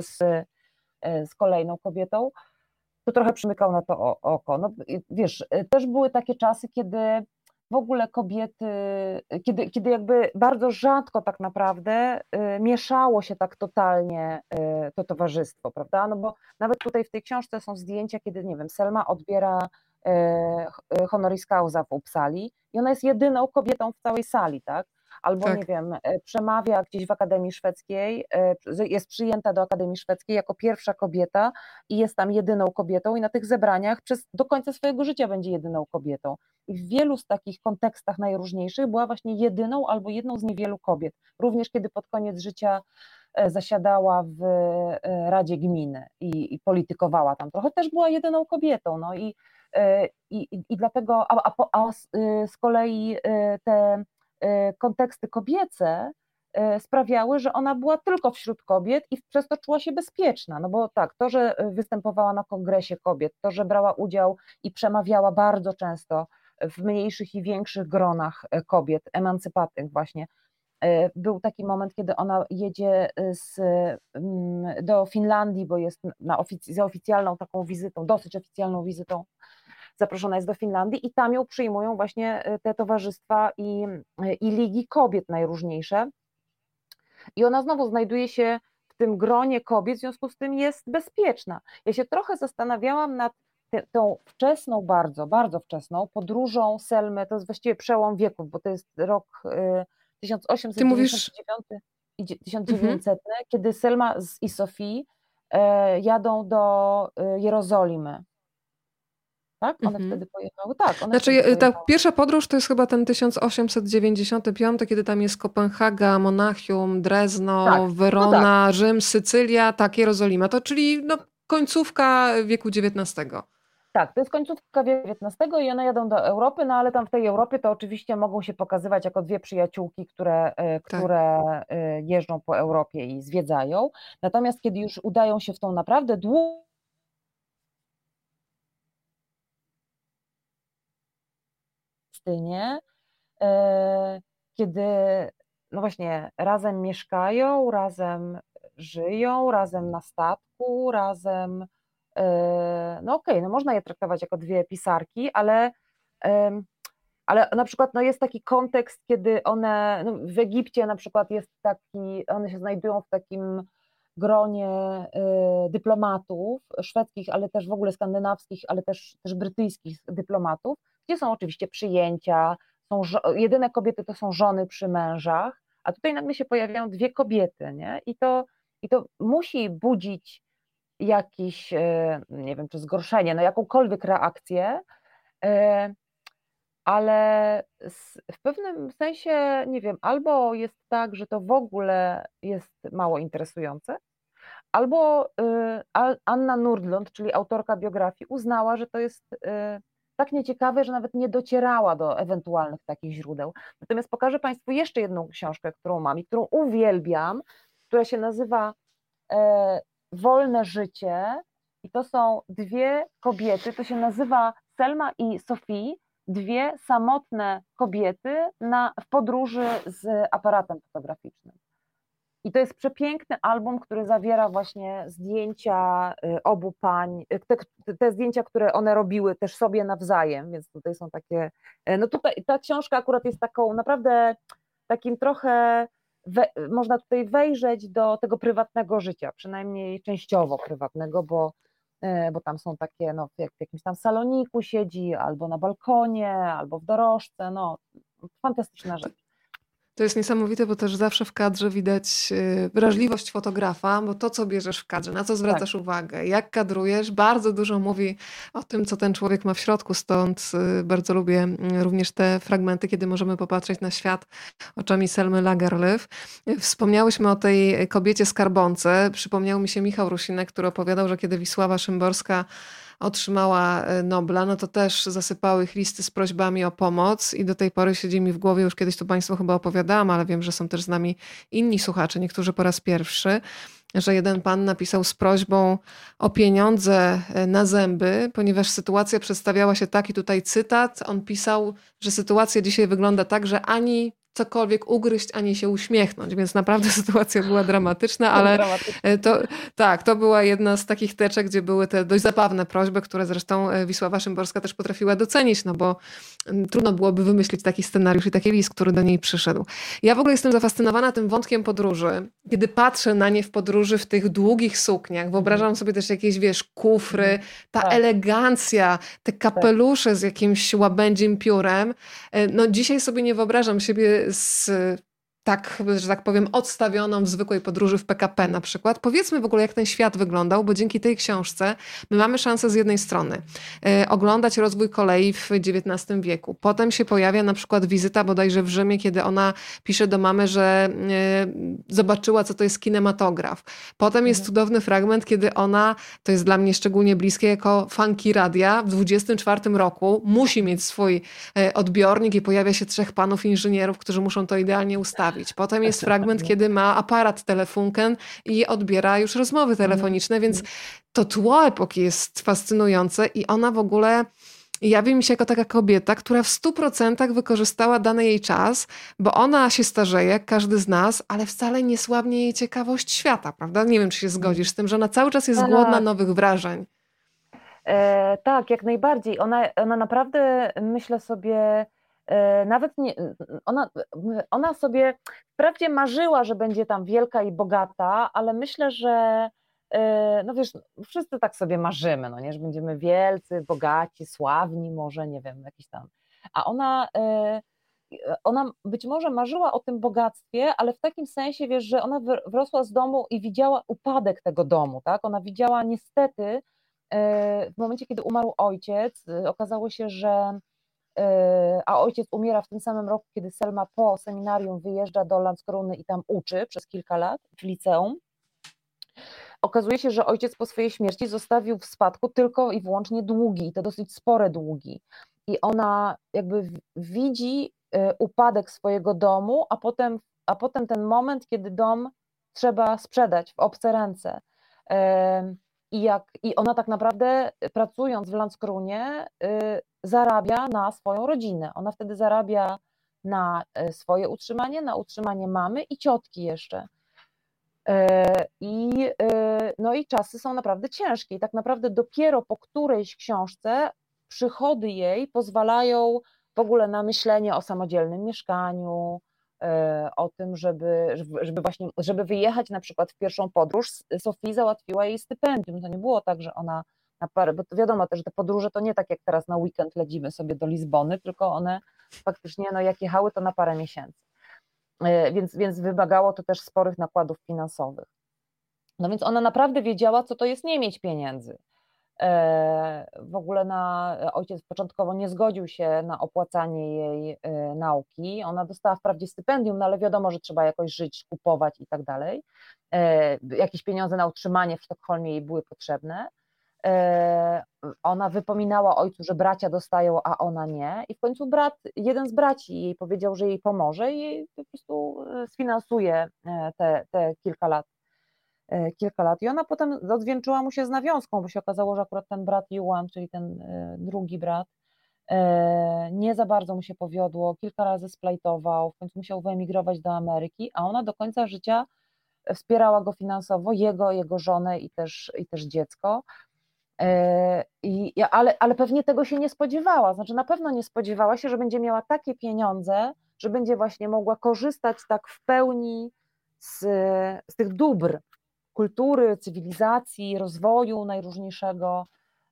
z kolejną kobietą, to trochę przymykał na to oko. No, wiesz, też były takie czasy, kiedy w ogóle kobiety, kiedy jakby bardzo rzadko tak naprawdę mieszało się tak totalnie to towarzystwo, prawda? No bo nawet tutaj w tej książce są zdjęcia, kiedy, nie wiem, Selma odbiera honoris causa w Uppsali i ona jest jedyną kobietą w całej sali, tak? Albo, nie Tak. wiem, przemawia gdzieś w Akademii Szwedzkiej, jest przyjęta do Akademii Szwedzkiej jako pierwsza kobieta i jest tam jedyną kobietą i na tych zebraniach do końca swojego życia będzie jedyną kobietą. I w wielu z takich kontekstach najróżniejszych była właśnie jedyną albo jedną z niewielu kobiet. Również kiedy pod koniec życia zasiadała w Radzie Gminy i politykowała tam trochę, też była jedyną kobietą. No i dlatego, z kolei te konteksty kobiece sprawiały, że ona była tylko wśród kobiet i przez to czuła się bezpieczna, no bo tak, to, że występowała na kongresie kobiet, to, że brała udział i przemawiała bardzo często w mniejszych i większych gronach kobiet, emancypatnych właśnie. Był taki moment, kiedy ona jedzie do Finlandii, bo jest za oficjalną taką wizytą, dosyć oficjalną wizytą zaproszona jest do Finlandii i tam ją przyjmują właśnie te towarzystwa i ligi kobiet najróżniejsze. I ona znowu znajduje się w tym gronie kobiet, w związku z tym jest bezpieczna. Ja się trochę zastanawiałam nad tą wczesną, bardzo, bardzo wczesną podróżą Selmy, to jest właściwie przełom wieków, bo to jest rok Ty 1899 i 1900, kiedy Selma i Sophie jadą do Jerozolimy. Tak? One wtedy pojechały? Tak, one Znaczy, wtedy ta pojechały. pierwsza podróż to jest chyba ten 1895, kiedy tam jest Kopenhaga, Monachium, Drezno, Tak, Werona, Rzym, Sycylia, tak, Jerozolima. To czyli końcówka wieku XIX. Tak, to jest końcówka wieku XIX i one jadą do Europy, no ale tam w tej Europie to oczywiście mogą się pokazywać jako dwie przyjaciółki, które jeżdżą po Europie i zwiedzają. Natomiast kiedy już udają się w tą naprawdę długą pustynię, kiedy no właśnie razem mieszkają, razem żyją, razem na statku, razem no okej, no można je traktować jako dwie pisarki, ale na przykład no jest taki kontekst, kiedy one, no w Egipcie na przykład jest taki, one się znajdują w takim gronie dyplomatów szwedzkich, ale też w ogóle skandynawskich, ale też brytyjskich dyplomatów, gdzie są oczywiście przyjęcia, jedyne kobiety to są żony przy mężach, a tutaj nagle się pojawiają dwie kobiety, nie? I to musi budzić jakieś, nie wiem, czy zgorszenie, no jakąkolwiek reakcję, ale w pewnym sensie, nie wiem, albo jest tak, że to w ogóle jest mało interesujące, albo Anna Nordlund, czyli autorka biografii, uznała, że to jest tak nieciekawe, że nawet nie docierała do ewentualnych takich źródeł. Natomiast pokażę Państwu jeszcze jedną książkę, którą mam i którą uwielbiam, która się nazywa Wolne życie i to są dwie kobiety, to się nazywa Selma i Sophie, dwie samotne kobiety w podróży z aparatem fotograficznym. I to jest przepiękny album, który zawiera właśnie zdjęcia obu pań, te zdjęcia, które one robiły też sobie nawzajem, więc tutaj są takie, no tutaj ta książka akurat jest taką naprawdę takim trochę, można tutaj wejrzeć do tego prywatnego życia, przynajmniej częściowo prywatnego, bo tam są takie, no jak w jakimś tam saloniku siedzi, albo na balkonie, albo w dorożce, no fantastyczna rzecz. To jest niesamowite, bo też zawsze w kadrze widać wrażliwość fotografa, bo to, co bierzesz w kadrze, na co zwracasz uwagę, jak kadrujesz, bardzo dużo mówi o tym, co ten człowiek ma w środku, stąd bardzo lubię również te fragmenty, kiedy możemy popatrzeć na świat oczami Selmy Lagerlöf. Wspomniałyśmy o tej kobiecie skarbonce. Przypomniał mi się Michał Rusinek, który opowiadał, że kiedy Wisława Szymborska otrzymała Nobla, no to też zasypały ich listy z prośbami o pomoc i do tej pory siedzi mi w głowie, już kiedyś to Państwu chyba opowiadałam, ale wiem, że są też z nami inni słuchacze, niektórzy po raz pierwszy, że jeden pan napisał z prośbą o pieniądze na zęby, ponieważ sytuacja przedstawiała się tak, i tutaj cytat, on pisał, że sytuacja dzisiaj wygląda tak, że ani cokolwiek ugryźć, ani się uśmiechnąć, więc naprawdę sytuacja była dramatyczna, ale to była jedna z takich teczek, gdzie były te dość zabawne prośby, które zresztą Wisława Szymborska też potrafiła docenić, no bo trudno byłoby wymyślić taki scenariusz i taki list, który do niej przyszedł. Ja w ogóle jestem zafascynowana tym wątkiem podróży. Kiedy patrzę na nie w podróży w tych długich sukniach, wyobrażam sobie też jakieś, wiesz, kufry, ta elegancja, te kapelusze z jakimś łabędzim piórem. No dzisiaj sobie nie wyobrażam siebie z że tak powiem, odstawioną w zwykłej podróży w PKP na przykład. Powiedzmy w ogóle, jak ten świat wyglądał, bo dzięki tej książce my mamy szansę z jednej strony oglądać rozwój kolei w XIX wieku. Potem się pojawia na przykład wizyta bodajże w Rzymie, kiedy ona pisze do mamy, że zobaczyła, co to jest kinematograf. Potem jest cudowny fragment, kiedy ona, to jest dla mnie szczególnie bliskie, jako fanki radia w 24 roku musi mieć swój odbiornik i pojawia się trzech panów inżynierów, którzy muszą to idealnie ustawić. Potem jest fragment, kiedy ma aparat telefunken i odbiera już rozmowy telefoniczne, więc to tło epoki jest fascynujące i ona w ogóle jawi mi się jako taka kobieta, która w 100% wykorzystała dany jej czas, bo ona się starzeje, jak każdy z nas, ale wcale nie słabnie jej ciekawość świata, prawda? Nie wiem, czy się zgodzisz z tym, że ona cały czas jest głodna nowych wrażeń. Tak, jak najbardziej. Ona naprawdę, myślę sobie, nawet nie, ona sobie wprawdzie marzyła, że będzie tam wielka i bogata, ale myślę, że no wiesz, wszyscy tak sobie marzymy, no nie, że będziemy wielcy, bogaci, sławni, może, nie wiem, jakiś tam. A ona być może marzyła o tym bogactwie, ale w takim sensie, wiesz, że ona wyrosła z domu i widziała upadek tego domu, tak? Ona widziała niestety, w momencie, kiedy umarł ojciec, okazało się, że a ojciec umiera w tym samym roku, kiedy Selma po seminarium wyjeżdża do Landskrony i tam uczy przez kilka lat w liceum. Okazuje się, że ojciec po swojej śmierci zostawił w spadku tylko i wyłącznie długi, i to dosyć spore długi. I ona jakby widzi upadek swojego domu, a potem ten moment, kiedy dom trzeba sprzedać w obce ręce. I ona tak naprawdę, pracując w Landskronie, zarabia na swoją rodzinę. Ona wtedy zarabia na swoje utrzymanie, na utrzymanie mamy i ciotki jeszcze. No i czasy są naprawdę ciężkie i tak naprawdę dopiero po którejś książce przychody jej pozwalają w ogóle na myślenie o samodzielnym mieszkaniu, o tym, żeby wyjechać na przykład w pierwszą podróż. Sofii załatwiła jej stypendium. To nie było tak, że ona na parę, bo to wiadomo też, że te podróże to nie tak jak teraz na weekend lecimy sobie do Lizbony, tylko one faktycznie, no jak jechały, to na parę miesięcy. Więc wymagało to też sporych nakładów finansowych. No więc ona naprawdę wiedziała, co to jest nie mieć pieniędzy. W ogóle ojciec początkowo nie zgodził się na opłacanie jej nauki. Ona dostała wprawdzie stypendium, no ale wiadomo, że trzeba jakoś żyć, kupować i tak dalej. Jakieś pieniądze na utrzymanie w Sztokholmie jej były potrzebne. Ona wypominała ojcu, że bracia dostają, a ona nie. I w końcu jeden z braci jej powiedział, że jej pomoże i jej po prostu sfinansuje te kilka lat. I ona potem odwdzięczyła mu się z nawiązką, bo się okazało, że akurat ten brat Juan, czyli ten drugi brat, nie za bardzo mu się powiodło, kilka razy splajtował, w końcu musiał wyemigrować do Ameryki, a ona do końca życia wspierała go finansowo, jego żonę i też dziecko. Ale pewnie tego się nie spodziewała, znaczy na pewno nie spodziewała się, że będzie miała takie pieniądze, że będzie właśnie mogła korzystać tak w pełni z tych dóbr kultury, cywilizacji, rozwoju najróżniejszego,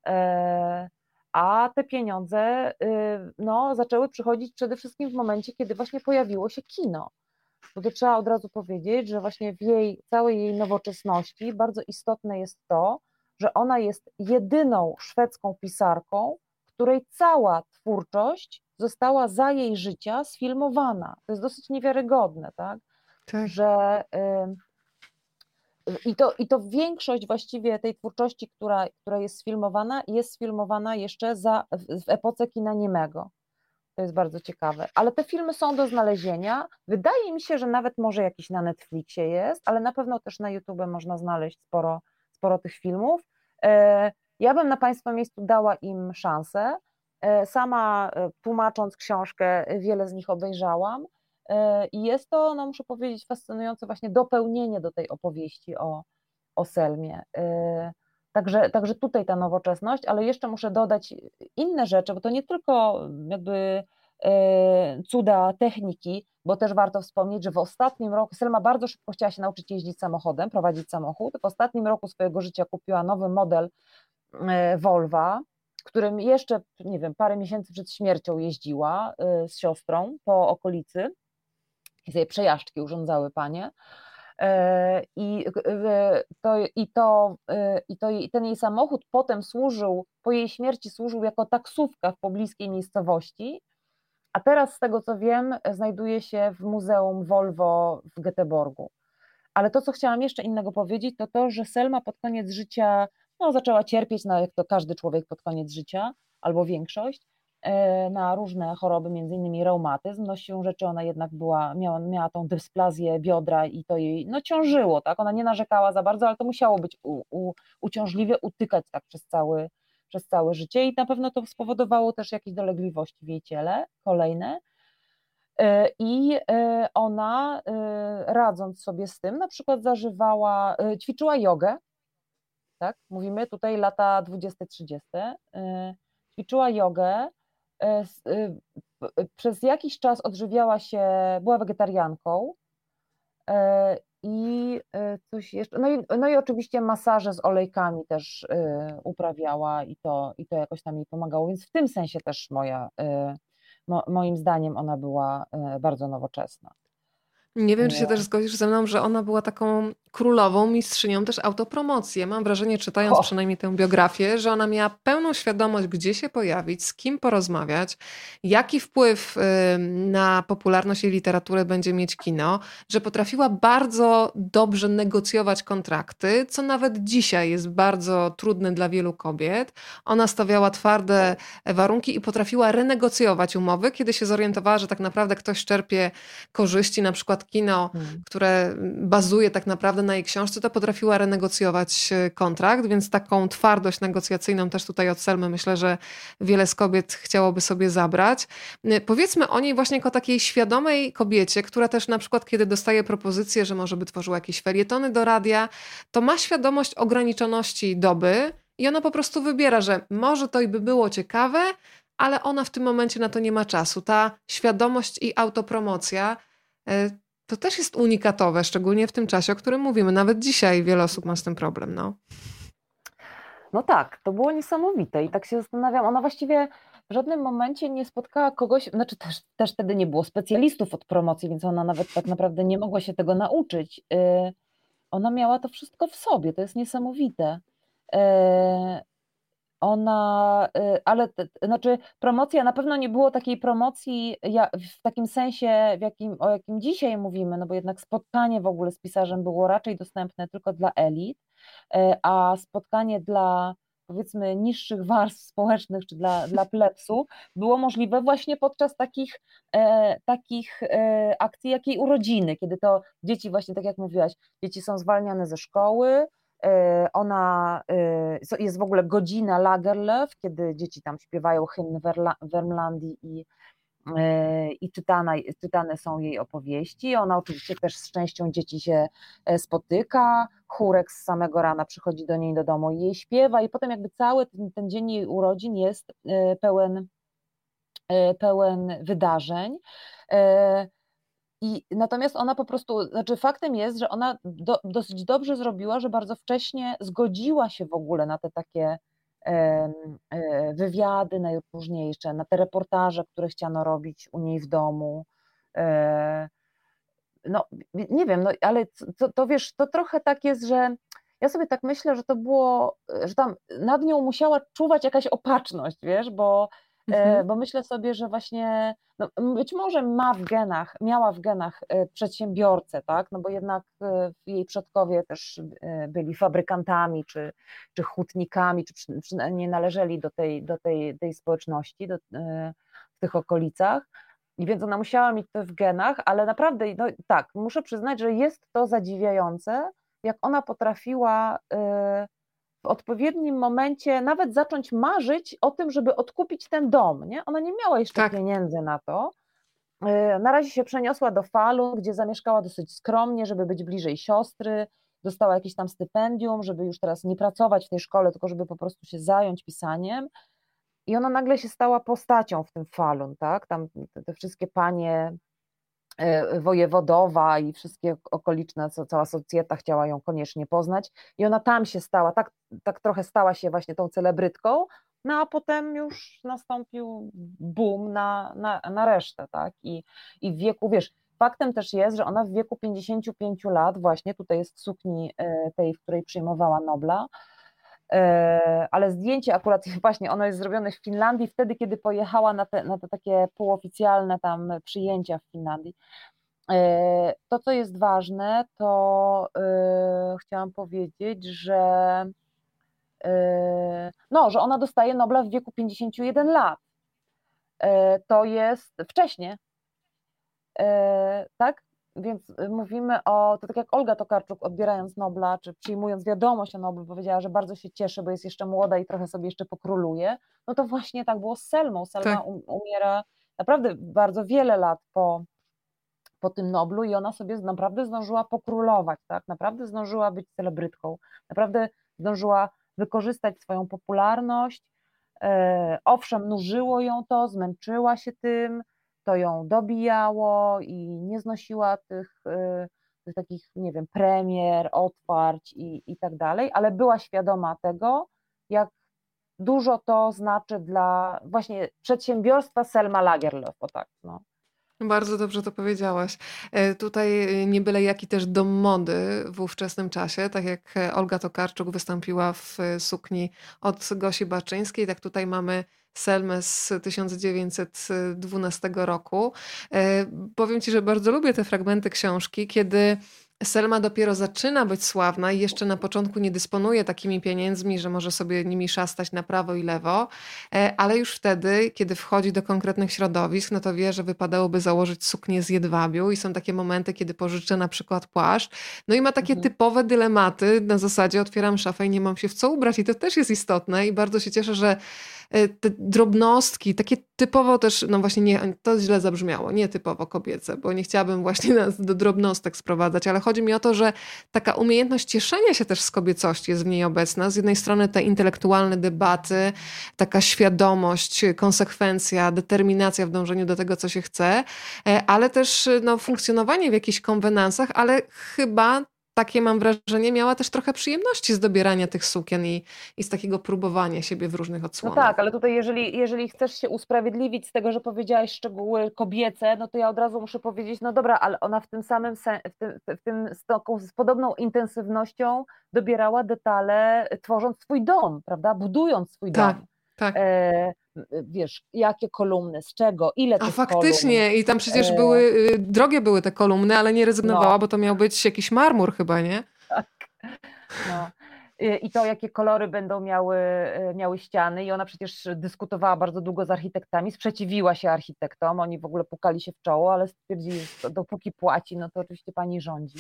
a te pieniądze no, zaczęły przychodzić przede wszystkim w momencie, kiedy właśnie pojawiło się kino. Bo to trzeba od razu powiedzieć, że właśnie w całej jej nowoczesności bardzo istotne jest to, że ona jest jedyną szwedzką pisarką, której cała twórczość została za jej życia sfilmowana. To jest dosyć niewiarygodne, tak? Tak. Że I to większość właściwie tej twórczości, która jest sfilmowana jeszcze w epoce kina niemego. To jest bardzo ciekawe. Ale te filmy są do znalezienia. Wydaje mi się, że nawet może jakiś na Netflixie jest, ale na pewno też na YouTube można znaleźć sporo tych filmów. Ja bym na Państwa miejscu dała im szansę. Sama tłumacząc książkę, wiele z nich obejrzałam. I jest to, no muszę powiedzieć, fascynujące właśnie dopełnienie do tej opowieści o Selmie. Także tutaj ta nowoczesność, ale jeszcze muszę dodać inne rzeczy, bo to nie tylko jakby cuda techniki, bo też warto wspomnieć, że w ostatnim roku Selma bardzo szybko chciała się nauczyć jeździć samochodem, prowadzić samochód. W ostatnim roku swojego życia kupiła nowy model Volva, którym jeszcze, nie wiem, parę miesięcy przed śmiercią jeździła z siostrą po okolicy i sobie przejażdżki urządzały panie. Ten jej samochód potem po jej śmierci służył jako taksówka w pobliskiej miejscowości, a teraz z tego co wiem znajduje się w Muzeum Volvo w Göteborgu. Ale to, co chciałam jeszcze innego powiedzieć, to to, że Selma pod koniec życia zaczęła cierpieć, jak to każdy człowiek pod koniec życia, albo większość, na różne choroby, między innymi reumatyzm. No siłą rzeczy ona jednak miała tą dysplazję biodra i to jej ciążyło, tak? Ona nie narzekała za bardzo, ale to musiało być uciążliwie, utykać tak przez całe życie i na pewno to spowodowało też jakieś dolegliwości w jej ciele, kolejne. I ona, radząc sobie z tym, na przykład ćwiczyła jogę, tak? Mówimy tutaj lata 20-30. Ćwiczyła jogę, przez jakiś czas odżywiała się, była wegetarianką i coś jeszcze, no i oczywiście masaże z olejkami też uprawiała i to jakoś tam jej pomagało, więc w tym sensie też moim zdaniem ona była bardzo nowoczesna. Nie wiem, czy się też zgodzisz ze mną, że ona była taką królową, mistrzynią też autopromocji. Ja mam wrażenie, czytając przynajmniej tę biografię, że ona miała pełną świadomość, gdzie się pojawić, z kim porozmawiać, jaki wpływ na popularność jej literatury będzie mieć kino, że potrafiła bardzo dobrze negocjować kontrakty, co nawet dzisiaj jest bardzo trudne dla wielu kobiet. Ona stawiała twarde warunki i potrafiła renegocjować umowy, kiedy się zorientowała, że tak naprawdę ktoś czerpie korzyści, na przykład kino, które bazuje tak naprawdę na jej książce, to potrafiła renegocjować kontrakt, więc taką twardość negocjacyjną też tutaj od Selmy myślę, że wiele z kobiet chciałoby sobie zabrać. Powiedzmy o niej właśnie jako takiej świadomej kobiecie, która też na przykład, kiedy dostaje propozycję, że może by tworzyła jakieś felietony do radia, to ma świadomość ograniczoności doby i ona po prostu wybiera, że może to i by było ciekawe, ale ona w tym momencie na to nie ma czasu. Ta świadomość i autopromocja to też jest unikatowe, szczególnie w tym czasie, o którym mówimy. Nawet dzisiaj wiele osób ma z tym problem. No tak, to było niesamowite i tak się zastanawiam, ona właściwie w żadnym momencie nie spotkała kogoś, znaczy też wtedy nie było specjalistów od promocji, więc ona nawet tak naprawdę nie mogła się tego nauczyć. Ona miała to wszystko w sobie, to jest niesamowite. Ale znaczy promocja, na pewno nie było takiej promocji w takim sensie, o jakim dzisiaj mówimy, no bo jednak spotkanie w ogóle z pisarzem było raczej dostępne tylko dla elit, a spotkanie dla powiedzmy niższych warstw społecznych czy dla plebsu było możliwe właśnie podczas takich akcji jak jej urodziny, kiedy to dzieci właśnie, tak jak mówiłaś, dzieci są zwalniane ze szkoły. Jest w ogóle godzina Lagerlöf, kiedy dzieci tam śpiewają hymn Wermlandii i czytane są jej opowieści. Ona oczywiście też z częścią dzieci się spotyka, chórek z samego rana przychodzi do niej do domu i jej śpiewa i potem jakby cały ten dzień jej urodzin jest pełen wydarzeń. Natomiast ona po prostu, znaczy faktem jest, że ona dosyć dobrze zrobiła, że bardzo wcześnie zgodziła się w ogóle na te takie wywiady najróżniejsze, na te reportaże, które chciano robić u niej w domu. No nie wiem, no, ale to wiesz, to trochę tak jest, że ja sobie tak myślę, że to było, że tam nad nią musiała czuwać jakaś opatrzność, wiesz, bo myślę sobie, że właśnie no, być może miała w genach przedsiębiorcę, tak, no bo jednak jej przodkowie też byli fabrykantami, czy hutnikami, czy przynajmniej należeli do tej społeczności w tych okolicach. I więc ona musiała mieć to w genach, ale naprawdę, no tak, muszę przyznać, że jest to zadziwiające, jak ona potrafiła w odpowiednim momencie nawet zacząć marzyć o tym, żeby odkupić ten dom, nie? Ona nie miała jeszcze pieniędzy na to. Na razie się przeniosła do Falun, gdzie zamieszkała dosyć skromnie, żeby być bliżej siostry, dostała jakieś tam stypendium, żeby już teraz nie pracować w tej szkole, tylko żeby po prostu się zająć pisaniem. I ona nagle się stała postacią w tym Falun, tak? Tam te wszystkie panie wojewodowa i wszystkie okoliczne, cała socjeta chciała ją koniecznie poznać i ona tam się stała, tak trochę stała się właśnie tą celebrytką, no a potem już nastąpił boom na resztę, tak? I w wieku, wiesz, faktem też jest, że ona w wieku 55 lat, właśnie tutaj jest w sukni tej, w której przyjmowała Nobla, ale zdjęcie akurat właśnie ono jest zrobione w Finlandii wtedy, kiedy pojechała na te takie półoficjalne tam przyjęcia w Finlandii. To, co jest ważne, to chciałam powiedzieć, że ona dostaje Nobla w wieku 51 lat. To jest wcześnie, tak? Więc mówimy to tak jak Olga Tokarczuk odbierając Nobla, czy przyjmując wiadomość o Noblu, powiedziała, że bardzo się cieszy, bo jest jeszcze młoda i trochę sobie jeszcze pokróluje, no to właśnie tak było z Selmą. Selma umiera naprawdę bardzo wiele lat po tym Noblu i ona sobie naprawdę zdążyła pokrólować, tak? Naprawdę zdążyła być celebrytką. Naprawdę zdążyła wykorzystać swoją popularność. Owszem, nużyło ją to, zmęczyła się tym, to ją dobijało i nie znosiła tych takich, nie wiem, premier, otwarć i tak dalej, ale była świadoma tego, jak dużo to znaczy dla właśnie przedsiębiorstwa Selma Lagerlöf, o tak, no. Bardzo dobrze to powiedziałaś. Tutaj nie byle jaki też dom mody w ówczesnym czasie, tak jak Olga Tokarczuk wystąpiła w sukni od Gosi Baczyńskiej, tak tutaj mamy Selmę z 1912 roku. Powiem ci, że bardzo lubię te fragmenty książki, kiedy Selma dopiero zaczyna być sławna i jeszcze na początku nie dysponuje takimi pieniędzmi, że może sobie nimi szastać na prawo i lewo, ale już wtedy, kiedy wchodzi do konkretnych środowisk, no to wie, że wypadałoby założyć suknię z jedwabiu i są takie momenty, kiedy pożyczę na przykład płaszcz, no i ma takie typowe dylematy na zasadzie otwieram szafę i nie mam się w co ubrać i to też jest istotne i bardzo się cieszę, że te drobnostki, takie typowo też, no właśnie nie, to źle zabrzmiało, nie typowo kobiece, bo nie chciałabym właśnie nas do drobnostek sprowadzać, ale chodzi mi o to, że taka umiejętność cieszenia się też z kobiecości jest w niej obecna. Z jednej strony te intelektualne debaty, taka świadomość, konsekwencja, determinacja w dążeniu do tego, co się chce, ale też no, funkcjonowanie w jakichś konwenansach, ale chyba takie mam wrażenie, miała też trochę przyjemności z dobierania tych sukien i z takiego próbowania siebie w różnych No odsłonach. tak, ale tutaj jeżeli chcesz się usprawiedliwić z tego, że powiedziałaś szczegóły kobiece, no to ja od razu muszę powiedzieć, no dobra, ale ona w tym samym, z podobną intensywnością dobierała detale, tworząc swój dom, prawda, budując swój Tak, dom. tak. Wiesz, jakie kolumny, z czego, ile A tych kolumn. faktycznie, i tam przecież były, drogie były te kolumny, ale nie rezygnowała, No. bo to miał być jakiś marmur chyba, nie? Tak. No. I to, jakie kolory będą miały ściany. I ona przecież dyskutowała bardzo długo z architektami, sprzeciwiła się architektom, oni w ogóle pukali się w czoło, ale stwierdzili, że dopóki płaci, no to oczywiście pani rządzi.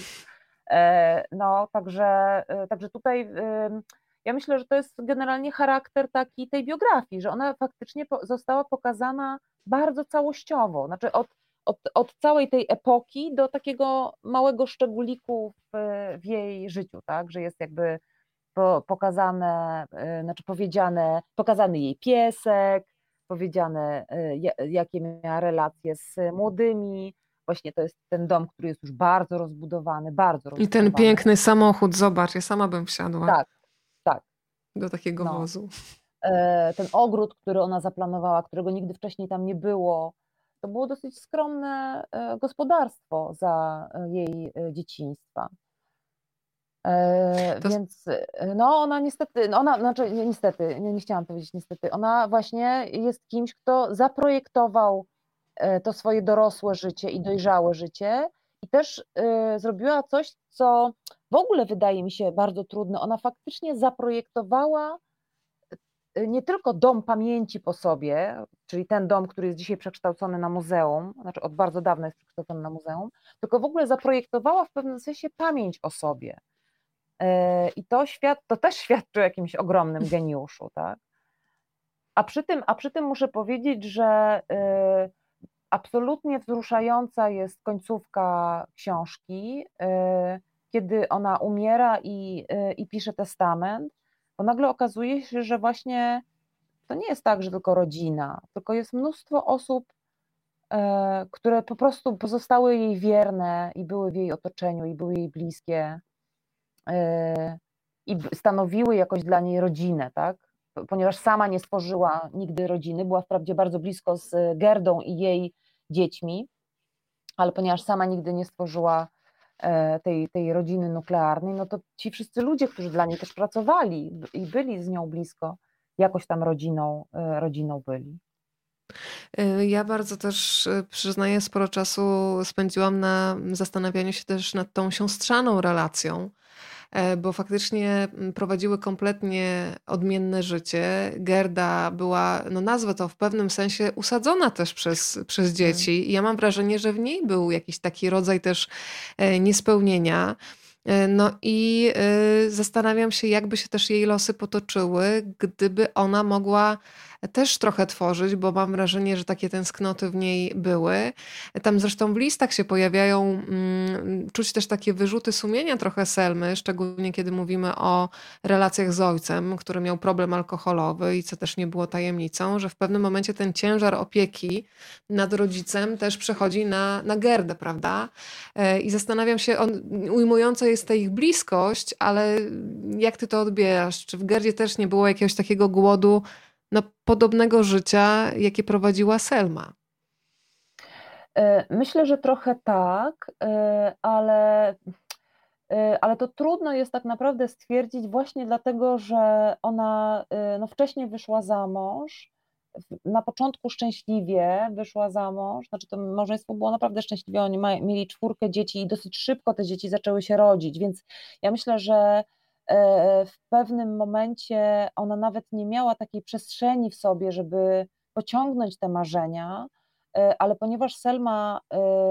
No, także tutaj ja myślę, że to jest generalnie charakter taki tej biografii, że ona faktycznie została pokazana bardzo całościowo, znaczy od całej tej epoki do takiego małego szczególiku w jej życiu, tak, że jest jakby pokazane, znaczy pokazany jej piesek, powiedziane jakie miała relacje z młodymi, właśnie to jest ten dom, który jest już bardzo rozbudowany, I ten piękny samochód, zobacz, ja sama bym wsiadła. Tak, tak. Do takiego wozu. Ten ogród, który ona zaplanowała, którego nigdy wcześniej tam nie było, to było dosyć skromne gospodarstwo za jej dzieciństwa. Więc no ona niestety, znaczy niestety, nie chciałam powiedzieć niestety, ona właśnie jest kimś, kto zaprojektował to swoje dorosłe życie i dojrzałe życie i też zrobiła coś, co w ogóle wydaje mi się bardzo trudne. Ona faktycznie zaprojektowała nie tylko dom pamięci po sobie, czyli ten dom, który jest dzisiaj przekształcony na muzeum, znaczy od bardzo dawna jest przekształcony na muzeum, tylko w ogóle zaprojektowała w pewnym sensie pamięć o sobie. I to też świadczy o jakimś ogromnym geniuszu, tak? A przy tym muszę powiedzieć, że absolutnie wzruszająca jest końcówka książki, kiedy ona umiera i pisze testament, bo nagle okazuje się, że właśnie to nie jest tak, że tylko rodzina, tylko jest mnóstwo osób, które po prostu pozostały jej wierne i były w jej otoczeniu i były jej bliskie i stanowiły jakoś dla niej rodzinę, tak? Ponieważ sama nie stworzyła nigdy rodziny, była wprawdzie bardzo blisko z Gerdą i jej dziećmi, ale ponieważ sama nigdy nie stworzyła tej rodziny nuklearnej, no to ci wszyscy ludzie, którzy dla niej też pracowali i byli z nią blisko, jakoś tam rodziną byli. Ja bardzo też przyznaję, sporo czasu spędziłam na zastanawianiu się też nad tą siostrzaną relacją, bo faktycznie prowadziły kompletnie odmienne życie. Gerda była, no nazwę to w pewnym sensie, usadzona też przez dzieci i ja mam wrażenie, że w niej był jakiś taki rodzaj też niespełnienia. No i zastanawiam się, jakby się też jej losy potoczyły, gdyby ona mogła też trochę tworzyć, bo mam wrażenie, że takie tęsknoty w niej były. Tam zresztą w listach się pojawiają, czuć też takie wyrzuty sumienia trochę Selmy, szczególnie kiedy mówimy o relacjach z ojcem, który miał problem alkoholowy i co też nie było tajemnicą, że w pewnym momencie ten ciężar opieki nad rodzicem też przechodzi na Gerdę, prawda? I zastanawiam się, ujmująca jest ta ich bliskość, ale jak ty to odbierasz? Czy w Gerdzie też nie było jakiegoś takiego głodu, no, podobnego życia, jakie prowadziła Selma? Myślę, że trochę tak, ale to trudno jest tak naprawdę stwierdzić właśnie dlatego, że ona no, wcześniej wyszła za mąż, na początku szczęśliwie wyszła za mąż, znaczy to małżeństwo było naprawdę szczęśliwe, oni mieli 4 dzieci i dosyć szybko te dzieci zaczęły się rodzić, więc ja myślę, że w pewnym momencie ona nawet nie miała takiej przestrzeni w sobie, żeby pociągnąć te marzenia, ale ponieważ Selma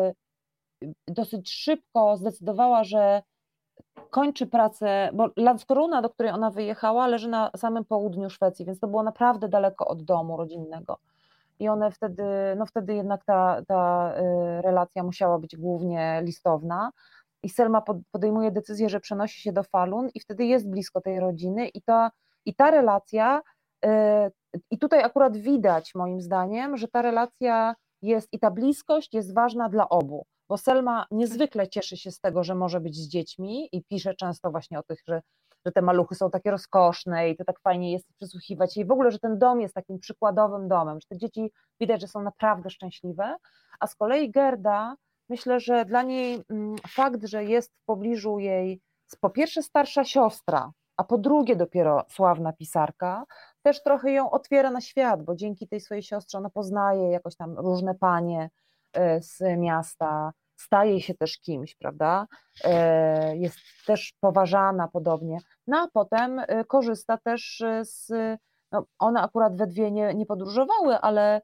dosyć szybko zdecydowała, że kończy pracę, bo Landskrona, do której ona wyjechała, leży na samym południu Szwecji, więc to było naprawdę daleko od domu rodzinnego. I one wtedy, no wtedy jednak ta relacja musiała być głównie listowna. I Selma podejmuje decyzję, że przenosi się do Falun i wtedy jest blisko tej rodziny i ta relacja, i tutaj akurat widać moim zdaniem, że ta relacja jest i ta bliskość jest ważna dla obu, bo Selma niezwykle cieszy się z tego, że może być z dziećmi i pisze często właśnie o tych, że te maluchy są takie rozkoszne i to tak fajnie jest przysłuchiwać się i w ogóle, że ten dom jest takim przykładowym domem, że te dzieci widać, że są naprawdę szczęśliwe, a z kolei Gerda, myślę, że dla niej fakt, że jest w pobliżu jej po pierwsze starsza siostra, a po drugie dopiero sławna pisarka, też trochę ją otwiera na świat, bo dzięki tej swojej siostrze ona poznaje jakoś tam różne panie z miasta, staje się też kimś, prawda? Jest też poważana podobnie. No a potem korzysta też no one akurat we dwie nie podróżowały,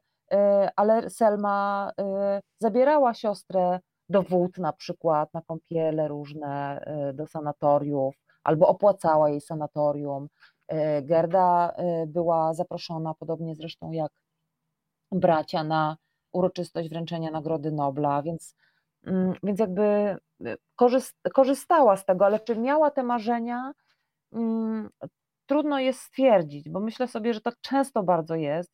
ale Selma zabierała siostrę do wód na przykład, na kąpiele różne, do sanatoriów, albo opłacała jej sanatorium. Gerda była zaproszona, podobnie zresztą jak bracia, na uroczystość wręczenia Nagrody Nobla, więc jakby korzystała z tego, ale czy miała te marzenia? Mm, Trudno jest stwierdzić, bo myślę sobie, że tak często bardzo jest,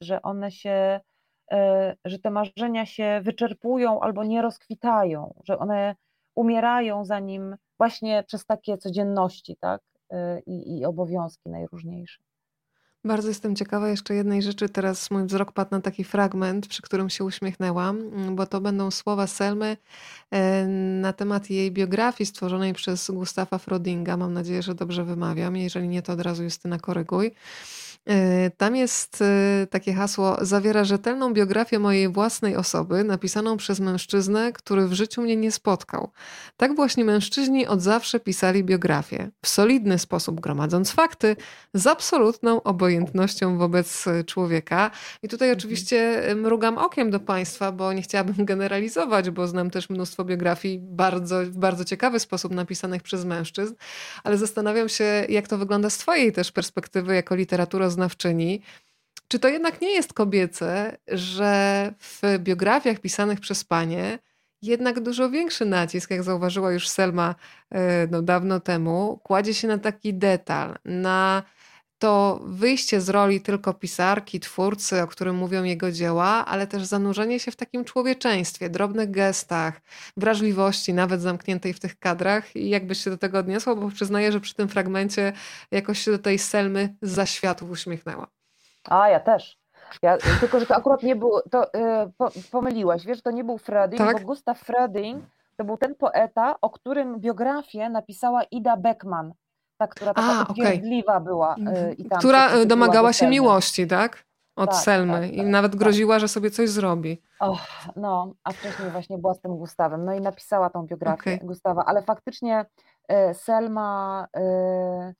że te marzenia się wyczerpują albo nie rozkwitają, że one umierają zanim właśnie przez takie codzienności, tak? I obowiązki najróżniejsze. Bardzo jestem ciekawa jeszcze jednej rzeczy. Teraz mój wzrok padł na taki fragment, przy którym się uśmiechnęłam, bo to będą słowa Selmy na temat jej biografii stworzonej przez Gustafa Frodinga. Mam nadzieję, że dobrze wymawiam. Jeżeli nie, to od razu Justyna koryguj. Tam jest takie hasło: zawiera rzetelną biografię mojej własnej osoby, napisaną przez mężczyznę, który w życiu mnie nie spotkał. Tak właśnie mężczyźni od zawsze pisali biografię. W solidny sposób, gromadząc fakty, z absolutną obojętnością wobec człowieka. I tutaj oczywiście mrugam okiem do państwa, bo nie chciałabym generalizować, bo znam też mnóstwo biografii w bardzo ciekawy sposób napisanych przez mężczyzn, ale zastanawiam się, jak to wygląda z twojej też perspektywy jako literaturoznawczyni. Czy to jednak nie jest kobiece, że w biografiach pisanych przez panie jednak dużo większy nacisk, jak zauważyła już Selma no, dawno temu, kładzie się na taki detal, na to wyjście z roli tylko pisarki, twórcy, o którym mówią jego dzieła, ale też zanurzenie się w takim człowieczeństwie, drobnych gestach, wrażliwości, nawet zamkniętej w tych kadrach. I jakbyś się do tego odniosła, bo przyznaję, że przy tym fragmencie jakoś się do tej Selmy za światów uśmiechnęła. A, ja też. Tylko, że to akurat nie był, pomyliłaś, wiesz, to nie był Fröding, bo Tak? Gustav Fröding to był ten poeta, o którym biografię napisała Ida Beckmann, ta, która taka A, okej. upierdliwa była i tam się Która przyczepiła do domagała się Selmy. miłości, tak? Od Tak, tak, Selmy i tak, nawet tak. groziła, że sobie coś zrobi. Och, no, a wcześniej właśnie była z tym Gustawem. No i napisała tą biografię Okej. Gustawa, ale faktycznie Selma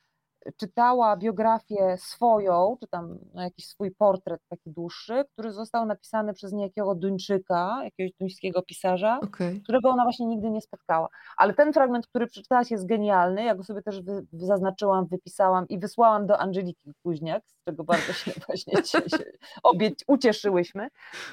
czytała biografię swoją, czy tam jakiś swój portret taki dłuższy, który został napisany przez niejakiego Duńczyka, jakiegoś duńskiego pisarza, Okej. którego ona właśnie nigdy nie spotkała. Ale ten fragment, który przeczytałaś, jest genialny. Ja go sobie też zaznaczyłam, wypisałam i wysłałam do Angeliki Kuźniak, z czego bardzo się właśnie obie ucieszyłyśmy.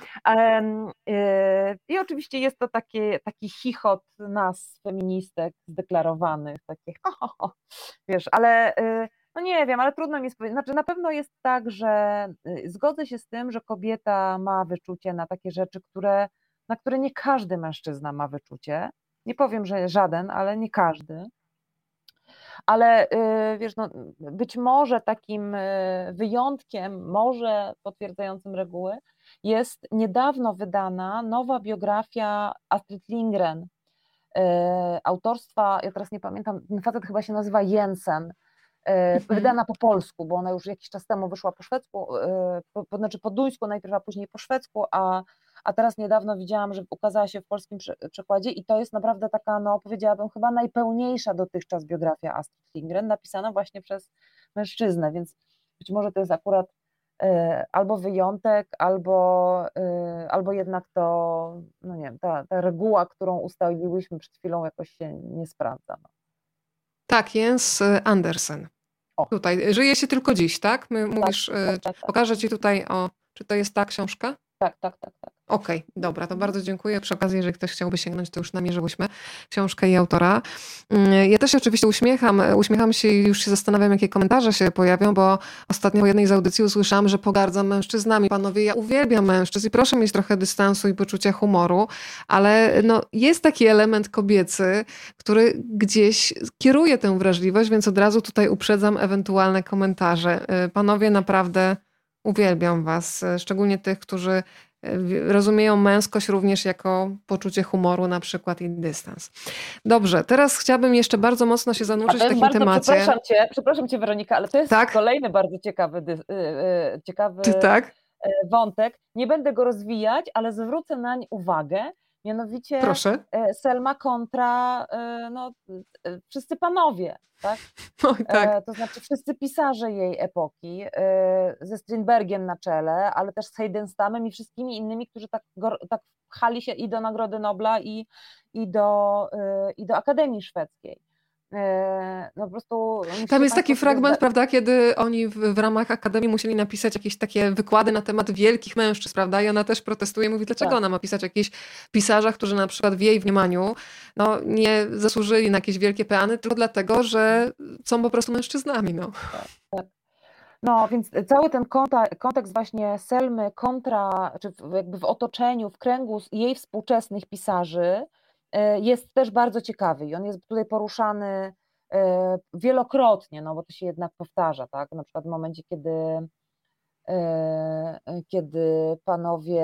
I oczywiście jest to taki chichot nas, feministek, zdeklarowanych, takie wiesz, ale no nie wiem, ale trudno mi jest powiedzieć. Znaczy, na pewno jest tak, że zgodzę się z tym, że kobieta ma wyczucie na takie rzeczy, na które nie każdy mężczyzna ma wyczucie. Nie powiem, że żaden, ale nie każdy. Ale wiesz, no, być może takim wyjątkiem, może potwierdzającym reguły, jest niedawno wydana nowa biografia Astrid Lindgren, autorstwa, ja teraz nie pamiętam, ten facet chyba się nazywa Jensen, wydana po polsku, bo ona już jakiś czas temu wyszła po szwedzku, znaczy po duńsku najpierw, a później po szwedzku, a teraz niedawno widziałam, że ukazała się w polskim przekładzie i to jest naprawdę taka, no powiedziałabym, chyba najpełniejsza dotychczas biografia Astrid Lindgren, napisana właśnie przez mężczyznę, więc być może to jest akurat albo wyjątek, albo jednak to, no nie wiem, ta reguła, którą ustaliłyśmy przed chwilą, jakoś się nie sprawdza. No. Tak, Jens Andersen. O. Tutaj. Żyje się tylko dziś, tak? Mówisz, tak. pokażę ci tutaj, czy to jest ta książka? Tak. Okej, dobra, to bardzo dziękuję. Przy okazji, jeżeli ktoś chciałby sięgnąć, to już namierzyłyśmy książkę i autora. Ja też się oczywiście uśmiecham się i już się zastanawiam, jakie komentarze się pojawią, bo ostatnio po jednej z audycji usłyszałam, że pogardzam mężczyznami. Panowie, ja uwielbiam mężczyzn i proszę mieć trochę dystansu i poczucia humoru, ale no, jest taki element kobiecy, który gdzieś kieruje tę wrażliwość, więc od razu tutaj uprzedzam ewentualne komentarze. Panowie, naprawdę uwielbiam was, szczególnie tych, którzy rozumieją męskość również jako poczucie humoru na przykład i dystans. Dobrze, teraz chciałabym jeszcze bardzo mocno się zanurzyć w takim temacie. Przepraszam cię Weronika, ale to jest kolejny bardzo ciekawy tak? wątek. Nie będę go rozwijać, ale zwrócę nań uwagę. Mianowicie Proszę. Selma kontra no, wszyscy panowie, tak? Oj, tak. To znaczy wszyscy pisarze jej epoki, ze Strindbergiem na czele, ale też z Heidenstamem i wszystkimi innymi, którzy tak pchali się i do Nagrody Nobla i do Akademii Szwedzkiej. No po prostu tam jest taki fragment, prawda, kiedy oni w ramach Akademii musieli napisać jakieś takie wykłady na temat wielkich mężczyzn, prawda, i ona też protestuje, mówi, dlaczego ona ma pisać o jakichś pisarzach, którzy na przykład w jej mniemaniu no, nie zasłużyli na jakieś wielkie peany, tylko dlatego, że są po prostu mężczyznami. No. Tak. No, więc cały ten kontekst właśnie Selmy kontra, czy jakby w otoczeniu, w kręgu jej współczesnych pisarzy jest też bardzo ciekawy i on jest tutaj poruszany wielokrotnie, no bo to się jednak powtarza, tak? Na przykład w momencie, kiedy panowie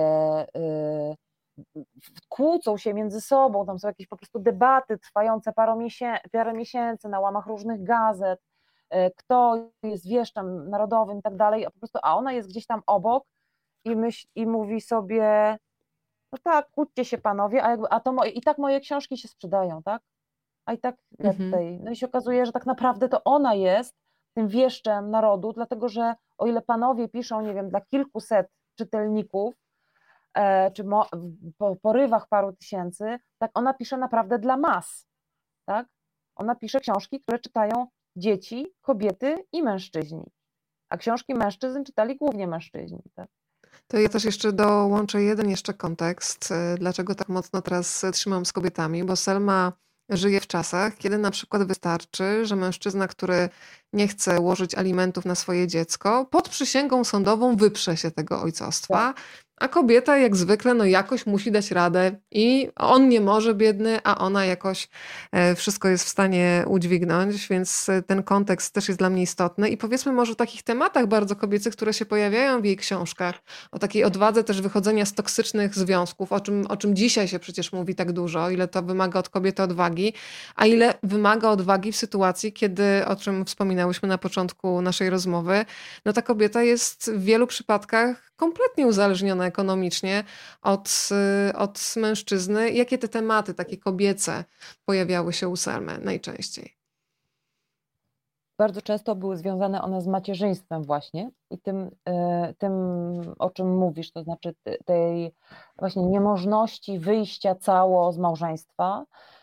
kłócą się między sobą, tam są jakieś po prostu debaty trwające parę miesięcy na łamach różnych gazet, kto jest wieszczem narodowym i tak dalej, a ona jest gdzieś tam obok i mówi sobie, no tak, kłóćcie się panowie, i tak moje książki się sprzedają, tak? A i tak ja tutaj, no i się okazuje, że tak naprawdę to ona jest tym wieszczem narodu, dlatego że o ile panowie piszą, nie wiem, dla kilkuset czytelników, czy po porywach paru tysięcy, tak ona pisze naprawdę dla mas, tak? Ona pisze książki, które czytają dzieci, kobiety i mężczyźni, a książki mężczyzn czytali głównie mężczyźni, tak? To ja też jeszcze dołączę jeden jeszcze kontekst, dlaczego tak mocno teraz trzymam z kobietami, bo Selma żyje w czasach, kiedy na przykład wystarczy, że mężczyzna, który nie chce łożyć alimentów na swoje dziecko, pod przysięgą sądową wyprze się tego ojcostwa, tak. A kobieta jak zwykle no jakoś musi dać radę i on nie może biedny, a ona jakoś wszystko jest w stanie udźwignąć, więc ten kontekst też jest dla mnie istotny i powiedzmy może o takich tematach bardzo kobiecych, które się pojawiają w jej książkach, o takiej odwadze też wychodzenia z toksycznych związków, o czym dzisiaj się przecież mówi tak dużo, ile to wymaga od kobiety odwagi, a ile wymaga odwagi w sytuacji, kiedy, o czym wspominałyśmy na początku naszej rozmowy, no ta kobieta jest w wielu przypadkach kompletnie uzależniona ekonomicznie od mężczyzny. Jakie te tematy takie kobiece pojawiały się u Selmy najczęściej? bardzo często były związane one z macierzyństwem właśnie i tym, o czym mówisz, to znaczy tej właśnie niemożności wyjścia cało z małżeństwa.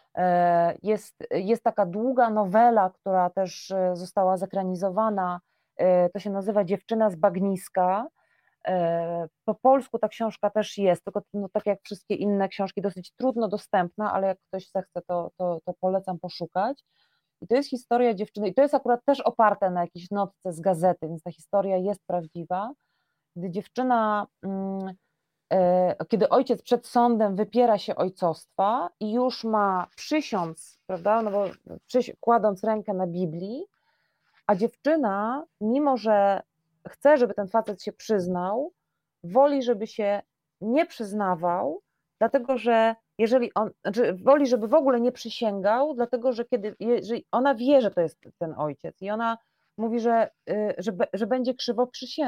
Jest taka długa nowela, która też została zekranizowana, to się nazywa Dziewczyna z bagniska. Po polsku ta książka też jest, tylko no, tak jak wszystkie inne książki, dosyć trudno dostępna, ale jak ktoś zechce, to polecam poszukać. I to jest historia dziewczyny, i to jest akurat też oparte na jakiejś notce z gazety, więc ta historia jest prawdziwa, gdy dziewczyna, kiedy ojciec przed sądem wypiera się ojcostwa i już ma przysiąc, prawda, no bo kładąc rękę na Biblii, a dziewczyna, mimo że chce, żeby ten facet się przyznał, woli, żeby się nie przyznawał, dlatego że jeżeli on, znaczy woli, żeby w ogóle nie przysięgał, dlatego że jeżeli ona wie, że to jest ten ojciec i ona mówi, że będzie krzywo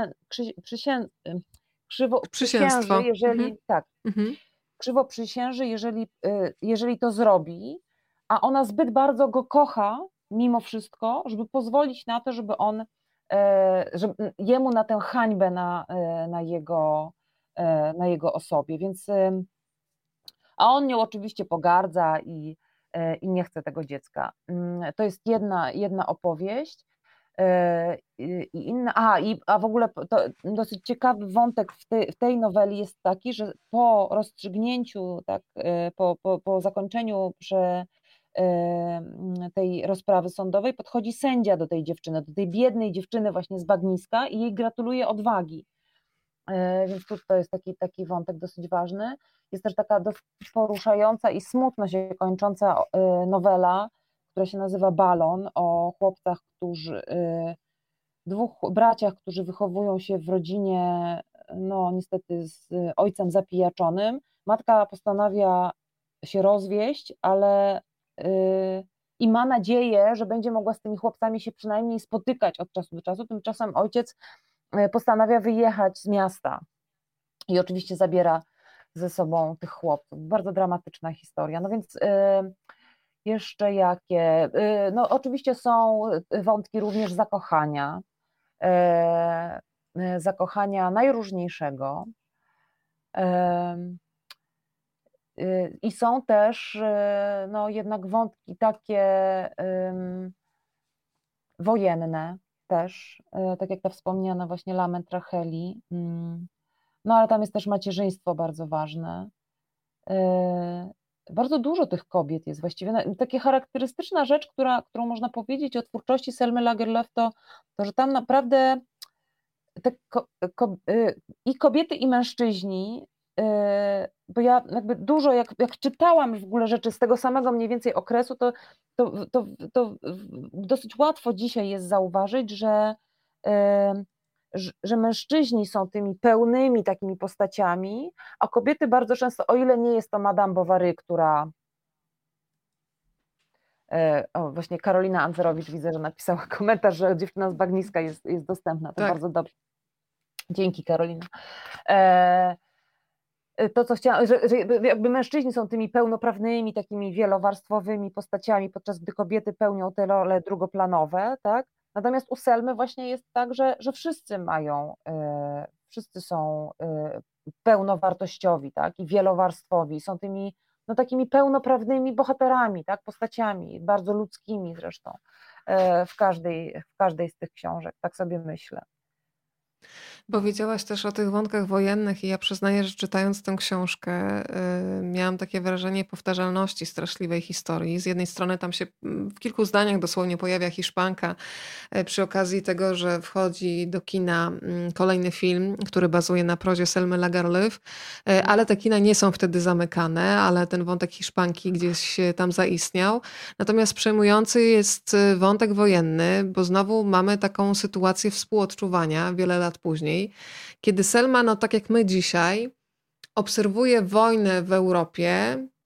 Przysięstwo. przysięży, jeżeli tak, Mhm. krzywo przysięży, jeżeli to zrobi, a ona zbyt bardzo go kocha, mimo wszystko, żeby pozwolić na to, żeby on, żeby jemu na tę hańbę na jego osobie. Więc, a on nią oczywiście pogardza i nie chce tego dziecka. To jest jedna opowieść. I inna, a w ogóle to dosyć ciekawy wątek w tej noweli jest taki, że po rozstrzygnięciu, tak, po zakończeniu tej rozprawy sądowej podchodzi sędzia do tej dziewczyny, do tej biednej dziewczyny właśnie z bagniska i jej gratuluje odwagi. Więc tu to jest taki wątek dosyć ważny. Jest też taka dosyć poruszająca i smutno się kończąca nowela, która się nazywa Balon, o chłopcach, dwóch braciach, którzy wychowują się w rodzinie, no niestety z ojcem zapijaczonym. Matka postanawia się rozwieść, ale i ma nadzieję, że będzie mogła z tymi chłopcami się przynajmniej spotykać od czasu do czasu. Tymczasem ojciec postanawia wyjechać z miasta i oczywiście zabiera ze sobą tych chłopców. Bardzo dramatyczna historia. No więc jeszcze jakie? No oczywiście są wątki również zakochania najróżniejszego. I są też no jednak wątki takie wojenne też, tak jak ta wspomniana właśnie Lament Racheli. No ale tam jest też macierzyństwo bardzo ważne. Bardzo dużo tych kobiet jest właściwie. Taka charakterystyczna rzecz, którą można powiedzieć o twórczości Selmy Lagerlöf, to że tam naprawdę i kobiety, i mężczyźni, bo ja jakby dużo, jak czytałam w ogóle rzeczy z tego samego mniej więcej okresu, to dosyć łatwo dzisiaj jest zauważyć, że mężczyźni są tymi pełnymi takimi postaciami, a kobiety bardzo często, o ile nie jest to Madame Bovary, która... O, właśnie Karolina Andzerowicz widzę, że napisała komentarz, że Dziewczyna z bagniska jest dostępna, to Tak. bardzo dobrze. Dzięki, Karolina. To, co chciałam, że jakby mężczyźni są tymi pełnoprawnymi, takimi wielowarstwowymi postaciami, podczas gdy kobiety pełnią te role drugoplanowe, tak? Natomiast u Selmy właśnie jest tak, że wszyscy są pełnowartościowi, tak? I wielowarstwowi, są tymi no, takimi pełnoprawnymi bohaterami, tak? Postaciami, bardzo ludzkimi zresztą, w każdej z tych książek, tak sobie myślę. Powiedziałaś też o tych wątkach wojennych i ja przyznaję, że czytając tę książkę miałam takie wrażenie powtarzalności straszliwej historii. Z jednej strony tam się w kilku zdaniach dosłownie pojawia Hiszpanka przy okazji tego, że wchodzi do kina kolejny film, który bazuje na prozie Selmy Lagerlöf, ale te kina nie są wtedy zamykane, ale ten wątek Hiszpanki gdzieś tam zaistniał. Natomiast przejmujący jest wątek wojenny, bo znowu mamy taką sytuację współodczuwania wiele lat później, kiedy Selma, no tak jak my dzisiaj, obserwuje wojnę w Europie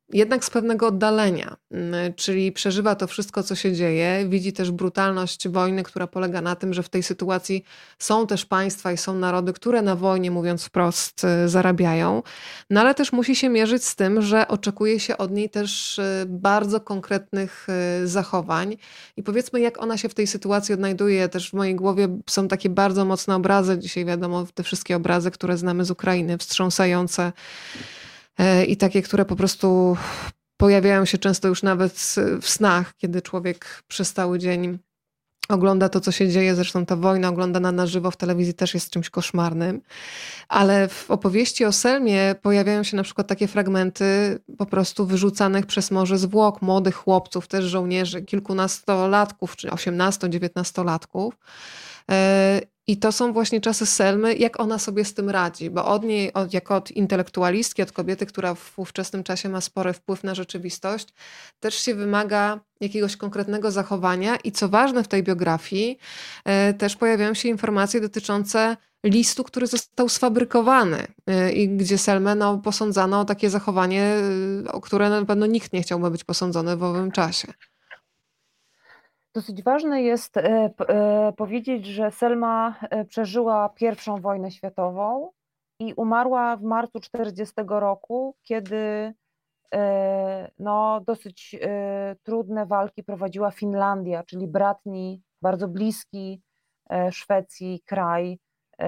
jednak z pewnego oddalenia, czyli przeżywa to wszystko, co się dzieje, widzi też brutalność wojny, która polega na tym, że w tej sytuacji są też państwa i są narody, które na wojnie, mówiąc wprost, zarabiają, no ale też musi się mierzyć z tym, że oczekuje się od niej też bardzo konkretnych zachowań i powiedzmy, jak ona się w tej sytuacji odnajduje. Też w mojej głowie są takie bardzo mocne obrazy, dzisiaj wiadomo, te wszystkie obrazy, które znamy z Ukrainy, wstrząsające, i takie, które po prostu pojawiają się często już nawet w snach, kiedy człowiek przez cały dzień ogląda to, co się dzieje. Zresztą ta wojna oglądana na żywo w telewizji też jest czymś koszmarnym. Ale w opowieści o Selmie pojawiają się na przykład takie fragmenty po prostu wyrzucanych przez morze zwłok młodych chłopców, też żołnierzy, kilkunastolatków, czy 18-19-latków. I to są właśnie czasy Selmy, jak ona sobie z tym radzi, bo od niej, jako od intelektualistki, od kobiety, która w ówczesnym czasie ma spory wpływ na rzeczywistość, też się wymaga jakiegoś konkretnego zachowania i co ważne w tej biografii, też pojawiają się informacje dotyczące listu, który został sfabrykowany i gdzie Selmę posądzano o takie zachowanie, o które na pewno nikt nie chciałby być posądzony w owym czasie. Dosyć ważne jest powiedzieć, że Selma przeżyła I wojnę światową i umarła w marcu 1940 roku, kiedy no, dosyć trudne walki prowadziła Finlandia, czyli bratni, bardzo bliski Szwecji kraj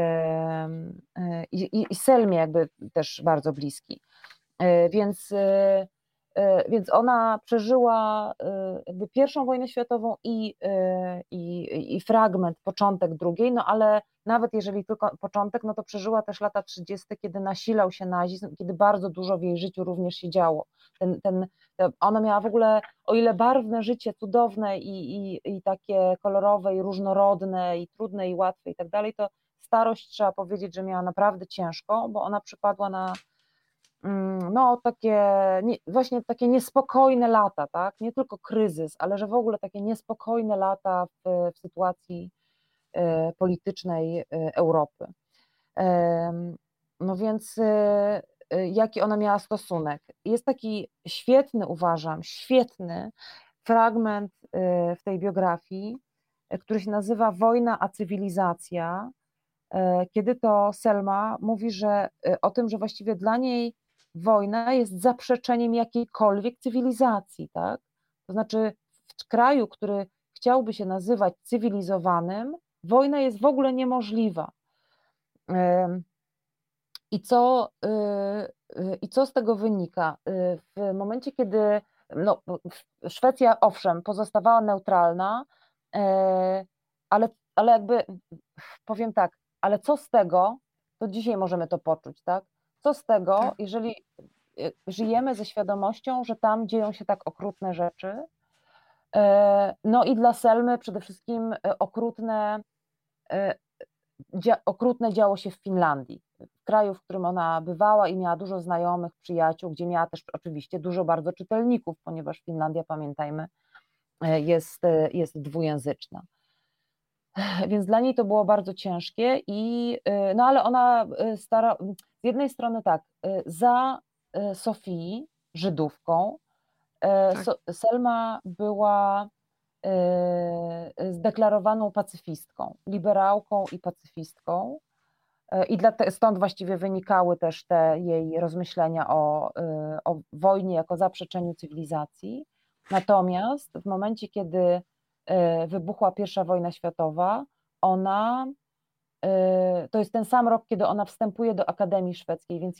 i Selmie jakby też bardzo bliski. Więc ona przeżyła jakby I wojnę światową i fragment, początek II, no ale nawet jeżeli tylko początek, no to przeżyła też lata 30., kiedy nasilał się nazizm, kiedy bardzo dużo w jej życiu również się działo. Ona miała w ogóle, o ile barwne życie, cudowne i takie kolorowe i różnorodne i trudne i łatwe i tak dalej, to starość trzeba powiedzieć, że miała naprawdę ciężko, bo ona przypadła na no takie, właśnie takie niespokojne lata, tak? Nie tylko kryzys, ale że w ogóle takie niespokojne lata w sytuacji politycznej Europy. No więc jaki ona miała stosunek? Jest taki świetny, uważam, świetny fragment w tej biografii, który się nazywa Wojna a cywilizacja, kiedy to Selma mówi, że o tym, że właściwie dla niej wojna jest zaprzeczeniem jakiejkolwiek cywilizacji, tak? To znaczy w kraju, który chciałby się nazywać cywilizowanym, wojna jest w ogóle niemożliwa. I co z tego wynika? W momencie, kiedy no, Szwecja, owszem, pozostawała neutralna, ale jakby powiem tak, ale co z tego, to dzisiaj możemy to poczuć, tak? Co z tego, jeżeli żyjemy ze świadomością, że tam dzieją się tak okrutne rzeczy? No i dla Selmy przede wszystkim okrutne działo się w Finlandii, w kraju, w którym ona bywała i miała dużo znajomych, przyjaciół, gdzie miała też oczywiście dużo bardzo czytelników, ponieważ Finlandia, pamiętajmy, jest dwujęzyczna. Więc dla niej to było bardzo ciężkie no ale ona z jednej strony tak, za Sofii, Żydówką, Selma była zdeklarowaną pacyfistką, liberałką i pacyfistką i stąd właściwie wynikały też te jej rozmyślenia o wojnie jako zaprzeczeniu cywilizacji. Natomiast w momencie, kiedy wybuchła I wojna światowa, to jest ten sam rok, kiedy ona wstępuje do Akademii Szwedzkiej, więc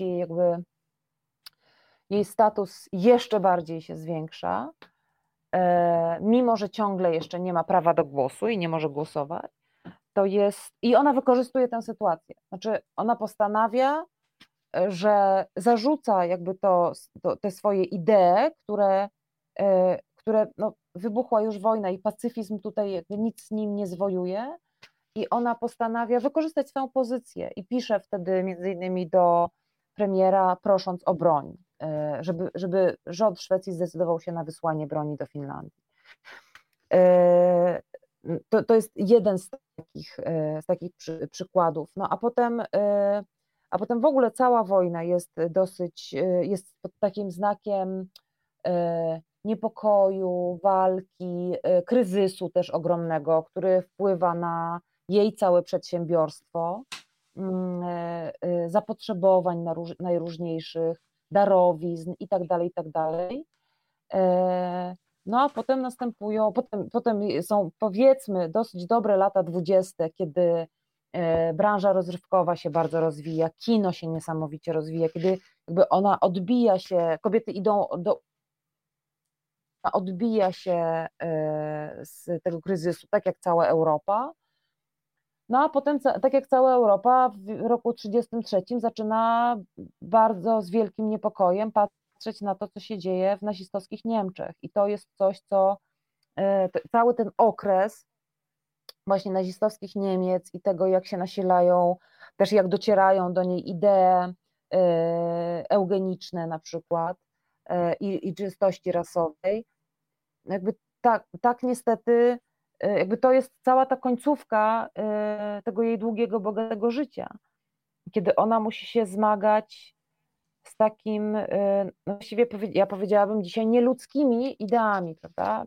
jej status jeszcze bardziej się zwiększa, mimo że ciągle jeszcze nie ma prawa do głosu i nie może głosować, i ona wykorzystuje tę sytuację. Znaczy ona postanawia, że zarzuca jakby te swoje idee, które no, wybuchła już wojna i pacyfizm tutaj jakby nic z nim nie zwojuje, i ona postanawia wykorzystać swoją pozycję i pisze wtedy między innymi do premiera, prosząc o broń, żeby rząd Szwecji zdecydował się na wysłanie broni do Finlandii. To jest jeden z takich przykładów. No a potem w ogóle cała wojna jest pod takim znakiem niepokoju, walki, kryzysu też ogromnego, który wpływa na jej całe przedsiębiorstwo, zapotrzebowań najróżniejszych, darowizn i tak dalej, i tak dalej. No a potem następują, potem są powiedzmy dosyć dobre lata 20., kiedy branża rozrywkowa się bardzo rozwija, kino się niesamowicie rozwija, kiedy jakby ona odbija się, kobiety idą odbija się z tego kryzysu, tak jak cała Europa. No a potem, tak jak cała Europa, w roku 1933 zaczyna bardzo z wielkim niepokojem patrzeć na to, co się dzieje w nazistowskich Niemczech. I to jest coś, co cały ten okres właśnie nazistowskich Niemiec i tego, jak się nasilają, też jak docierają do niej idee eugeniczne na przykład i czystości rasowej, jakby tak niestety, jakby to jest cała ta końcówka tego jej długiego, bogatego życia, kiedy ona musi się zmagać z takim, no właściwie ja powiedziałabym dzisiaj nieludzkimi ideami, prawda?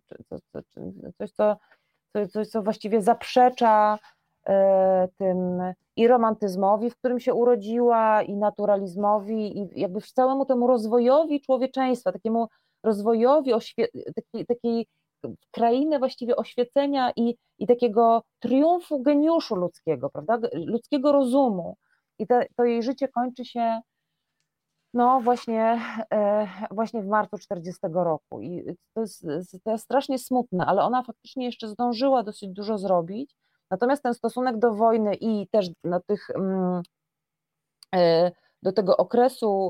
Coś, co właściwie zaprzecza tym i romantyzmowi, w którym się urodziła, i naturalizmowi, i jakby całemu temu rozwojowi człowieczeństwa, takiemu rozwojowi takiej krainy właściwie oświecenia i takiego triumfu geniuszu ludzkiego, prawda? Ludzkiego rozumu. I to jej życie kończy się no właśnie w marcu 40 roku i to jest strasznie smutne, ale ona faktycznie jeszcze zdążyła dosyć dużo zrobić, natomiast ten stosunek do wojny i też do tego okresu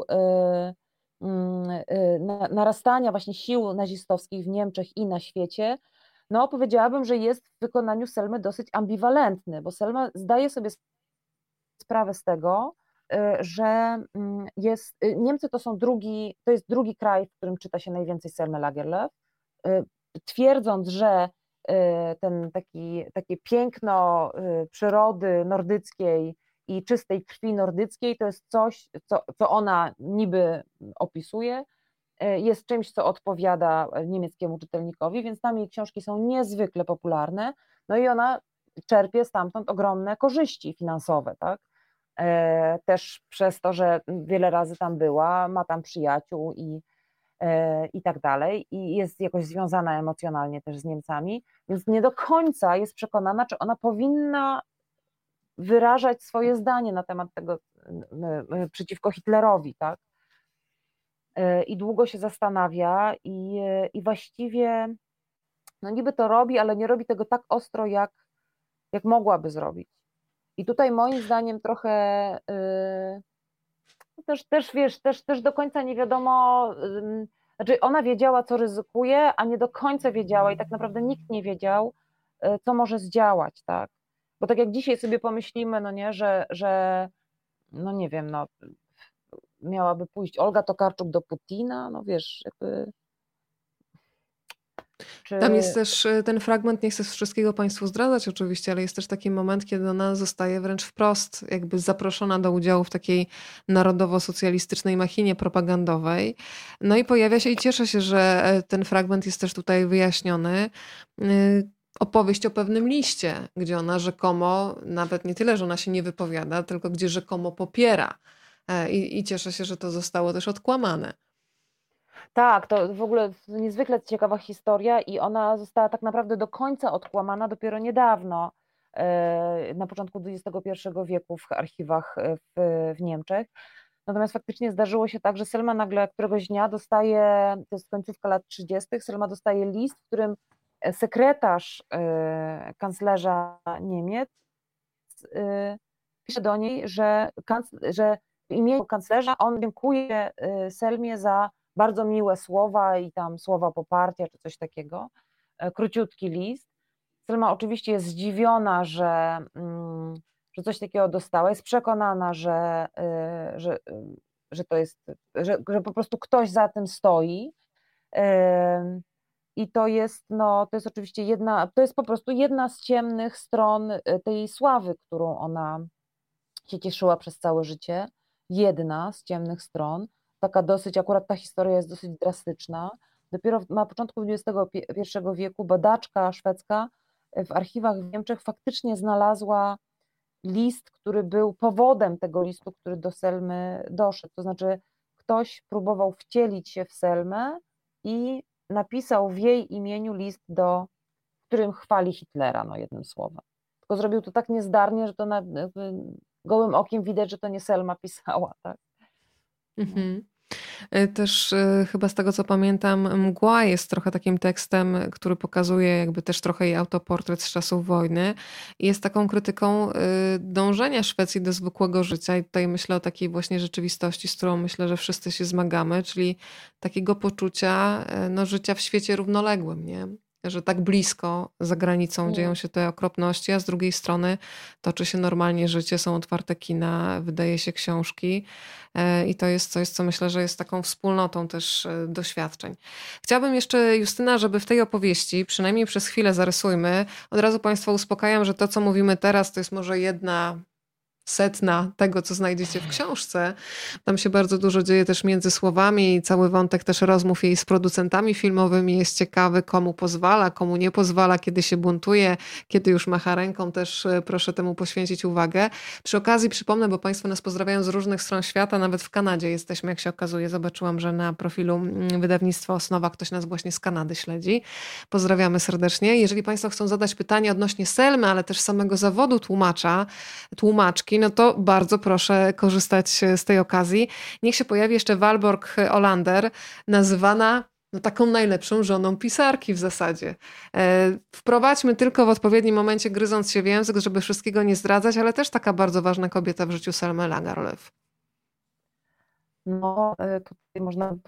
narastania właśnie sił nazistowskich w Niemczech i na świecie, no powiedziałabym, że jest w wykonaniu Selmy dosyć ambiwalentny, bo Selma zdaje sobie sprawę z tego, że Niemcy to jest drugi kraj, w którym czyta się najwięcej Selmy Lagerlöf, twierdząc, że takie piękno przyrody nordyckiej i czystej krwi nordyckiej to jest coś, co ona niby opisuje, jest czymś, co odpowiada niemieckiemu czytelnikowi, więc tam jej książki są niezwykle popularne, no i ona czerpie stamtąd ogromne korzyści finansowe, tak? Też przez to, że wiele razy tam była, ma tam przyjaciół i tak dalej, i jest jakoś związana emocjonalnie też z Niemcami, więc nie do końca jest przekonana, czy ona powinna wyrażać swoje zdanie na temat tego przeciwko Hitlerowi, tak? I długo się zastanawia i właściwie no niby to robi, ale nie robi tego tak ostro, jak mogłaby zrobić. I tutaj moim zdaniem trochę też wiesz, też do końca nie wiadomo, znaczy ona wiedziała, co ryzykuje, a nie do końca wiedziała i tak naprawdę nikt nie wiedział, co może zdziałać, tak? Bo tak jak dzisiaj sobie pomyślimy, no nie, że no nie wiem, no miałaby pójść Olga Tokarczuk do Putina, no wiesz, jakby Tam jest czy też ten fragment, nie chcę wszystkiego Państwu zdradzać oczywiście, ale jest też taki moment, kiedy ona zostaje wręcz wprost jakby zaproszona do udziału w takiej narodowo-socjalistycznej machinie propagandowej. No i pojawia się i cieszę się, że ten fragment jest też tutaj wyjaśniony. Opowieść o pewnym liście, gdzie ona rzekomo, nawet nie tyle, że ona się nie wypowiada, tylko gdzie rzekomo popiera. I cieszę się, że to zostało też odkłamane. tak, to w ogóle niezwykle ciekawa historia i ona została tak naprawdę do końca odkłamana dopiero niedawno, na początku XXI wieku w archiwach w Niemczech. Natomiast faktycznie zdarzyło się tak, że Selma nagle któregoś dnia dostaje, to jest końcówka lat 30., Selma dostaje list, w którym sekretarz kanclerza Niemiec pisze do niej, że w imieniu kanclerza on dziękuje Selmie za bardzo miłe słowa i tam słowa poparcia czy coś takiego. Króciutki list. Selma oczywiście jest zdziwiona, że coś takiego dostała. Jest przekonana, że to jest, że po prostu ktoś za tym stoi. I to jest oczywiście to jest po prostu jedna z ciemnych stron tej sławy, którą ona się cieszyła przez całe życie. Jedna z ciemnych stron. Taka dosyć, akurat ta historia jest dosyć drastyczna. Dopiero na początku XXI wieku badaczka szwedzka w archiwach w Niemczech faktycznie znalazła list, który był powodem tego listu, który do Selmy doszedł. To znaczy ktoś próbował wcielić się w Selmę i napisał w jej imieniu list, w którym chwali Hitlera, no jednym słowem. Tylko zrobił to tak niezdarnie, że to gołym okiem widać, że to nie Selma pisała. Tak? Mhm. Też chyba z tego co pamiętam, Mgła jest trochę takim tekstem, który pokazuje jakby też trochę jej autoportret z czasów wojny i jest taką krytyką dążenia Szwecji do zwykłego życia i tutaj myślę o takiej właśnie rzeczywistości, z którą myślę, że wszyscy się zmagamy, czyli takiego poczucia no, życia w świecie równoległym, nie? Że tak blisko za granicą dzieją się te okropności, a z drugiej strony toczy się normalnie życie, są otwarte kina, wydaje się książki i to jest coś, co myślę, że jest taką wspólnotą też doświadczeń. Chciałabym jeszcze, Justyna, żeby w tej opowieści, przynajmniej przez chwilę zarysujmy, od razu Państwa uspokajam, że to, co mówimy teraz, to jest może 1/100 tego, co znajdziecie w książce. Tam się bardzo dużo dzieje też między słowami i cały wątek też rozmów jej z producentami filmowymi jest ciekawy, komu pozwala, komu nie pozwala, kiedy się buntuje, kiedy już macha ręką, też proszę temu poświęcić uwagę. Przy okazji przypomnę, bo Państwo nas pozdrawiają z różnych stron świata, nawet w Kanadzie jesteśmy, jak się okazuje. Zobaczyłam, że na profilu wydawnictwa Osnowa ktoś nas właśnie z Kanady śledzi. Pozdrawiamy serdecznie. Jeżeli Państwo chcą zadać pytanie odnośnie Selmy, ale też samego zawodu tłumaczki, no to bardzo proszę korzystać z tej okazji. Niech się pojawi jeszcze Valborg Olander, nazywana no, taką najlepszą żoną pisarki w zasadzie. Wprowadźmy tylko w odpowiednim momencie, gryząc się w język, żeby wszystkiego nie zdradzać, ale też taka bardzo ważna kobieta w życiu Selmy Lagerlöf. No, tutaj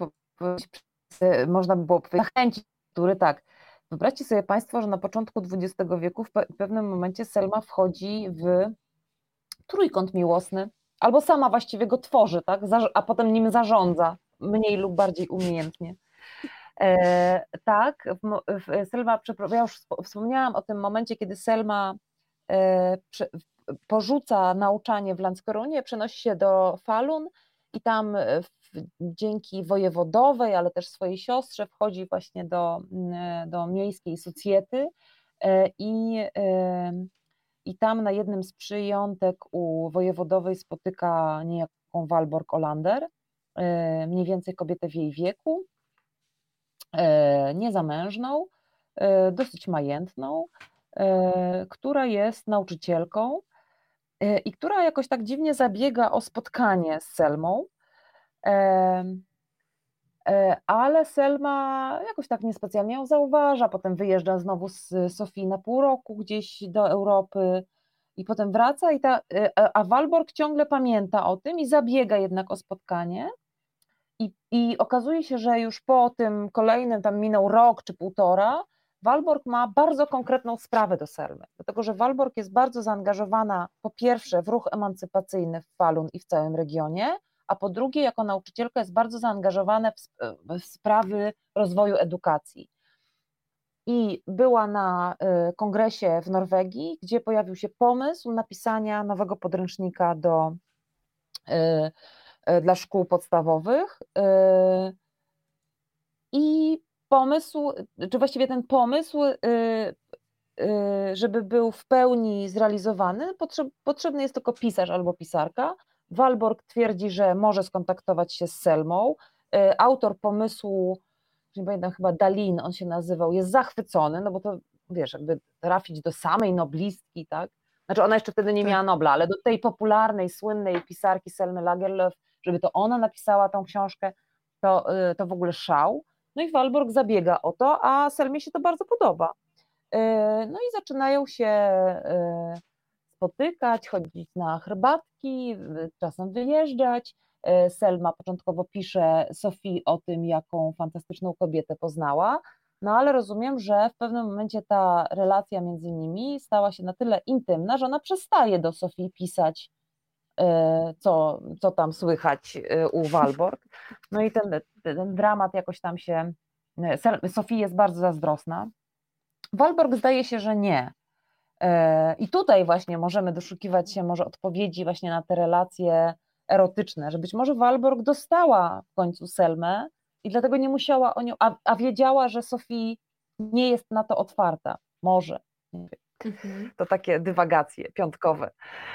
można by było powiedzieć, zachęcić, który tak. Wyobraźcie sobie Państwo, że na początku XX wieku w pewnym momencie Selma wchodzi w trójkąt miłosny, albo sama właściwie go tworzy, tak? A potem nim zarządza, mniej lub bardziej umiejętnie. Tak, Selma, ja już wspomniałam o tym momencie, kiedy Selma porzuca nauczanie w Landskroniie, przenosi się do Falun i tam dzięki wojewodowej, ale też swojej siostrze wchodzi właśnie do miejskiej socjety i tam na jednym z przyjątek u wojewodowej spotyka niejaką Valborg Olander, mniej więcej kobietę w jej wieku, niezamężną, dosyć majętną, która jest nauczycielką i która jakoś tak dziwnie zabiega o spotkanie z Selmą, ale Selma jakoś tak niespecjalnie ją zauważa, potem wyjeżdża znowu z Sofii na pół roku gdzieś do Europy i potem wraca, a Valborg ciągle pamięta o tym i zabiega jednak o spotkanie. I okazuje się, że już po tym kolejnym, tam minął rok czy półtora, Valborg ma bardzo konkretną sprawę do Selmy, dlatego że Valborg jest bardzo zaangażowana po pierwsze w ruch emancypacyjny w Falun i w całym regionie, a po drugie jako nauczycielka jest bardzo zaangażowana w sprawy rozwoju edukacji. I była na kongresie w Norwegii, gdzie pojawił się pomysł napisania nowego podręcznika dla szkół podstawowych i pomysł, czy właściwie ten pomysł, żeby był w pełni zrealizowany, potrzebny jest tylko pisarz albo pisarka. Valborg twierdzi, że może skontaktować się z Selmą. Autor pomysłu, nie pamiętam, chyba Dalin on się nazywał, jest zachwycony, no bo to wiesz, jakby trafić do samej noblistki, tak? Znaczy ona jeszcze wtedy nie miała Nobla, ale do tej popularnej, słynnej pisarki Selmy Lagerlöf, żeby to ona napisała tą książkę, to w ogóle szał. No i Valborg zabiega o to, a Selmie się to bardzo podoba. No i zaczynają się spotykać, chodzić na herbatki, czasem wyjeżdżać. Selma początkowo pisze Sofii o tym, jaką fantastyczną kobietę poznała, no ale rozumiem, że w pewnym momencie ta relacja między nimi stała się na tyle intymna, że ona przestaje do Sofii pisać, co tam słychać u Valborg. No i ten dramat jakoś tam się... Sofii jest bardzo zazdrosna. Valborg zdaje się, że nie. I tutaj właśnie możemy doszukiwać się może odpowiedzi właśnie na te relacje erotyczne, że być może Valborg dostała w końcu Selmę i dlatego nie musiała o nią, a wiedziała, że Sophie nie jest na to otwarta, może. Nie wiem. To takie dywagacje piątkowe.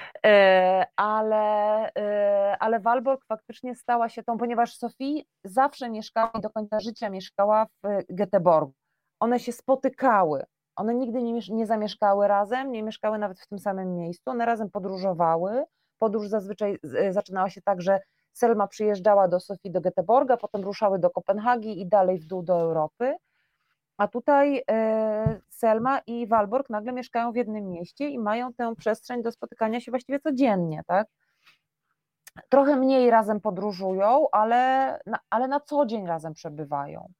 Ale Walborg faktycznie stała się tą, ponieważ Sophie zawsze mieszkała i do końca życia mieszkała w Göteborgu. One się spotykały. One nigdy nie zamieszkały razem, nie mieszkały nawet w tym samym miejscu. One razem podróżowały. Podróż zazwyczaj zaczynała się tak, że Selma przyjeżdżała do Sofii do Göteborga, potem ruszały do Kopenhagi i dalej w dół do Europy. A tutaj Selma i Walborg nagle mieszkają w jednym mieście i mają tę przestrzeń do spotykania się właściwie codziennie, tak? Trochę mniej razem podróżują, ale na co dzień razem przebywają.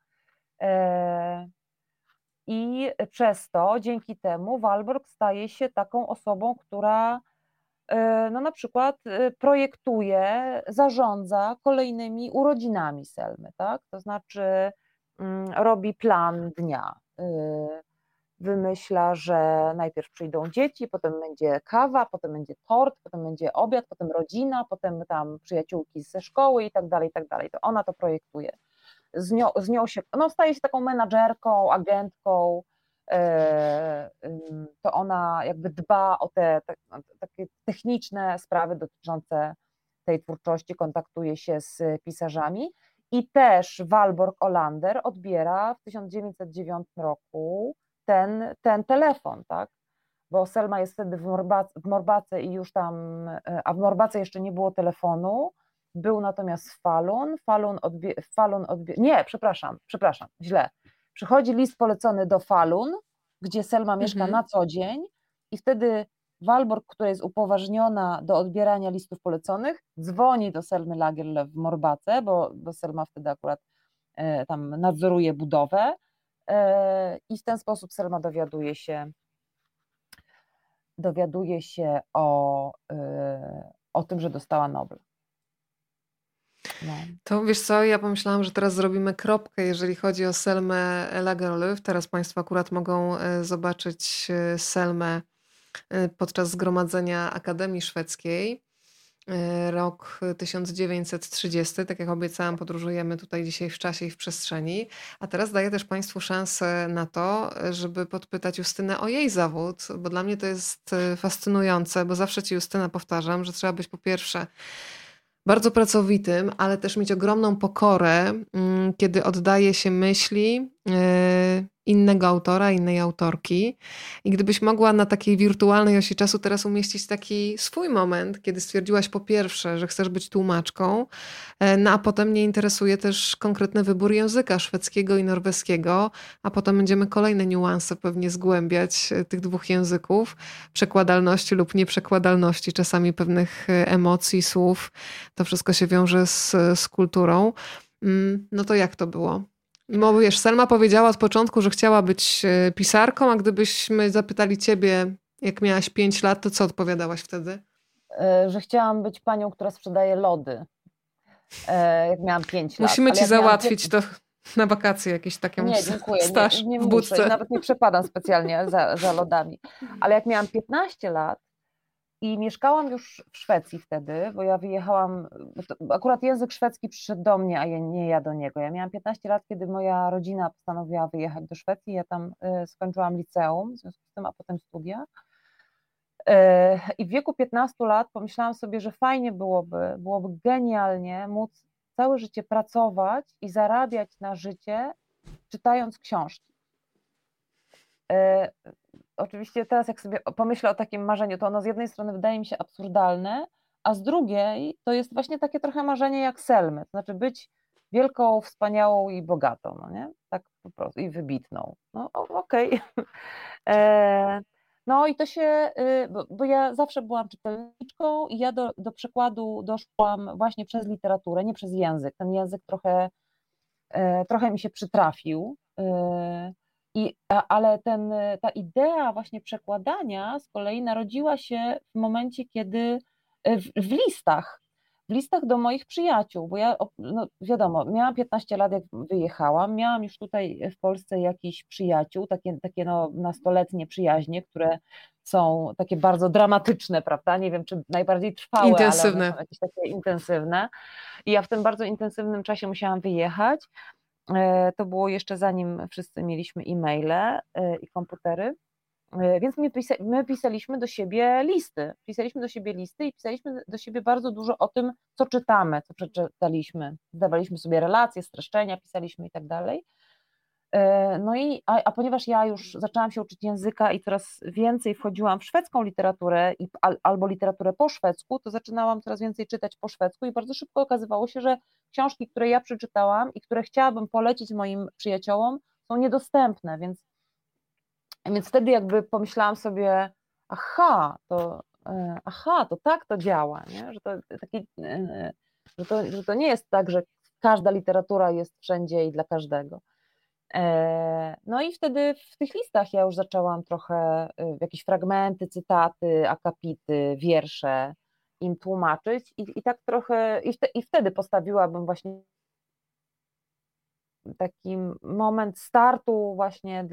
I przez to, dzięki temu Walborg staje się taką osobą, która no na przykład projektuje, zarządza kolejnymi urodzinami Selmy, tak? To znaczy robi plan dnia, wymyśla, że najpierw przyjdą dzieci, potem będzie kawa, potem będzie tort, potem będzie obiad, potem rodzina, potem tam przyjaciółki ze szkoły i tak dalej, i tak dalej. To ona to projektuje. Z nią się, no staje się taką menadżerką, agentką, to ona jakby dba o te takie techniczne sprawy dotyczące tej twórczości, kontaktuje się z pisarzami i też Walborg Olander odbiera w 1909 roku ten telefon, tak? Bo Selma jest wtedy w Morbace i już tam, a w Morbace jeszcze nie było telefonu, był natomiast Falun nie, przepraszam, źle. Przychodzi list polecony do Falun, gdzie Selma mieszka na co dzień i wtedy Walborg, która jest upoważniona do odbierania listów poleconych, dzwoni do Selmy Lagerlöf w Morbace, bo Selma wtedy akurat tam nadzoruje budowę i w ten sposób Selma dowiaduje się o tym, że dostała Nobla. No. To wiesz co, ja pomyślałam, że teraz zrobimy kropkę, jeżeli chodzi o Selmę Lagerlöf. Teraz Państwo akurat mogą zobaczyć Selmę podczas zgromadzenia Akademii Szwedzkiej. Rok 1930, tak jak obiecałam, podróżujemy tutaj dzisiaj w czasie i w przestrzeni. A teraz daję też Państwu szansę na to, żeby podpytać Justynę o jej zawód, bo dla mnie to jest fascynujące, bo zawsze Ci, Justyna, powtarzam, że trzeba być po pierwsze bardzo pracowitym, ale też mieć ogromną pokorę, kiedy oddaje się myśli innego autora, innej autorki. I gdybyś mogła na takiej wirtualnej osi czasu teraz umieścić taki swój moment, kiedy stwierdziłaś po pierwsze, że chcesz być tłumaczką, no a potem mnie interesuje też konkretny wybór języka szwedzkiego i norweskiego, a potem będziemy kolejne niuanse pewnie zgłębiać tych dwóch języków, przekładalności lub nieprzekładalności czasami pewnych emocji, słów. To wszystko się wiąże z kulturą. No to jak to było? Bo wiesz, Selma powiedziała od początku, że chciała być pisarką, a gdybyśmy zapytali ciebie, jak miałaś 5 lat, to co odpowiadałaś wtedy? Że chciałam być panią, która sprzedaje lody, jak miałam 5 lat. Musimy ci załatwić to na wakacje, jakiś taki Nie, dziękuję, staż nie w budce. muszę, nawet nie przepadam specjalnie za lodami. Ale jak miałam 15 lat, i mieszkałam już w Szwecji wtedy, bo ja wyjechałam, akurat język szwedzki przyszedł do mnie, a nie ja do niego. Ja miałam 15 lat, kiedy moja rodzina postanowiła wyjechać do Szwecji. Ja tam skończyłam liceum, w związku z tym, a potem studia. I w wieku 15 lat pomyślałam sobie, że fajnie byłoby genialnie móc całe życie pracować i zarabiać na życie, czytając książki. Oczywiście teraz jak sobie pomyślę o takim marzeniu, to ono z jednej strony wydaje mi się absurdalne, a z drugiej to jest właśnie takie trochę marzenie jak Selmy, to znaczy być wielką, wspaniałą i bogatą, no nie? Tak po prostu, i wybitną. No okej. No i to się, bo ja zawsze byłam czytelniczką i ja do przekładu doszłam właśnie przez literaturę, nie przez język. Ten język trochę mi się przytrafił. Ale ta idea właśnie przekładania z kolei narodziła się w momencie, kiedy w listach do moich przyjaciół, bo ja, no wiadomo, miałam 15 lat, jak wyjechałam, miałam już tutaj w Polsce jakichś przyjaciół, takie no, nastoletnie przyjaźnie, które są takie bardzo dramatyczne, prawda? Nie wiem, czy najbardziej trwałe, intensywne. ale one są jakieś takie intensywne. I ja w tym bardzo intensywnym czasie musiałam wyjechać. To było jeszcze zanim wszyscy mieliśmy e-maile i komputery. Więc my pisaliśmy do siebie listy. Pisaliśmy do siebie listy i pisaliśmy do siebie bardzo dużo o tym, co czytamy, co przeczytaliśmy. Zdawaliśmy sobie relacje, streszczenia, pisaliśmy i tak dalej. No i, a ponieważ ja już zaczęłam się uczyć języka i coraz więcej wchodziłam w szwedzką literaturę albo literaturę po szwedzku, to zaczynałam coraz więcej czytać po szwedzku i bardzo szybko okazywało się, że książki, które ja przeczytałam i które chciałabym polecić moim przyjaciołom, są niedostępne, więc wtedy jakby pomyślałam sobie, to tak to działa, nie? Że to nie jest tak, że każda literatura jest wszędzie i dla każdego. No i wtedy w tych listach ja już zaczęłam trochę jakieś fragmenty, cytaty, akapity, wiersze im tłumaczyć i tak trochę, i wtedy postawiłabym właśnie taki moment startu właśnie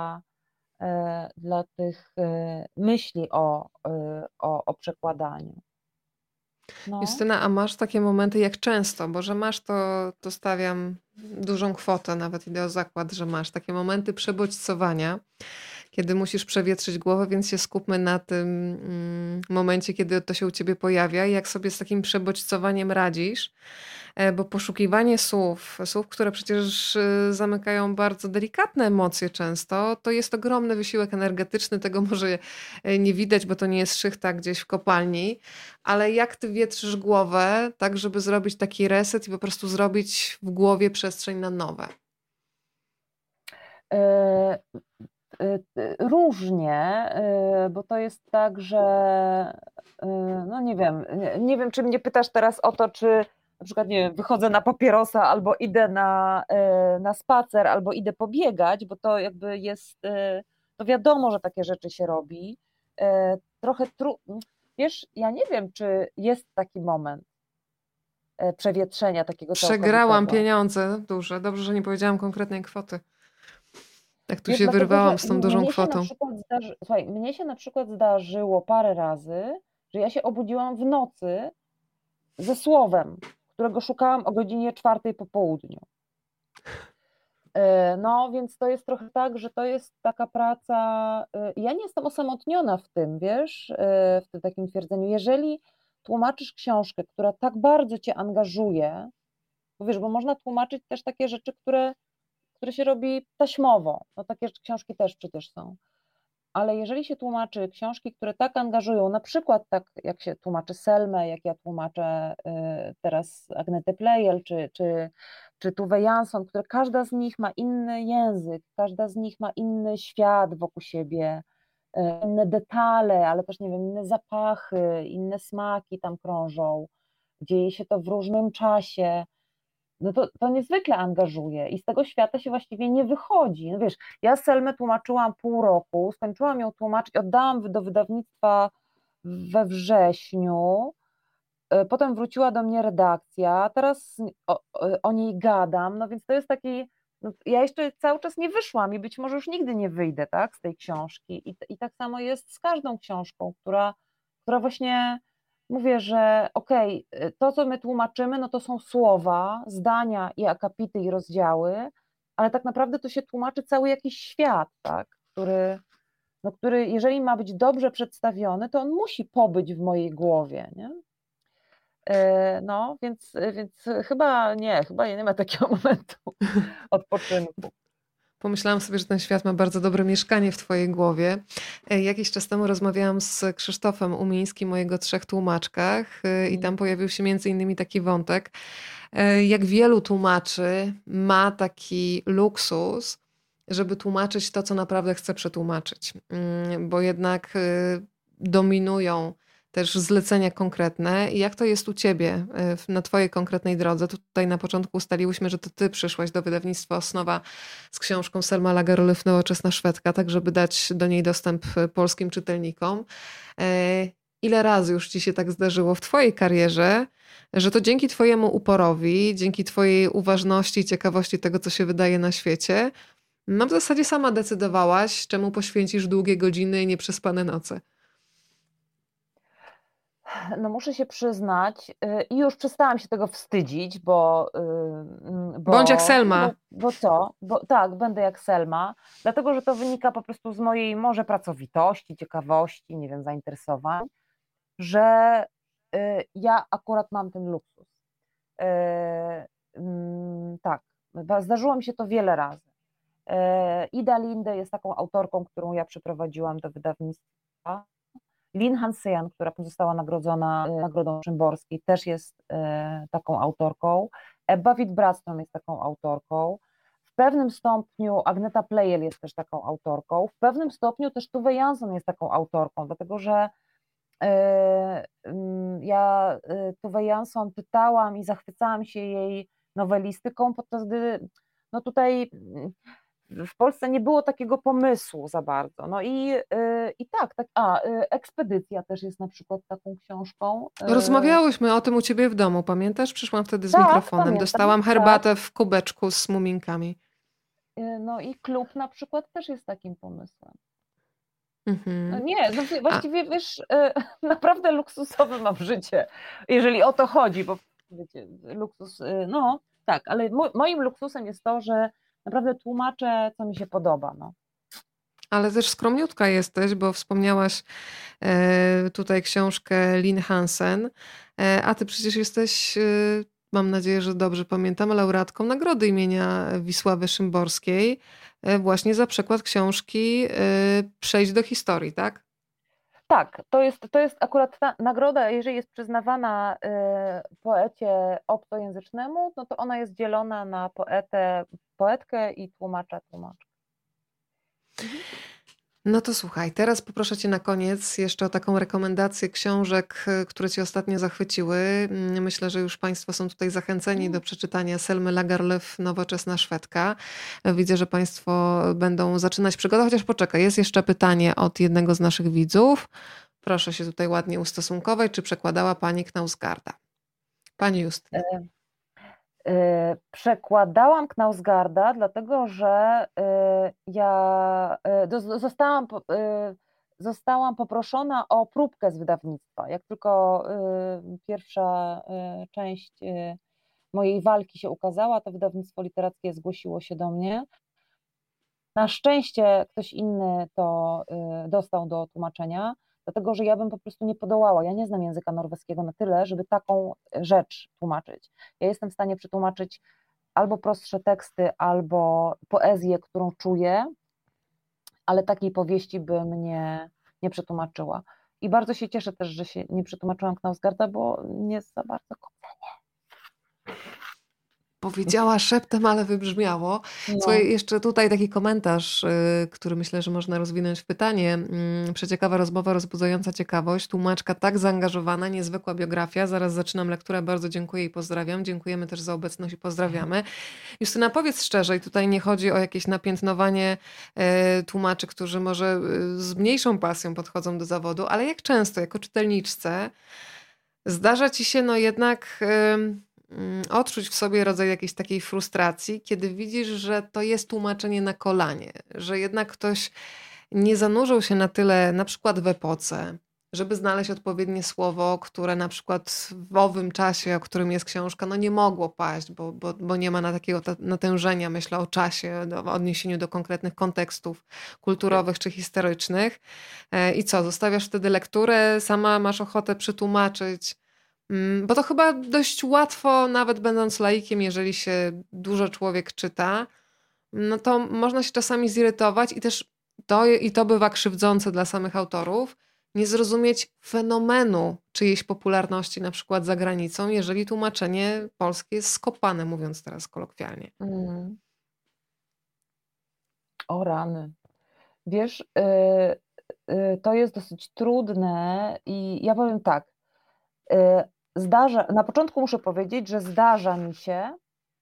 dla tych myśli o przekładaniu. No. Justyna, a masz takie momenty jak często? Bo że masz, to stawiam dużą kwotę, nawet idę o zakład, że masz takie momenty przebodźcowania, kiedy musisz przewietrzyć głowę, więc się skupmy na tym momencie, kiedy to się u ciebie pojawia i jak sobie z takim przebodźcowaniem radzisz, bo poszukiwanie słów, które przecież zamykają bardzo delikatne emocje często, to jest ogromny wysiłek energetyczny, tego może nie widać, bo to nie jest szychta gdzieś w kopalni, ale jak ty wietrzysz głowę, tak żeby zrobić taki reset i po prostu zrobić w głowie przestrzeń na nowe? Różnie, bo to jest tak, że no nie wiem, czy mnie pytasz teraz o to, czy na przykład, nie wiem, wychodzę na papierosa, albo idę na spacer, albo idę pobiegać, bo to jakby jest, to wiadomo, że takie rzeczy się robi. Trochę wiesz, ja nie wiem, czy jest taki moment przewietrzenia takiego Przegrałam całkowitego. pieniądze duże. Dobrze, że nie powiedziałam konkretnej kwoty. Tak tu Wiesz, się dlatego, wyrwałam że z tą dużą kwotą. słuchaj, mnie się na przykład zdarzyło parę razy, że ja się obudziłam w nocy ze słowem, którego szukałam o godzinie 4 po południu. No, więc to jest trochę tak, że to jest taka praca. Ja nie jestem osamotniona w tym, wiesz, w tym takim twierdzeniu. Jeżeli tłumaczysz książkę, która tak bardzo cię angażuje, bo wiesz, bo można tłumaczyć też takie rzeczy, które się robi taśmowo. No takie książki też przecież są. Ale jeżeli się tłumaczy książki, które tak angażują, na przykład tak jak się tłumaczy Selmę, jak ja tłumaczę teraz Agnetę Pleijel, czy Tove Jansson, które każda z nich ma inny język, każda z nich ma inny świat wokół siebie, inne detale, ale też, nie wiem, inne zapachy, inne smaki tam krążą, dzieje się to w różnym czasie, no to niezwykle angażuje i z tego świata się właściwie nie wychodzi. No wiesz, ja Selmę tłumaczyłam pół roku, skończyłam ją tłumaczyć, oddałam do wydawnictwa we wrześniu, potem wróciła do mnie redakcja, teraz o niej gadam, no więc to jest taki, no ja jeszcze cały czas nie wyszłam i być może już nigdy nie wyjdę, tak, z tej książki i tak samo jest z każdą książką, która właśnie, mówię, że okej, to co my tłumaczymy, no to są słowa, zdania i akapity i rozdziały, ale tak naprawdę to się tłumaczy cały jakiś świat, tak, który jeżeli ma być dobrze przedstawiony, to on musi pobyć w mojej głowie, nie? No, więc chyba nie ma takiego momentu odpoczynku. Pomyślałam sobie, że ten świat ma bardzo dobre mieszkanie w twojej głowie. Jakiś czas temu rozmawiałam z Krzysztofem Umińskim o jego 3 tłumaczkach i tam pojawił się między innymi taki wątek, jak wielu tłumaczy ma taki luksus, żeby tłumaczyć to, co naprawdę chce przetłumaczyć, bo jednak dominują też zlecenia konkretne. I jak to jest u ciebie na twojej konkretnej drodze? Tutaj na początku ustaliłyśmy, że to ty przyszłaś do wydawnictwa Osnowa z książką Selma Lagerlöf Nowoczesna Szwedka, tak żeby dać do niej dostęp polskim czytelnikom. Ile razy już ci się tak zdarzyło w twojej karierze, że to dzięki twojemu uporowi, dzięki twojej uważności i ciekawości tego, co się wydaje na świecie, no w zasadzie sama decydowałaś, czemu poświęcisz długie godziny i nieprzespane noce? No muszę się przyznać i już przestałam się tego wstydzić, bo, Bądź jak no Selma. bo co? Bo tak, będę jak Selma, dlatego że to wynika po prostu z mojej może pracowitości, ciekawości, nie wiem, zainteresowań, że ja akurat mam ten luksus. Tak, zdarzyło mi się to wiele razy. Ida Linde jest taką autorką, którą ja przeprowadziłam do wydawnictwa. Lin Hansean, która została nagrodzona Nagrodą Szymborskiej, też jest taką autorką. Ebba Witt-Brattström jest taką autorką. W pewnym stopniu Agneta Pleijel jest też taką autorką. W pewnym stopniu też Tove Jansson jest taką autorką, dlatego że ja Tove Jansson czytałam i zachwycałam się jej nowelistyką, podczas gdy no tutaj w Polsce nie było takiego pomysłu za bardzo. No i tak, Ekspedycja też jest na przykład taką książką. Rozmawiałyśmy o tym u ciebie w domu, pamiętasz? Przyszłam wtedy z Tak, mikrofonem, pamiętam, dostałam tak. herbatę w kubeczku z muminkami. No i Klub na przykład też jest takim pomysłem. No Mhm. nie, no A, właściwie wiesz, naprawdę luksusowe mam życie, jeżeli o to chodzi, bo wiecie, luksus, no tak, ale moim luksusem jest to, że naprawdę tłumaczę, co mi się podoba, no. ale też skromniutka jesteś, bo wspomniałaś tutaj książkę Lin Hansen, a ty przecież jesteś, mam nadzieję, że dobrze pamiętam, laureatką nagrody imienia Wisławy Szymborskiej, właśnie za przekład książki Przejść do historii, tak? Tak, to jest akurat ta nagroda, jeżeli jest przyznawana poecie obcojęzycznemu, no to ona jest dzielona na poetę, poetkę i tłumacza, tłumaczkę. Mhm. No to słuchaj, teraz poproszę cię na koniec jeszcze o taką rekomendację książek, które cię ostatnio zachwyciły. Myślę, że już państwo są tutaj zachęceni do przeczytania Selmy Lagerlöf, Nowoczesna Szwedka. Widzę, że państwo będą zaczynać przygodę, chociaż poczekaj, jest jeszcze pytanie od jednego z naszych widzów. Proszę się tutaj ładnie ustosunkować. Czy przekładała pani Knausgarda? Pani Justyna. Przekładałam Knausgarda, dlatego że ja zostałam poproszona o próbkę z wydawnictwa. Jak tylko pierwsza część mojej walki się ukazała, to wydawnictwo literackie zgłosiło się do mnie. Na szczęście ktoś inny to dostał do tłumaczenia, dlatego że ja bym po prostu nie podołała. Ja nie znam języka norweskiego na tyle, żeby taką rzecz tłumaczyć. Ja jestem w stanie przetłumaczyć albo prostsze teksty, albo poezję, którą czuję, ale takiej powieści bym nie przetłumaczyła. I bardzo się cieszę też, że się nie przetłumaczyłam Knausgarda, bo nie za bardzo go cenię. Powiedziała szeptem, ale wybrzmiało. No. Słuchaj, jeszcze tutaj taki komentarz, który myślę, że można rozwinąć w pytanie. Przeciekawa rozmowa, rozbudzająca ciekawość. Tłumaczka tak zaangażowana, niezwykła biografia. Zaraz zaczynam lekturę. Bardzo dziękuję i pozdrawiam. Dziękujemy też za obecność i pozdrawiamy. Justyna, powiedz szczerze, i tutaj nie chodzi o jakieś napiętnowanie tłumaczy, którzy może z mniejszą pasją podchodzą do zawodu, ale jak często jako czytelniczce zdarza ci się no jednak odczuć w sobie rodzaj jakiejś takiej frustracji, kiedy widzisz, że to jest tłumaczenie na kolanie, że jednak ktoś nie zanurzył się na tyle, na przykład w epoce, żeby znaleźć odpowiednie słowo, które na przykład w owym czasie, o którym jest książka, no nie mogło paść, bo nie ma na takiego natężenia, myślę o czasie, o odniesieniu do konkretnych kontekstów kulturowych czy historycznych. I co, zostawiasz wtedy lekturę, sama masz ochotę przetłumaczyć, bo to chyba dość łatwo, nawet będąc laikiem, jeżeli się dużo człowiek czyta, no to można się czasami zirytować i też to bywa krzywdzące dla samych autorów, nie zrozumieć fenomenu czyjejś popularności, na przykład za granicą, jeżeli tłumaczenie polskie jest skopane, mówiąc teraz kolokwialnie. Mm. O rany. Wiesz, to jest dosyć trudne i ja powiem tak, na początku muszę powiedzieć, że zdarza mi się,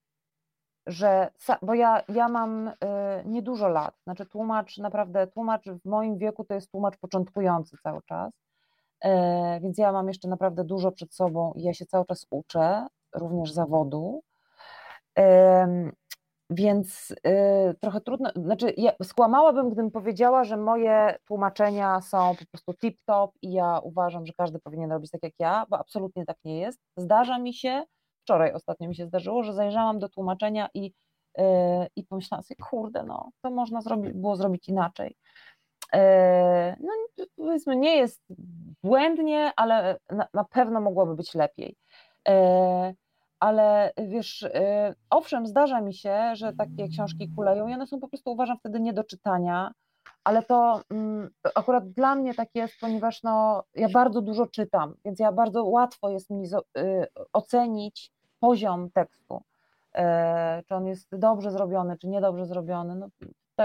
bo ja mam niedużo lat, znaczy tłumacz w moim wieku to jest tłumacz początkujący cały czas, więc ja mam jeszcze naprawdę dużo przed sobą i ja się cały czas uczę, również zawodu. Więc trochę trudno, znaczy ja skłamałabym, gdybym powiedziała, że moje tłumaczenia są po prostu tip-top i ja uważam, że każdy powinien robić tak jak ja, bo absolutnie tak nie jest. Zdarza mi się, wczoraj ostatnio mi się zdarzyło, że zajrzałam do tłumaczenia i pomyślałam sobie, kurde, no to można było zrobić inaczej. No powiedzmy, nie jest błędnie, ale na pewno mogłoby być lepiej. Ale wiesz, owszem, zdarza mi się, że takie książki kuleją i one są po prostu, uważam, wtedy nie do czytania, ale to akurat dla mnie tak jest, ponieważ no, ja bardzo dużo czytam, więc ja bardzo łatwo jest mi ocenić poziom tekstu, czy on jest dobrze zrobiony, czy niedobrze zrobiony. No,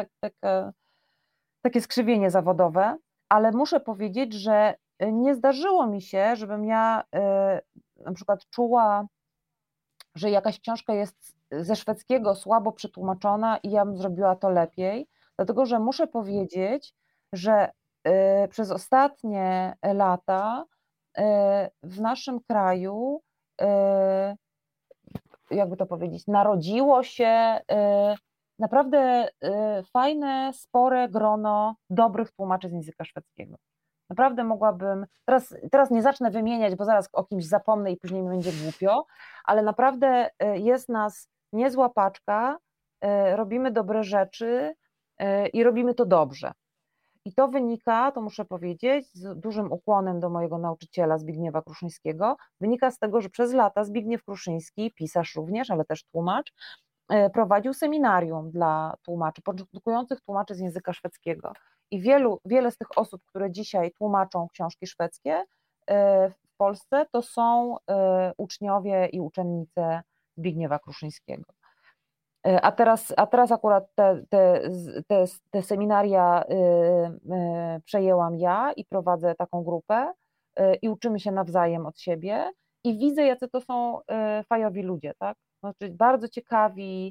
takie skrzywienie zawodowe, ale muszę powiedzieć, że nie zdarzyło mi się, żebym ja na przykład czuła, że jakaś książka jest ze szwedzkiego słabo przetłumaczona i ja bym zrobiła to lepiej, dlatego że muszę powiedzieć, że przez ostatnie lata w naszym kraju, jakby to powiedzieć, narodziło się naprawdę fajne, spore grono dobrych tłumaczy z języka szwedzkiego. Naprawdę mogłabym, teraz nie zacznę wymieniać, bo zaraz o kimś zapomnę i później mi będzie głupio, ale naprawdę jest nas niezła paczka, robimy dobre rzeczy i robimy to dobrze. I to wynika, to muszę powiedzieć, z dużym ukłonem do mojego nauczyciela Zbigniewa Kruszyńskiego, wynika z tego, że przez lata Zbigniew Kruszyński, pisarz również, ale też tłumacz, prowadził seminarium dla tłumaczy, początkujących tłumaczy z języka szwedzkiego. I wiele z tych osób, które dzisiaj tłumaczą książki szwedzkie w Polsce, to są uczniowie i uczennice Zbigniewa Kruszyńskiego. A teraz akurat te seminaria przejęłam ja i prowadzę taką grupę i uczymy się nawzajem od siebie i widzę, jacy to są fajowi ludzie, tak? Znaczy bardzo ciekawi,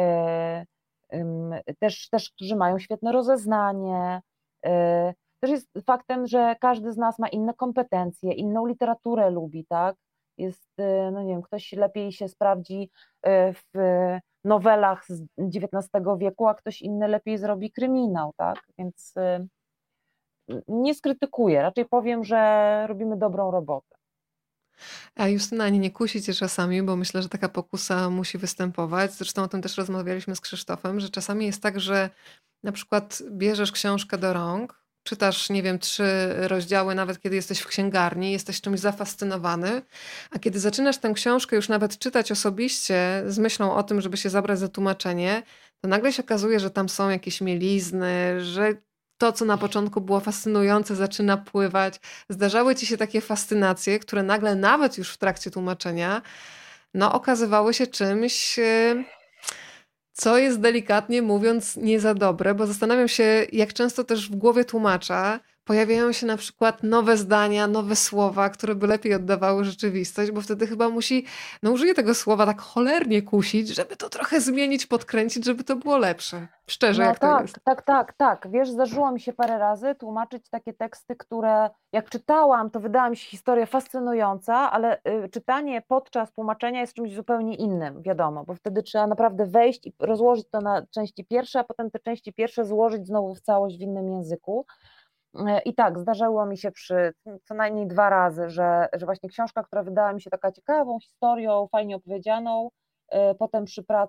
też którzy mają świetne rozeznanie. Też jest faktem, że każdy z nas ma inne kompetencje, inną literaturę lubi, tak? Jest, no nie wiem, ktoś lepiej się sprawdzi w nowelach z XIX wieku, a ktoś inny lepiej zrobi kryminał, tak? Więc nie skrytykuję, raczej powiem, że robimy dobrą robotę. A Justyna, ani nie kusi cię czasami, bo myślę, że taka pokusa musi występować. Zresztą o tym też rozmawialiśmy z Krzysztofem, że czasami jest tak, że na przykład bierzesz książkę do rąk, czytasz, nie wiem, 3 rozdziały, nawet kiedy jesteś w księgarni, jesteś czymś zafascynowany, a kiedy zaczynasz tę książkę już nawet czytać osobiście z myślą o tym, żeby się zabrać za tłumaczenie, to nagle się okazuje, że tam są jakieś mielizny, że to, co na początku było fascynujące, zaczyna pływać. Zdarzały ci się takie fascynacje, które nagle nawet już w trakcie tłumaczenia, no, okazywały się czymś, co jest delikatnie mówiąc nie za dobre, bo zastanawiam się, jak często też w głowie tłumacza pojawiają się na przykład nowe zdania, nowe słowa, które by lepiej oddawały rzeczywistość, bo wtedy chyba musi, no użyję tego słowa, tak cholernie kusić, żeby to trochę zmienić, podkręcić, żeby to było lepsze. Szczerze, No jak to tak, jest? tak. Wiesz, zdarzyło mi się parę razy tłumaczyć takie teksty, które jak czytałam, to wydała mi się historia fascynująca, ale czytanie podczas tłumaczenia jest czymś zupełnie innym, wiadomo, bo wtedy trzeba naprawdę wejść i rozłożyć to na części pierwsze, a potem te części pierwsze złożyć znowu w całość w innym języku. I tak, zdarzało mi się co najmniej 2 razy, że właśnie książka, która wydała mi się taka ciekawą historią, fajnie opowiedzianą, potem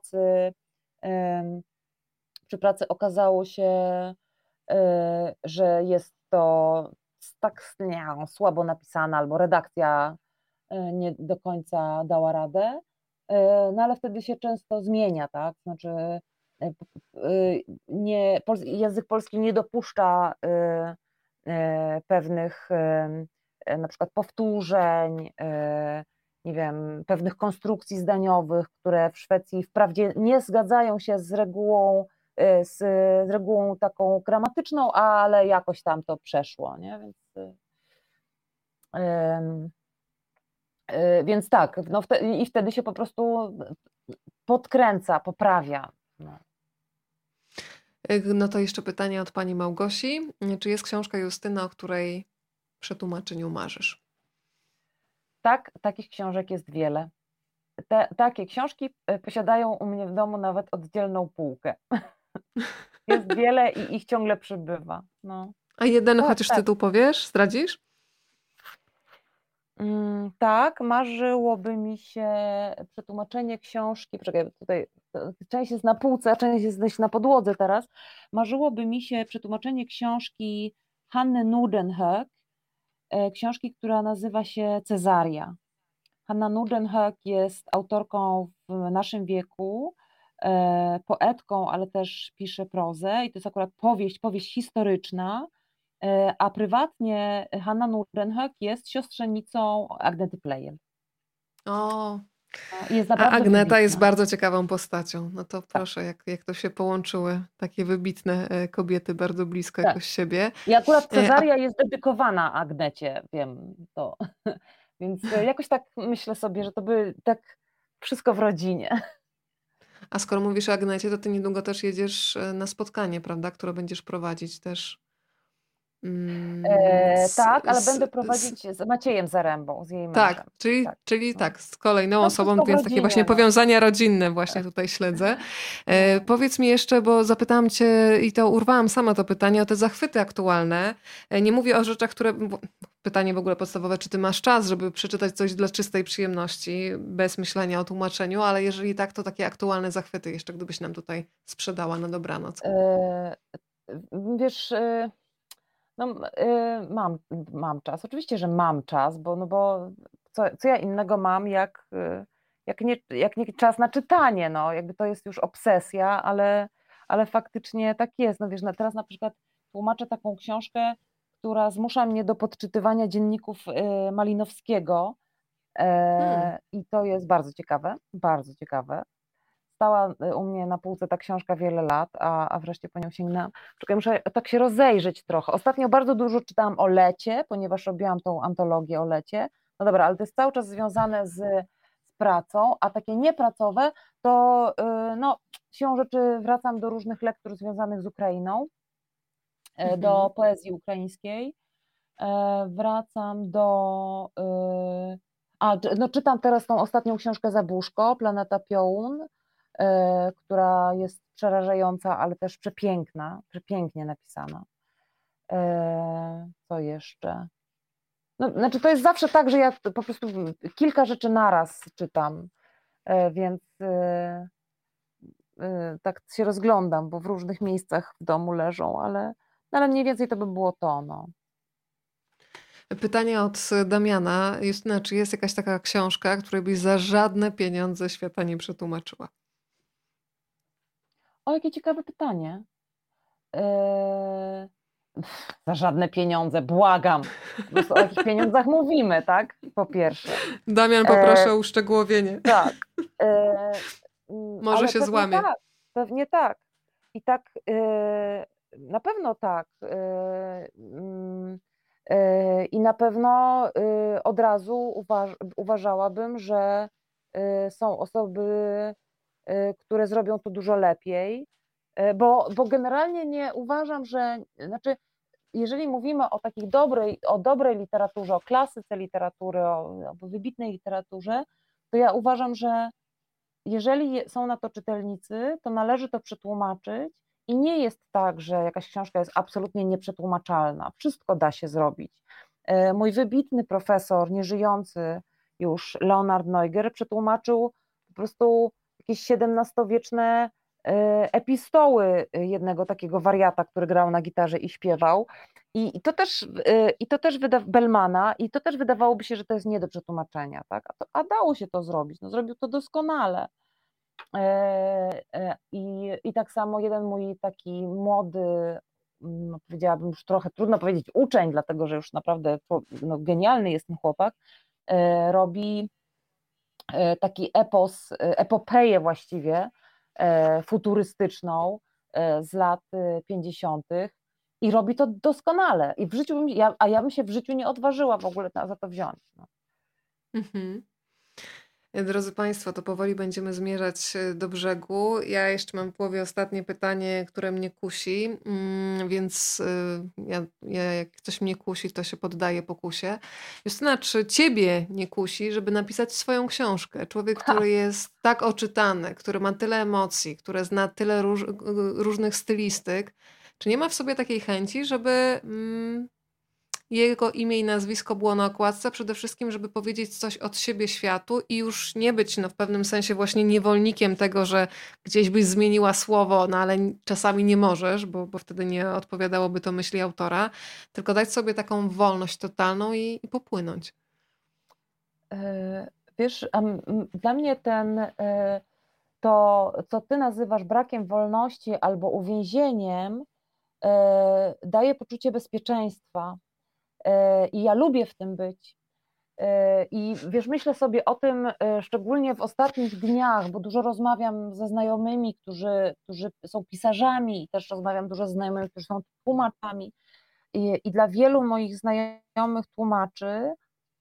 przy pracy okazało się, że jest to tak słabo napisane, albo redakcja nie do końca dała radę, no ale wtedy się często zmienia, tak? Znaczy język polski nie dopuszcza pewnych na przykład powtórzeń, nie wiem, pewnych konstrukcji zdaniowych, które w Szwecji wprawdzie nie zgadzają się z regułą taką gramatyczną, ale jakoś tam to przeszło, nie? Więc tak, no i wtedy się po prostu podkręca, poprawia. No. No to jeszcze pytanie od pani Małgosi. Czy jest książka Justyna, o której przetłumaczeniu marzysz? Tak, takich książek jest wiele. takie książki posiadają u mnie w domu nawet oddzielną półkę. Jest wiele i ich ciągle przybywa. No. A jeden Tak, chociaż tak. tytuł powiesz? Zdradzisz? Tak, marzyłoby mi się przetłumaczenie książki, poczekaj, tutaj część jest na półce, a część jest gdzieś na podłodze teraz. Marzyłoby mi się przetłumaczenie książki Hanny Nordenhög, książki, która nazywa się Cezaria. Hanna Nordenhög jest autorką w naszym wieku, poetką, ale też pisze prozę i to jest akurat powieść historyczna, a prywatnie Hanna Nordenhög jest siostrzenicą Agnety Plejen. O, I jest a naprawdę Agneta jest wybitna. bardzo ciekawą postacią. No to Tak, proszę, jak to się połączyły takie wybitne kobiety bardzo blisko tak. jakoś siebie. I akurat A Cezaria jest dedykowana Agnecie, wiem to. Więc jakoś tak myślę sobie, że to by tak wszystko w rodzinie. A skoro mówisz o Agnecie, to ty niedługo też jedziesz na spotkanie, prawda? Które będziesz prowadzić też. Mm, z, Tak, ale będę z, prowadzić z Maciejem Zarębą, z jej tak, mężem. czyli, Tak. czyli No. tak, z kolejną To osobą, wszystko w więc takie rodzinie, właśnie no. powiązania rodzinne właśnie tutaj śledzę. No. Powiedz mi jeszcze, bo zapytałam cię i to urwałam sama to pytanie o te zachwyty aktualne. Nie mówię o rzeczach, pytanie w ogóle podstawowe, czy ty masz czas, żeby przeczytać coś dla czystej przyjemności, bez myślenia o tłumaczeniu, ale jeżeli tak, to takie aktualne zachwyty jeszcze, gdybyś nam tutaj sprzedała na dobranoc. E, Wiesz, no, mam czas. Oczywiście, że mam czas, bo co ja innego mam, jak nie czas na czytanie. No, jakby to jest już obsesja, ale faktycznie tak jest. No wiesz, teraz na przykład tłumaczę taką książkę, która zmusza mnie do podczytywania dzienników Malinowskiego Hmm. i to jest bardzo ciekawe, bardzo ciekawe. Stała u mnie na półce ta książka wiele lat, a wreszcie po nią sięgnęłam. Czekaj, muszę tak się rozejrzeć trochę. Ostatnio bardzo dużo czytałam o lecie, ponieważ robiłam tą antologię o lecie. No dobra, ale to jest cały czas związane z pracą, a takie niepracowe to no, siłą rzeczy wracam do różnych lektur związanych z Ukrainą, do Mhm. poezji ukraińskiej. Wracam do... no czytam teraz tą ostatnią książkę Zabłuszko, Planeta Piołun, która jest przerażająca, ale też przepiękna, przepięknie napisana. Co jeszcze? No, znaczy to jest zawsze tak, że ja po prostu kilka rzeczy naraz czytam, więc tak się rozglądam, bo w różnych miejscach w domu leżą, ale mniej więcej to by było to, no. Pytanie od Damiana. Justyna, czy jest jakaś taka książka, której byś za żadne pieniądze świata nie przetłumaczyła? O, jakie ciekawe pytanie. Za żadne pieniądze, błagam. Po prostu o jakich pieniądzach mówimy, tak? Po pierwsze. Damian, poproszę o uszczegółowienie. Tak. Może Ale się pewnie złamie. tak, pewnie tak. I tak, na pewno tak. I na pewno od razu uważałabym, że są osoby, które zrobią to dużo lepiej, bo generalnie nie uważam, znaczy, jeżeli mówimy o takiej dobrej literaturze, o klasyce literatury, o wybitnej literaturze, to ja uważam, że jeżeli są na to czytelnicy, to należy to przetłumaczyć i nie jest tak, że jakaś książka jest absolutnie nieprzetłumaczalna. Wszystko da się zrobić. Mój wybitny profesor, nieżyjący już, Leonard Neuger, przetłumaczył po prostu jakieś XVII-wieczne epistoły jednego takiego wariata, który grał na gitarze i śpiewał. Bellmana, i to też wydawałoby się, że to jest nie do przetłumaczenia, tak? A dało się to zrobić, no, zrobił to doskonale. I tak samo jeden mój taki młody, powiedziałabym już trochę trudno powiedzieć uczeń, dlatego że już naprawdę genialny jest ten chłopak, robi taki epopeję właściwie futurystyczną z lat 50. i robi to doskonale. I w życiu ja bym się w życiu nie odważyła w ogóle za to wziąć. No. Mhm. Drodzy Państwo, to powoli będziemy zmierzać do brzegu. Ja jeszcze mam w głowie ostatnie pytanie, które mnie kusi, więc jak coś mnie kusi, to się poddaję pokusie. Justyna, czy ciebie nie kusi, żeby napisać swoją książkę? Człowiek, który jest tak oczytany, który ma tyle emocji, który zna tyle różnych stylistyk, czy nie ma w sobie takiej chęci, żeby jego imię i nazwisko było na okładce, przede wszystkim, żeby powiedzieć coś od siebie światu i już nie być w pewnym sensie właśnie niewolnikiem tego, że gdzieś byś zmieniła słowo, no ale czasami nie możesz, bo wtedy nie odpowiadałoby to myśli autora, tylko dać sobie taką wolność totalną i popłynąć. Wiesz, dla mnie to, co ty nazywasz brakiem wolności albo uwięzieniem, daje poczucie bezpieczeństwa. I ja lubię w tym być. I wiesz, myślę sobie o tym szczególnie w ostatnich dniach, bo dużo rozmawiam ze znajomymi, którzy są pisarzami, i też rozmawiam dużo z znajomymi, którzy są tłumaczami. I dla wielu moich znajomych tłumaczy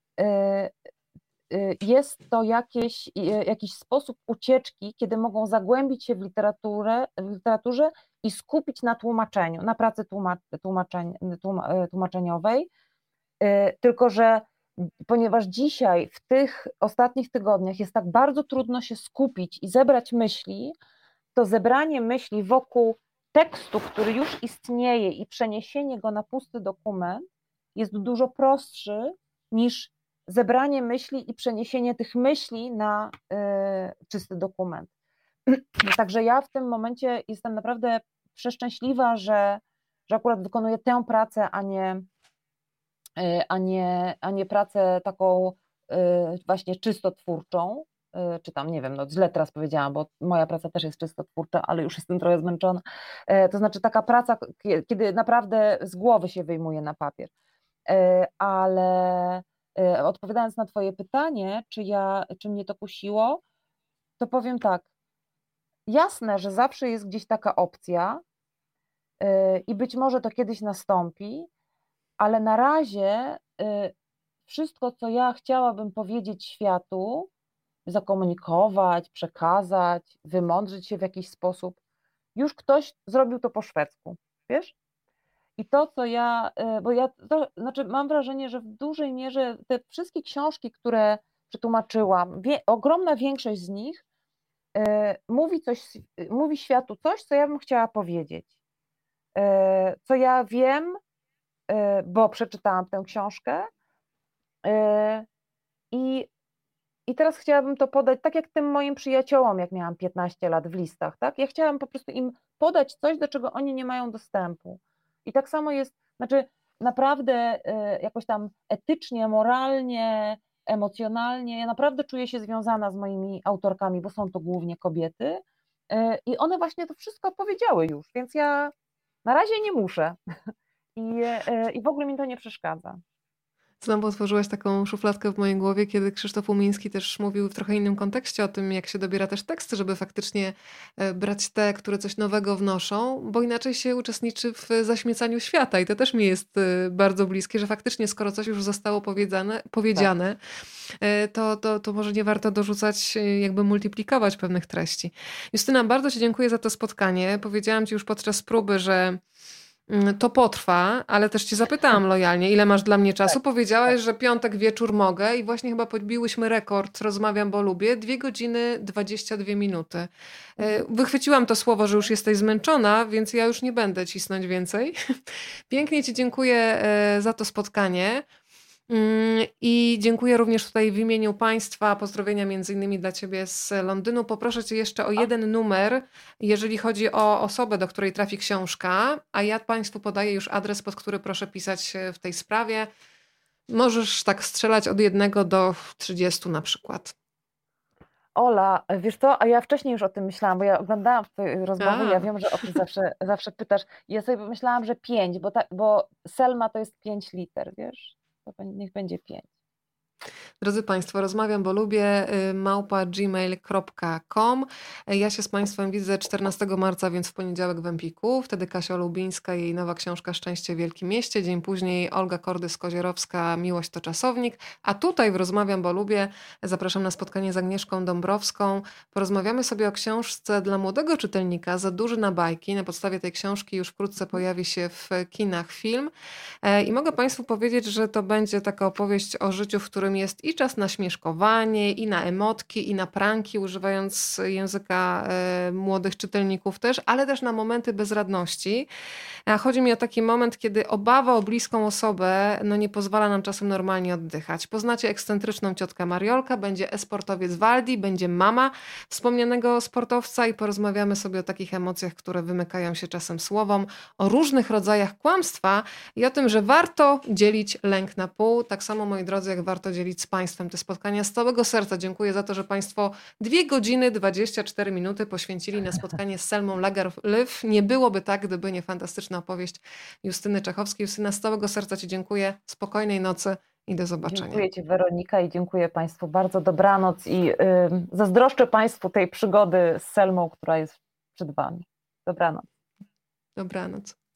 jest to jakiś sposób ucieczki, kiedy mogą zagłębić się w literaturze i skupić na tłumaczeniu, na pracy tłumaczeniowej. Tylko że ponieważ dzisiaj, w tych ostatnich tygodniach jest tak bardzo trudno się skupić i zebrać myśli, to zebranie myśli wokół tekstu, który już istnieje, i przeniesienie go na pusty dokument jest dużo prostszy niż zebranie myśli i przeniesienie tych myśli na czysty dokument. Także ja w tym momencie jestem naprawdę przeszczęśliwa, że akurat wykonuję tę pracę, a nie pracę taką właśnie czysto twórczą, czy tam, nie wiem, no źle teraz powiedziałam, bo moja praca też jest czysto twórcza, ale już jestem trochę zmęczona. To znaczy taka praca, kiedy naprawdę z głowy się wyjmuje na papier. Ale odpowiadając na twoje pytanie, czy mnie to kusiło, to powiem tak, jasne, że zawsze jest gdzieś taka opcja i być może to kiedyś nastąpi, ale na razie wszystko, co ja chciałabym powiedzieć światu, zakomunikować, przekazać, wymądrzyć się w jakiś sposób, już ktoś zrobił to po szwedzku, wiesz? I to, co znaczy mam wrażenie, że w dużej mierze te wszystkie książki, które przetłumaczyłam, ogromna większość z nich mówi światu coś, co ja bym chciała powiedzieć, co ja wiem, bo przeczytałam tę książkę i teraz chciałabym to podać, tak jak tym moim przyjaciołom, jak miałam 15 lat w listach, tak? Ja chciałam po prostu im podać coś, do czego oni nie mają dostępu. I tak samo jest, znaczy naprawdę jakoś tam etycznie, moralnie, emocjonalnie, ja naprawdę czuję się związana z moimi autorkami, bo są to głównie kobiety i one właśnie to wszystko powiedziały już, więc ja na razie nie muszę i w ogóle mi to nie przeszkadza. Znowu otworzyłaś taką szufladkę w mojej głowie, kiedy Krzysztof Umiński też mówił w trochę innym kontekście o tym, jak się dobiera też teksty, żeby faktycznie brać te, które coś nowego wnoszą, bo inaczej się uczestniczy w zaśmiecaniu świata i to też mi jest bardzo bliskie, że faktycznie skoro coś już zostało powiedziane, to może nie warto dorzucać, jakby multiplikować pewnych treści. Justyna, bardzo Ci dziękuję za to spotkanie. Powiedziałam Ci już podczas próby, że to potrwa, ale też cię zapytałam lojalnie, ile masz dla mnie czasu. Tak, Powiedziałaś, że piątek wieczór mogę i właśnie chyba podbiłyśmy rekord Rozmawiam, bo lubię. 2 godziny 22 minuty. Wychwyciłam to słowo, że już jesteś zmęczona, więc ja już nie będę cisnąć więcej. Pięknie Ci dziękuję za to spotkanie. I dziękuję również tutaj w imieniu Państwa. Pozdrowienia między innymi dla Ciebie z Londynu. Poproszę Cię jeszcze o jeden numer, jeżeli chodzi o osobę, do której trafi książka, a ja Państwu podaję już adres, pod który proszę pisać w tej sprawie. Możesz tak strzelać od 1 do 30 na przykład. Ola, wiesz co, a ja wcześniej już o tym myślałam, bo ja oglądałam twoje rozmowy, ja wiem, że o tym zawsze pytasz. I ja sobie pomyślałam, że 5, bo Selma to jest 5 liter, wiesz? To niech będzie 5. Drodzy Państwo, rozmawiam, bo lubię @gmail.com. Ja się z Państwem widzę 14 marca, więc w poniedziałek w Empiku. Wtedy Kasia Lubińska, jej nowa książka Szczęście w Wielkim Mieście. Dzień później Olga Kordys-Kozierowska, Miłość to czasownik. A tutaj w Rozmawiam, bo lubię zapraszam na spotkanie z Agnieszką Dąbrowską. Porozmawiamy sobie o książce dla młodego czytelnika Za duży na bajki. Na podstawie tej książki już wkrótce pojawi się w kinach film. I mogę Państwu powiedzieć, że to będzie taka opowieść o życiu, w którym jest i czas na śmieszkowanie, i na emotki, i na pranki, używając języka młodych czytelników też, ale też na momenty bezradności. Chodzi mi o taki moment, kiedy obawa o bliską osobę nie pozwala nam czasem normalnie oddychać. Poznacie ekscentryczną ciotkę Mariolkę, będzie esportowiec Waldi, będzie mama wspomnianego sportowca i porozmawiamy sobie o takich emocjach, które wymykają się czasem słowom, o różnych rodzajach kłamstwa i o tym, że warto dzielić lęk na pół. Tak samo, moi drodzy, jak warto dzielić z Państwem te spotkania. Z całego serca dziękuję za to, że Państwo 2 godziny 24 minuty poświęcili na spotkanie z Selmą Lagerlöf. Nie byłoby tak, gdyby nie fantastyczna opowieść Justyny Czechowskiej. Justyna, z całego serca Ci dziękuję. Spokojnej nocy i do zobaczenia. Dziękuję Ci, Weronika, i dziękuję Państwu bardzo. Dobranoc i zazdroszczę Państwu tej przygody z Selmą, która jest przed Wami. Dobranoc. Dobranoc.